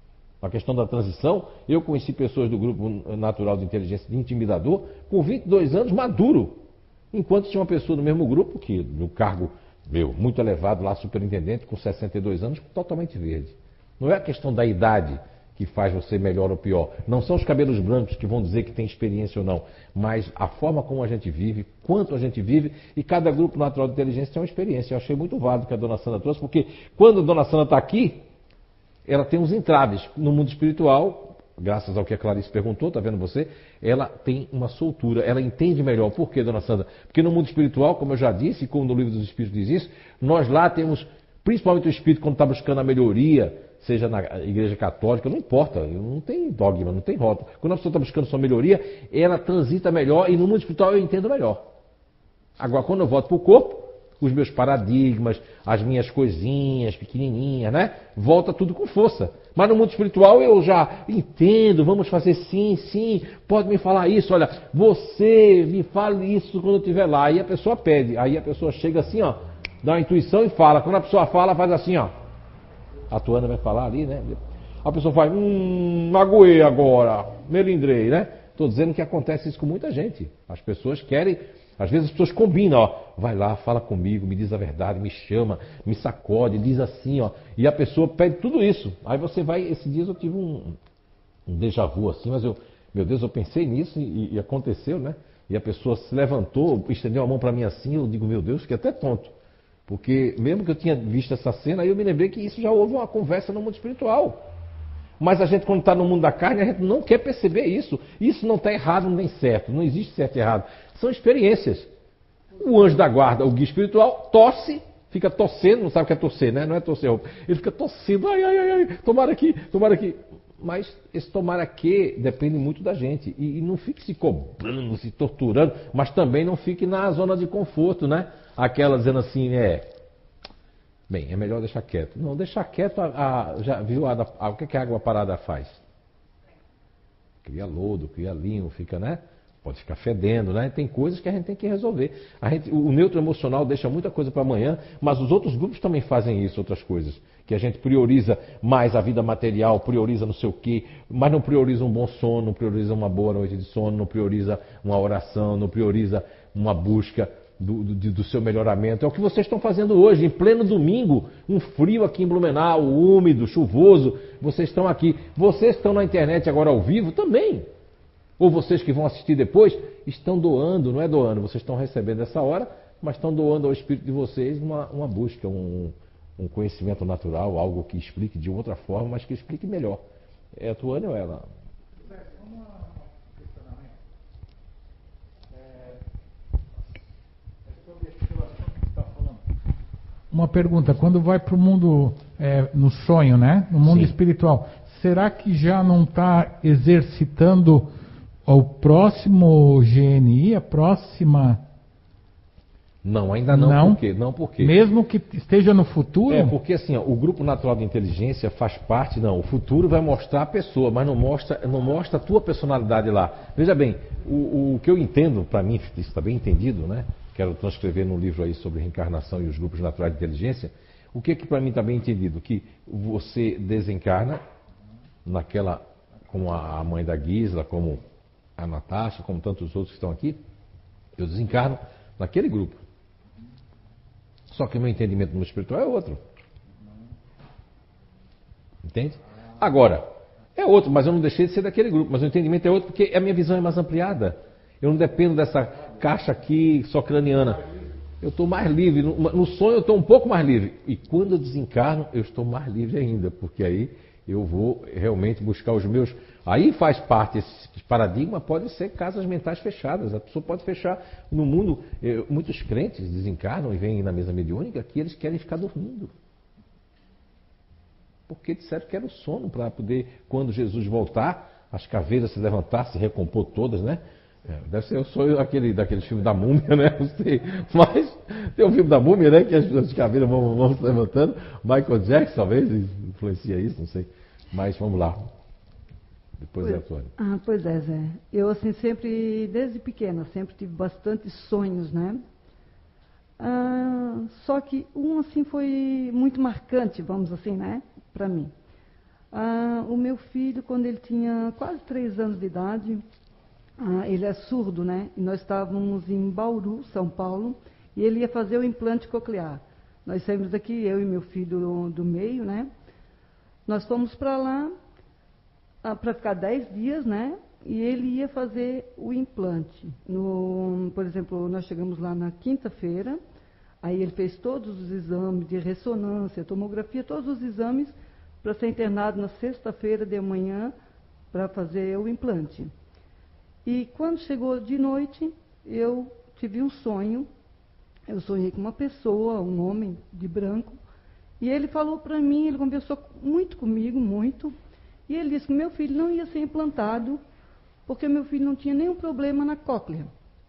A questão da transição, eu conheci pessoas do grupo natural de inteligência de intimidador com vinte e dois anos maduro, enquanto tinha uma pessoa do mesmo grupo, que no cargo meu, muito elevado lá, superintendente, com sessenta e dois anos, totalmente verde. Não é a questão da idade que faz você melhor ou pior, não são os cabelos brancos que vão dizer que tem experiência ou não, mas a forma como a gente vive, quanto a gente vive, e cada grupo natural de inteligência tem uma experiência. Eu achei muito válido que a dona Sandra trouxe, porque quando a dona Sandra está aqui, ela tem uns entraves. No mundo espiritual, graças ao que a Clarice perguntou, tá vendo você? Ela tem uma soltura, ela entende melhor. Por quê, dona Sandra? Porque no mundo espiritual, como eu já disse, e como no Livro dos Espíritos diz isso, nós lá temos, principalmente o espírito quando está buscando a melhoria, seja na igreja católica, não importa, não tem dogma, não tem rota. Quando a pessoa está buscando sua melhoria, ela transita melhor e no mundo espiritual eu entendo melhor. Agora, quando eu volto para o corpo, os meus paradigmas, as minhas coisinhas pequenininhas, né? Volta tudo com força. Mas no mundo espiritual eu já entendo, vamos fazer sim, sim, pode me falar isso, olha, você me fale isso quando eu estiver lá. Aí a pessoa pede, aí a pessoa chega assim, ó, dá uma intuição e fala. Quando a pessoa fala, faz assim, ó. A Tuana vai falar ali, né? A pessoa faz, hum, magoei agora, melindrei, né? Estou dizendo que acontece isso com muita gente. As pessoas querem... Às vezes as pessoas combinam, ó, vai lá, fala comigo, me diz a verdade, me chama, me sacode, diz assim, ó. E a pessoa pede tudo isso. Aí você vai, esses dias eu tive um, um déjà vu assim, mas eu, meu Deus, eu pensei nisso e, e aconteceu, né? E a pessoa se levantou, estendeu a mão para mim assim, eu digo, meu Deus, fiquei até tonto. Porque mesmo que eu tinha visto essa cena, aí eu me lembrei que isso já houve uma conversa no mundo espiritual. Mas a gente, quando está no mundo da carne, a gente não quer perceber isso. Isso não está errado nem certo. Não existe certo e errado. São experiências. O anjo da guarda, o guia espiritual, tosse, fica torcendo, não sabe o que é torcer, né? Não é torcer roupa. Ele fica tossindo, ai, ai, ai, ai, tomara aqui, tomara aqui. Mas esse tomara aqui depende muito da gente. E, e não fique se cobrando, se torturando, mas também não fique na zona de conforto, né? Aquela dizendo assim, é... Bem, é melhor deixar quieto. Não, deixar quieto, a, a, já viu a, a, o que, que a água parada faz? Cria lodo, cria linho, fica, né? Pode ficar fedendo, né? Tem coisas que a gente tem que resolver. A gente, o neutro emocional deixa muita coisa para amanhã, mas os outros grupos também fazem isso, outras coisas. Que a gente prioriza mais a vida material, prioriza não sei o quê, mas não prioriza um bom sono, não prioriza uma boa noite de sono, não prioriza uma oração, não prioriza uma busca. do, do, do seu melhoramento. É o que vocês estão fazendo hoje, em pleno domingo, um frio aqui em Blumenau, úmido, chuvoso. Vocês estão aqui. Vocês estão na internet agora ao vivo também. Ou vocês que vão assistir depois, estão doando, não é doando, vocês estão recebendo essa hora, mas estão doando ao espírito de vocês uma, uma busca, um, um conhecimento natural, algo que explique de outra forma, mas que explique melhor. É a Tuane ou ela? Uma pergunta, quando vai para o mundo, é, no sonho, né? No mundo Sim. espiritual, será que já não está exercitando o próximo G N I, a próxima... Não, ainda não, não? Por quê? Não, por quê? Mesmo que esteja no futuro? É, porque assim, ó, o grupo natural de inteligência faz parte, não, o futuro vai mostrar a pessoa, mas não mostra, não mostra a tua personalidade lá. Veja bem, o, o que eu entendo, para mim, isso está bem entendido, né? Quero transcrever num livro aí sobre reencarnação e os grupos naturais de inteligência. O que que para mim está bem entendido? Que você desencarna naquela, como a mãe da Gisela, como a Natasha, como tantos outros que estão aqui, eu desencarno naquele grupo. Só que o meu entendimento no mundo espiritual é outro. Entende? Agora, é outro, mas eu não deixei de ser daquele grupo, mas o entendimento é outro porque a minha visão é mais ampliada. Eu não dependo dessa caixa aqui só craniana. Eu estou mais livre. No, no sonho eu estou um pouco mais livre. E quando eu desencarno, eu estou mais livre ainda, porque aí eu vou realmente buscar os meus... Aí faz parte, esse paradigma pode ser casas mentais fechadas. A pessoa pode fechar no mundo. Eu, muitos crentes desencarnam e vêm na mesa mediúnica que eles querem ficar dormindo. Porque disseram que era o sono para poder, quando Jesus voltar, as caveiras se levantar, se recompor todas, né? Deve ser o sonho daquele, daquele filme da múmia, né? Não sei. Mas tem um filme da múmia, né? Que as, as caveiras vão, vão se levantando. Michael Jackson talvez influencia isso, não sei. Mas vamos lá. Depois pois, é a Tônia. Ah, pois é, Zé. Eu, assim, sempre, desde pequena, sempre tive bastante sonhos, né? Ah, só que um, assim, foi muito marcante, vamos assim, né? Para mim. Ah, o meu filho, quando ele tinha quase três anos de idade, ah, ele é surdo, né? E nós estávamos em Bauru, São Paulo, e ele ia fazer o implante coclear. Nós saímos daqui, eu e meu filho do, do meio, né? Nós fomos para lá para ficar dez dias, né? E ele ia fazer o implante. No, por exemplo, nós chegamos lá na quinta-feira, aí ele fez todos os exames de ressonância, tomografia, todos os exames para ser internado na sexta-feira de manhã para fazer o implante. E quando chegou de noite, eu tive um sonho. Eu sonhei com uma pessoa, um homem de branco, e ele falou para mim, ele conversou muito comigo, muito, e ele disse que meu filho não ia ser implantado, porque meu filho não tinha nenhum problema na cóclea.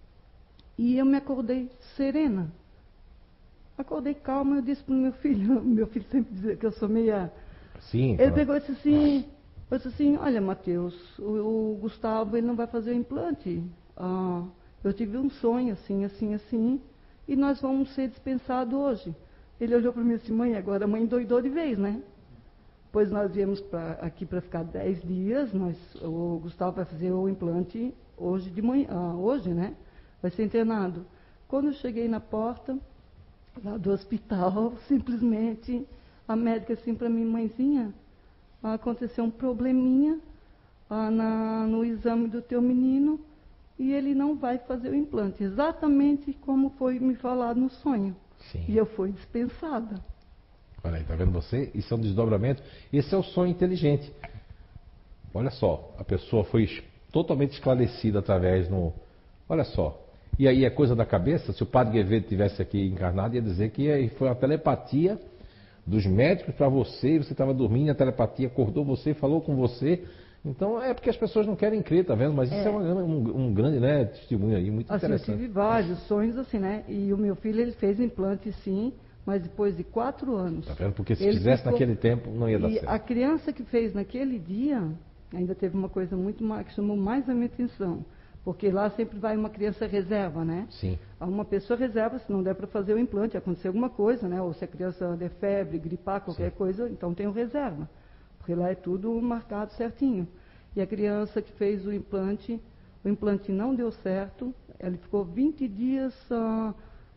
E eu me acordei serena. Acordei calma, eu disse para o meu filho, meu filho sempre dizia que eu sou meia... Sim. Ele pegou e disse assim, eu disse assim, olha, Mateus, o, o Gustavo ele não vai fazer o implante. Ah, eu tive um sonho assim, assim, assim, e nós vamos ser dispensados hoje. Ele olhou para mim assim, mãe, agora a mãe endoidou de vez, né? Pois nós viemos pra, aqui para ficar dez dias, nós, o Gustavo vai fazer o implante hoje de manhã, ah, hoje, né? Vai ser internado. Quando eu cheguei na porta lá do hospital, simplesmente a médica assim para mim, mãezinha, aconteceu um probleminha ah, na, no exame do teu menino e ele não vai fazer o implante, exatamente como foi me falado no sonho. Sim. E eu fui dispensada. Olha aí, tá vendo você? Isso é um desdobramento. Esse é o sonho inteligente. Olha só, a pessoa foi totalmente esclarecida através no... Olha só. E aí é coisa da cabeça? Se o padre Guevara tivesse aqui encarnado, ia dizer que foi uma telepatia dos médicos para você, você estava dormindo, a telepatia acordou você, falou com você. Então é porque as pessoas não querem crer, tá vendo? Mas isso é, é uma, um, um grande, né, testemunho aí, muito assim, interessante. Eu tive vários sonhos assim, né? E o meu filho, ele fez implante sim, mas depois de quatro anos. Tá vendo? Porque se ele fizesse ficou... naquele tempo, não ia dar e certo. A criança que fez naquele dia, ainda teve uma coisa muito mais, que chamou mais a minha atenção. Porque lá sempre vai uma criança reserva, né? Sim. Uma pessoa reserva, se não der para fazer o implante, acontecer alguma coisa, né? Ou se a criança der febre, gripar, qualquer Sim. coisa, então tem o reserva. Porque lá é tudo marcado certinho. E a criança que fez o implante, o implante não deu certo, ele ficou vinte dias uh,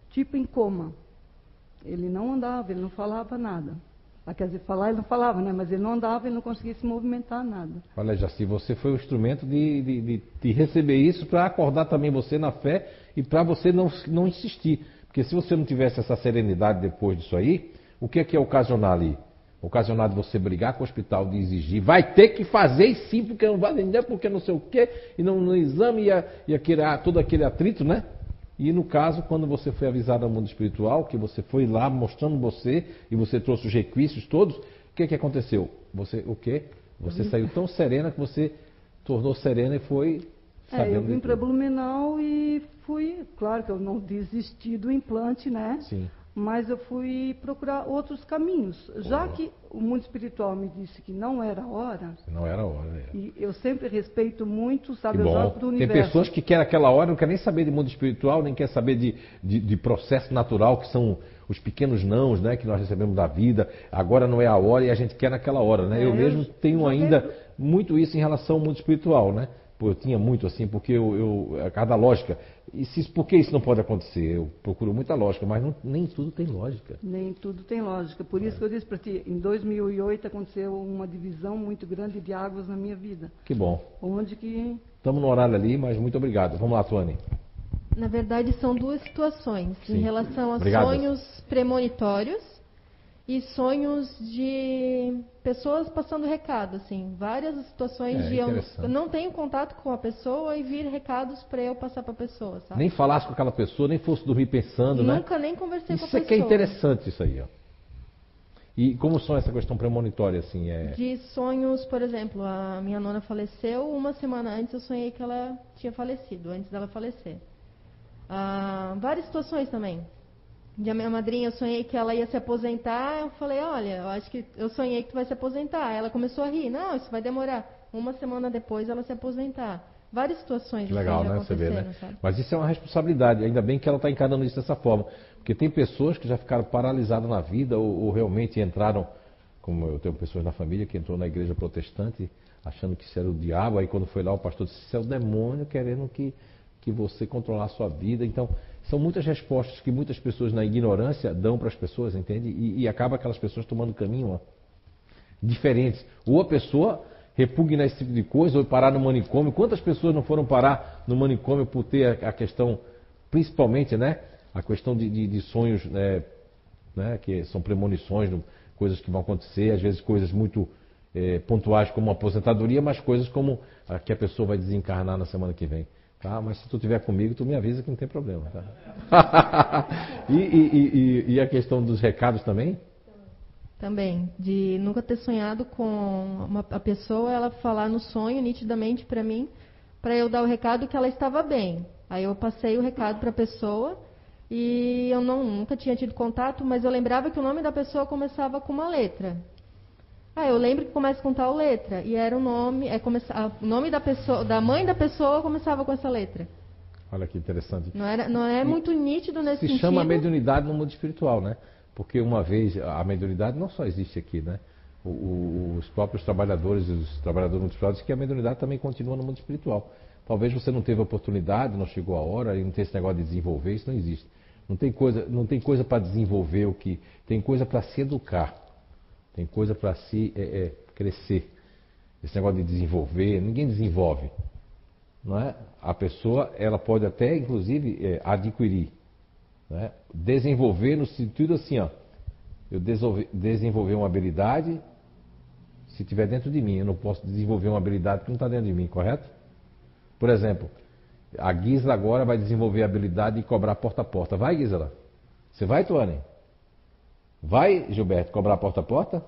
tipo em coma. Ele não andava, ele não falava nada. Ah, quer dizer, falar ele não falava, né? Mas ele não andava, ele não conseguia se movimentar nada. Olha, Jaci, você foi o instrumento de, de, de, de receber isso para acordar também você na fé e para você não, não insistir. Porque se você não tivesse essa serenidade depois disso aí, o que é que é ocasionar ali? Ocasionar de você brigar com o hospital, de exigir, vai ter que fazer e sim, porque não vai vender, porque não sei o quê, e não, no exame ia, ia criar todo aquele atrito, né? E no caso, quando você foi avisado ao mundo espiritual, que você foi lá mostrando você, e você trouxe os requisitos todos, o que que aconteceu? Você, o quê? Você Uhum. saiu tão serena que você tornou serena e foi sabendo. É, eu vim de para tudo. Blumenau e fui, claro que eu não desisti do implante, né? Sim. Mas eu fui procurar outros caminhos. Já Boa. que o mundo espiritual me disse que não era a hora, Não era a hora, né? e eu sempre respeito muito, sabe, Que eu bom. jogo pro Tem universo. pessoas que querem aquela hora, não querem nem saber de mundo espiritual, nem quer saber de, de, de processo natural, que são os pequenos nãos, né, que nós recebemos da vida. Agora não é a hora e a gente quer naquela hora, né? É, eu mesmo eu tenho joguei- ainda muito isso em relação ao mundo espiritual, né? Pô, eu tinha muito assim, porque eu, eu a cada lógica. E se, por que isso não pode acontecer? Eu procuro muita lógica, mas não, nem tudo tem lógica. Nem tudo tem lógica. Por isso que eu disse para ti, em dois mil e oito aconteceu uma divisão muito grande de águas na minha vida. Que bom. Onde que... Estamos no horário ali, mas muito obrigado. Vamos lá, Tuane. Na verdade, são duas situações. Sim. Em relação a Obrigado. sonhos premonitórios e sonhos de pessoas passando recado, assim. Várias situações É, de eu, interessante. eu não tenho contato com a pessoa e vir recados para eu passar para a pessoa, sabe? Nem falasse com aquela pessoa, nem fosse dormir pensando, né? Nunca nem conversei Isso com a é que é pessoa. interessante, isso aí, ó. E como são essa questão premonitória, assim, é... De sonhos, por exemplo, a minha nona faleceu, uma semana antes eu sonhei que ela tinha falecido, antes dela falecer. Ah, várias situações também. De a minha madrinha, eu sonhei que ela ia se aposentar, eu falei, olha, eu acho que eu sonhei que tu vai se aposentar. Ela começou a rir, não, isso vai demorar. Uma semana depois ela se aposentar. Várias situações Que legal, assim já né? Você vê, aconteceram, né? sabe? Mas isso é uma responsabilidade. Ainda bem que ela está encarando isso dessa forma. Porque tem pessoas que já ficaram paralisadas na vida ou, ou realmente entraram, como eu tenho pessoas na família que entrou na igreja protestante achando que isso era o diabo. Aí quando foi lá o pastor disse, isso é o demônio querendo que, que você controlar a sua vida. Então, são muitas respostas que muitas pessoas na ignorância dão para as pessoas, entende? E, e acaba aquelas pessoas tomando caminho ó, diferentes. Ou a pessoa repugna esse tipo de coisa, ou parar no manicômio. Quantas pessoas não foram parar no manicômio por ter a, a questão, principalmente, né? A questão de, de, de sonhos, né, né? Que são premonições, coisas que vão acontecer, às vezes coisas muito é, pontuais como uma aposentadoria, mas coisas como a que a pessoa vai desencarnar na semana que vem. Tá? Mas se tu estiver comigo, tu me avisa que não tem problema. Tá? e, e, e, e a questão dos recados também? Também, de nunca ter sonhado com uma, a pessoa, ela falar no sonho nitidamente para mim, para eu dar o recado que ela estava bem. Aí eu passei o recado para a pessoa e eu não, nunca tinha tido contato, mas eu lembrava que o nome da pessoa começava com uma letra. Ah, eu lembro que começa com tal letra e era o nome, é começar, o nome da pessoa, da mãe da pessoa começava com essa letra. Olha que interessante. Não era, não é muito nítido nesse Se sentido. chama mediunidade no mundo espiritual, né? Porque uma vez a mediunidade não só existe aqui, né? O, o, os próprios trabalhadores, os trabalhadores do mundo espiritual dizem que a mediunidade também continua no mundo espiritual. Talvez você não teve a oportunidade, não chegou a hora, e não tem esse negócio de desenvolver, isso não existe. Não tem coisa, não tem coisa para desenvolver o que tem coisa para se educar, tem coisa para se é, é, crescer. Esse negócio de desenvolver, ninguém desenvolve, não é? A pessoa ela pode até, inclusive, é, adquirir. Né? Desenvolver no sentido assim, ó, eu desenvolver uma habilidade se estiver dentro de mim. Eu não posso desenvolver uma habilidade que não está dentro de mim, correto? Por exemplo, a Gisela agora vai desenvolver a habilidade de cobrar porta a porta. Vai, Gisela? Você vai, Tuane? Vai, Gilberto, cobrar porta a porta?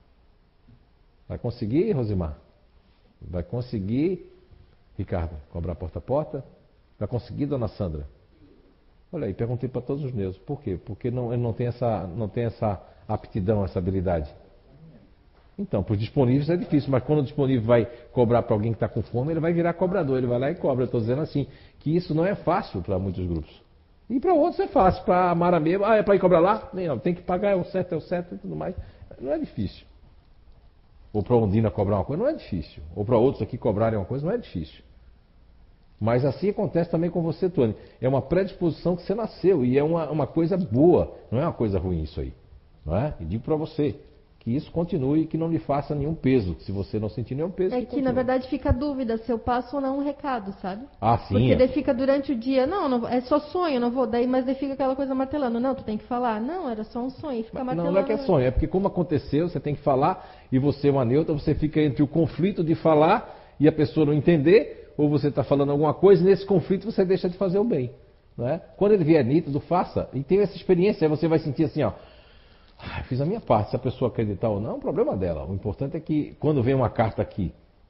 Vai conseguir, Rosimar? Vai conseguir, Ricardo, cobrar porta a porta? Vai conseguir, dona Sandra? Olha aí, perguntei para todos os meus. Por quê? Porque não, ele não tem, essa, não tem essa aptidão, essa habilidade. Então, para os disponíveis é difícil, mas quando o disponível vai cobrar para alguém que está com fome, ele vai virar cobrador, ele vai lá e cobra. Eu estou dizendo assim, que isso não é fácil para muitos grupos. E para outros é fácil. Para a Mara mesmo, ah, é para ir cobrar lá? Não, tem que pagar, é o certo, é o certo e tudo mais. Não é difícil. Ou para a Ondina cobrar uma coisa, não é difícil. Ou para outros aqui cobrarem uma coisa, não é difícil. Mas assim acontece também com você, Tony. É uma predisposição que você nasceu e é uma, uma coisa boa, não é uma coisa ruim isso aí. Não é? E digo para você que isso continue e que não lhe faça nenhum peso. Se você não sentir nenhum peso... É que, que, na verdade, fica a dúvida se eu passo ou não um recado, sabe? Ah, sim. Porque é. daí fica durante o dia, não, não, é só sonho, não vou... Daí, mas daí fica aquela coisa martelando. Não, tu tem que falar. Não, era só um sonho, fica Mas martelando. não, não é que é sonho, é porque como aconteceu, você tem que falar e você é uma neutra, você fica entre o conflito de falar e a pessoa não entender, ou você está falando alguma coisa e nesse conflito você deixa de fazer o bem. Não é? Quando ele vier nítido, faça. E tenha essa experiência, aí você vai sentir assim, ó... Ah, fiz a minha parte, se a pessoa acreditar ou não, é um problema dela. O importante é que quando vem uma carta aqui,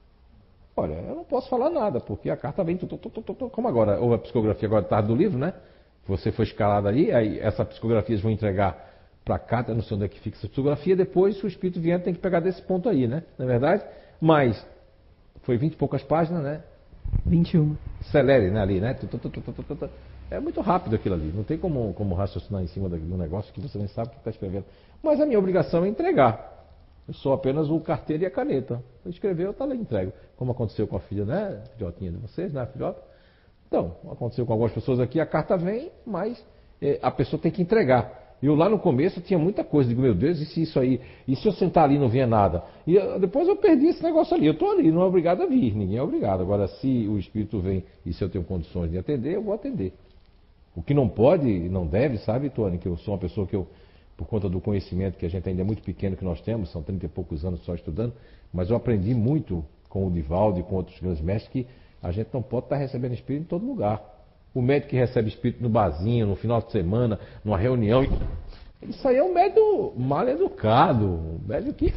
olha, eu não posso falar nada, porque a carta vem, tu, tu, tu, tu, tu, como agora, houve a psicografia agora tarde do livro, né? Você foi escalado aí, aí essa psicografia eles vão entregar para a carta, não sei onde é que fica essa psicografia, depois se o espírito vier tem que pegar desse ponto aí, né? Não é verdade? Mas, foi vinte e poucas páginas, né? vinte e um. Celere, né, ali, né? Tu, tu, tu, tu, tu, tu, tu. É muito rápido aquilo ali, não tem como, como raciocinar em cima do negócio que você nem sabe o que está escrevendo. Mas a minha obrigação é entregar. Eu sou apenas o carteiro e a caneta. Eu escreveu, está lá entrego. Como aconteceu com a filha, né, filhotinha de vocês, né, filhota? Então, aconteceu com algumas pessoas aqui, a carta vem, mas é, a pessoa tem que entregar. Eu lá no começo tinha muita coisa, digo, meu Deus, e se isso aí, e se eu sentar ali e não vinha nada? E eu, depois eu perdi esse negócio ali, eu estou ali, não é obrigado a vir, ninguém é obrigado. Agora, se o espírito vem e se eu tenho condições de atender, eu vou atender. O que não pode e não deve, sabe, Tony, que eu sou uma pessoa que eu, por conta do conhecimento que a gente ainda é muito pequeno que nós temos, são trinta e poucos anos só estudando, mas eu aprendi muito com o Divaldo e com outros grandes mestres que a gente não pode estar recebendo espírito em todo lugar. O médico que recebe espírito no barzinho, no final de semana, numa reunião, isso aí é um médico mal educado, um médico que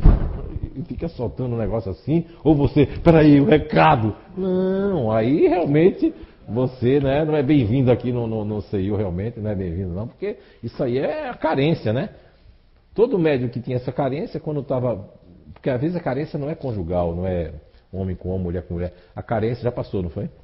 fica soltando um negócio assim, ou você, peraí, o recado. Não, aí realmente... Você, né, não é bem-vindo aqui no, no, no C I U, realmente, não é bem-vindo não, porque isso aí é a carência, né? Todo médium que tinha essa carência, quando estava... Porque às vezes a carência não é conjugal, não é homem com homem, mulher com mulher. A carência já passou, não foi?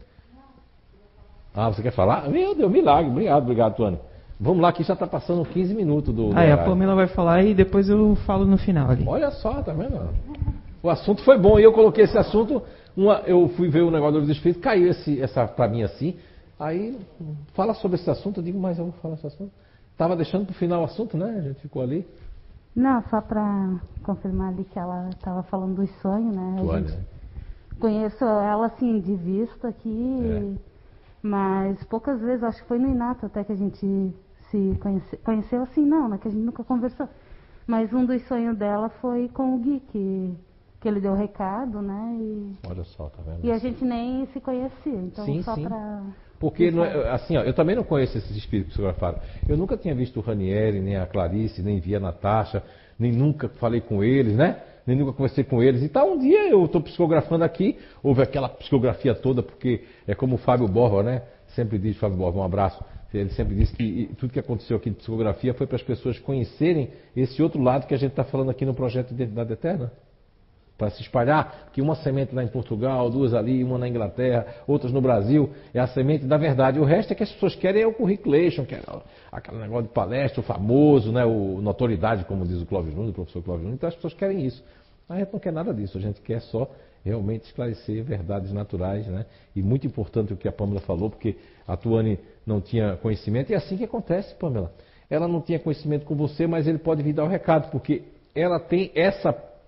Ah, você quer falar? Meu Deus, milagre. Obrigado, obrigado, Tony. Vamos lá, que já está passando quinze minutos do... do ah, é, a Pamela vai falar e depois eu falo no final ali. Olha só, tá vendo? O assunto foi bom e eu coloquei esse assunto... Uma, eu fui ver o negócio dos espíritos, caiu esse, essa para mim assim, aí fala sobre esse assunto, eu digo, mas eu vou falar esse assunto. Estava deixando para o final o assunto, né? A gente ficou ali. Não, só para confirmar ali que ela estava falando dos sonhos, né? Olha, gente, conheço ela assim de vista aqui, é. Mas poucas vezes, acho que foi no Inato até que a gente se conhece, conheceu assim, não, né? Que a gente nunca conversou. Mas um dos sonhos dela foi com o Gui, que... que ele deu recado, né? E, olha só, tá vendo? E a gente nem se conhecia, então sim, só sim. para... Porque, não é, assim, ó, eu também não conheço esses espíritos psicografados. Eu nunca tinha visto o Ranieri, nem a Clarice, nem vi a Natasha, nem nunca falei com eles, né? Nem nunca conversei com eles. E tal, um dia eu estou psicografando aqui, houve aquela psicografia toda, porque é como o Fábio Borba, né? Sempre diz, Fábio Borba, um abraço. Ele sempre disse que tudo que aconteceu aqui de psicografia foi para as pessoas conhecerem esse outro lado que a gente está falando aqui no projeto de Identidade Eterna. Para se espalhar, que uma semente lá em Portugal, duas ali, uma na Inglaterra, outras no Brasil, é a semente da verdade. O resto é que as pessoas querem é o curriculation, querem aquele negócio de palestra, o famoso, né, o notoriedade, como diz o Clóvis Nunes, o professor Clóvis Nunes. Então as pessoas querem isso. A gente não quer nada disso, a gente quer só realmente esclarecer verdades naturais, né? E muito importante o que a Pamela falou, porque a Tuane não tinha conhecimento, e é assim que acontece, Pamela. Ela não tinha conhecimento com você, mas ele pode vir dar o recado, porque ela tem essa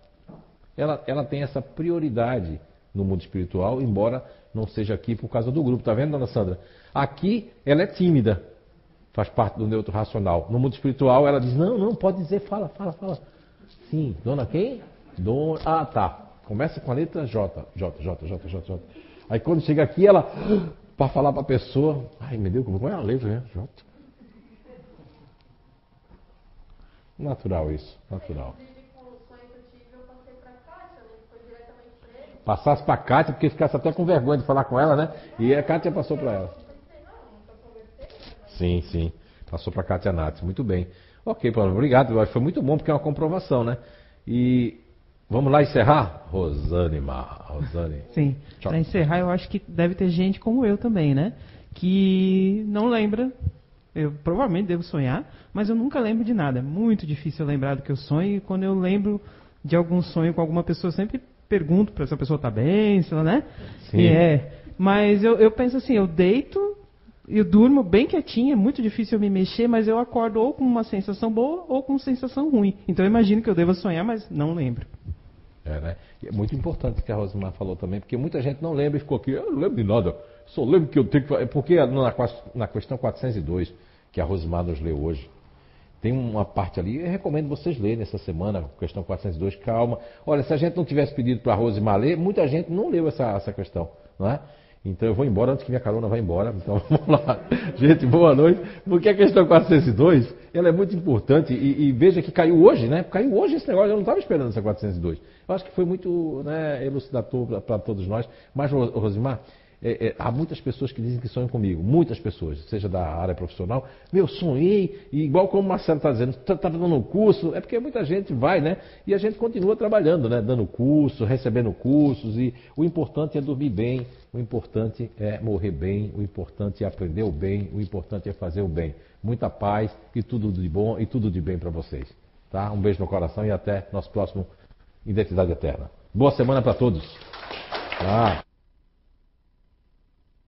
Ela, ela tem essa prioridade no mundo espiritual, embora não seja aqui por causa do grupo. Tá vendo, dona Sandra? Aqui ela é tímida, faz parte do neutro racional. No mundo espiritual ela diz, não, não, pode dizer, fala, fala, fala. Sim, dona quem? Dona... Ah, tá. Começa com a letra J. J, J, J, J, J. Aí quando chega aqui ela, para falar para a pessoa, ai meu Deus, qual é a letra, né? J. Natural isso, natural. Passasse para a Kátia, porque ficasse até com vergonha de falar com ela, né? E a Kátia passou para ela. Sim, sim. Passou para a Kátia Nath. Muito bem. Ok, Paulo, obrigado. Foi muito bom, porque é uma comprovação, né? E vamos lá encerrar? Rosane Mar. Rosane. Sim. Para encerrar, eu acho que deve ter gente como eu também, né? Que não lembra. Eu provavelmente devo sonhar, mas eu nunca lembro de nada. É muito difícil eu lembrar do que eu sonho. E quando eu lembro de algum sonho com alguma pessoa, eu sempre pergunto para se a pessoa está bem, se ela, né? Sim. E é, Mas eu, eu penso assim, eu deito, eu durmo bem quietinha, é muito difícil eu me mexer, mas eu acordo ou com uma sensação boa ou com uma sensação ruim. Então eu imagino que eu deva sonhar, mas não lembro. É, né? E é muito importante o que a Rosimar falou também, porque muita gente não lembra e ficou aqui, eu não lembro de nada, só lembro que eu tenho que fazer. Porque na, na questão quatrocentos e dois, que a Rosimar nos leu hoje, tem uma parte ali, eu recomendo vocês lerem essa semana, questão quatrocentos e dois, calma. Olha, se a gente não tivesse pedido para a Rosimar ler, muita gente não leu essa, essa questão, não é? Então eu vou embora antes que minha carona vá embora. Então vamos lá. Gente, boa noite. Porque a questão quatrocentos e dois, ela é muito importante. E, e veja que caiu hoje, né? Caiu hoje esse negócio. Eu não estava esperando essa quatrocentos e dois. Eu acho que foi muito, né, elucidador para todos nós. Mas, Rosimar, é, é, há muitas pessoas que dizem que sonham comigo. Muitas pessoas, seja da área profissional. Meu, sonhei. E igual como o Marcelo está dizendo, está tá dando um curso. É porque muita gente vai, né? E a gente continua trabalhando, né? Dando curso, recebendo cursos. E o importante é dormir bem. O importante é morrer bem, o importante é aprender o bem, o importante é fazer o bem. Muita paz e tudo de bom e tudo de bem para vocês. Tá? Um beijo no coração e até nosso próximo Identidade Eterna. Boa semana para todos. Tá?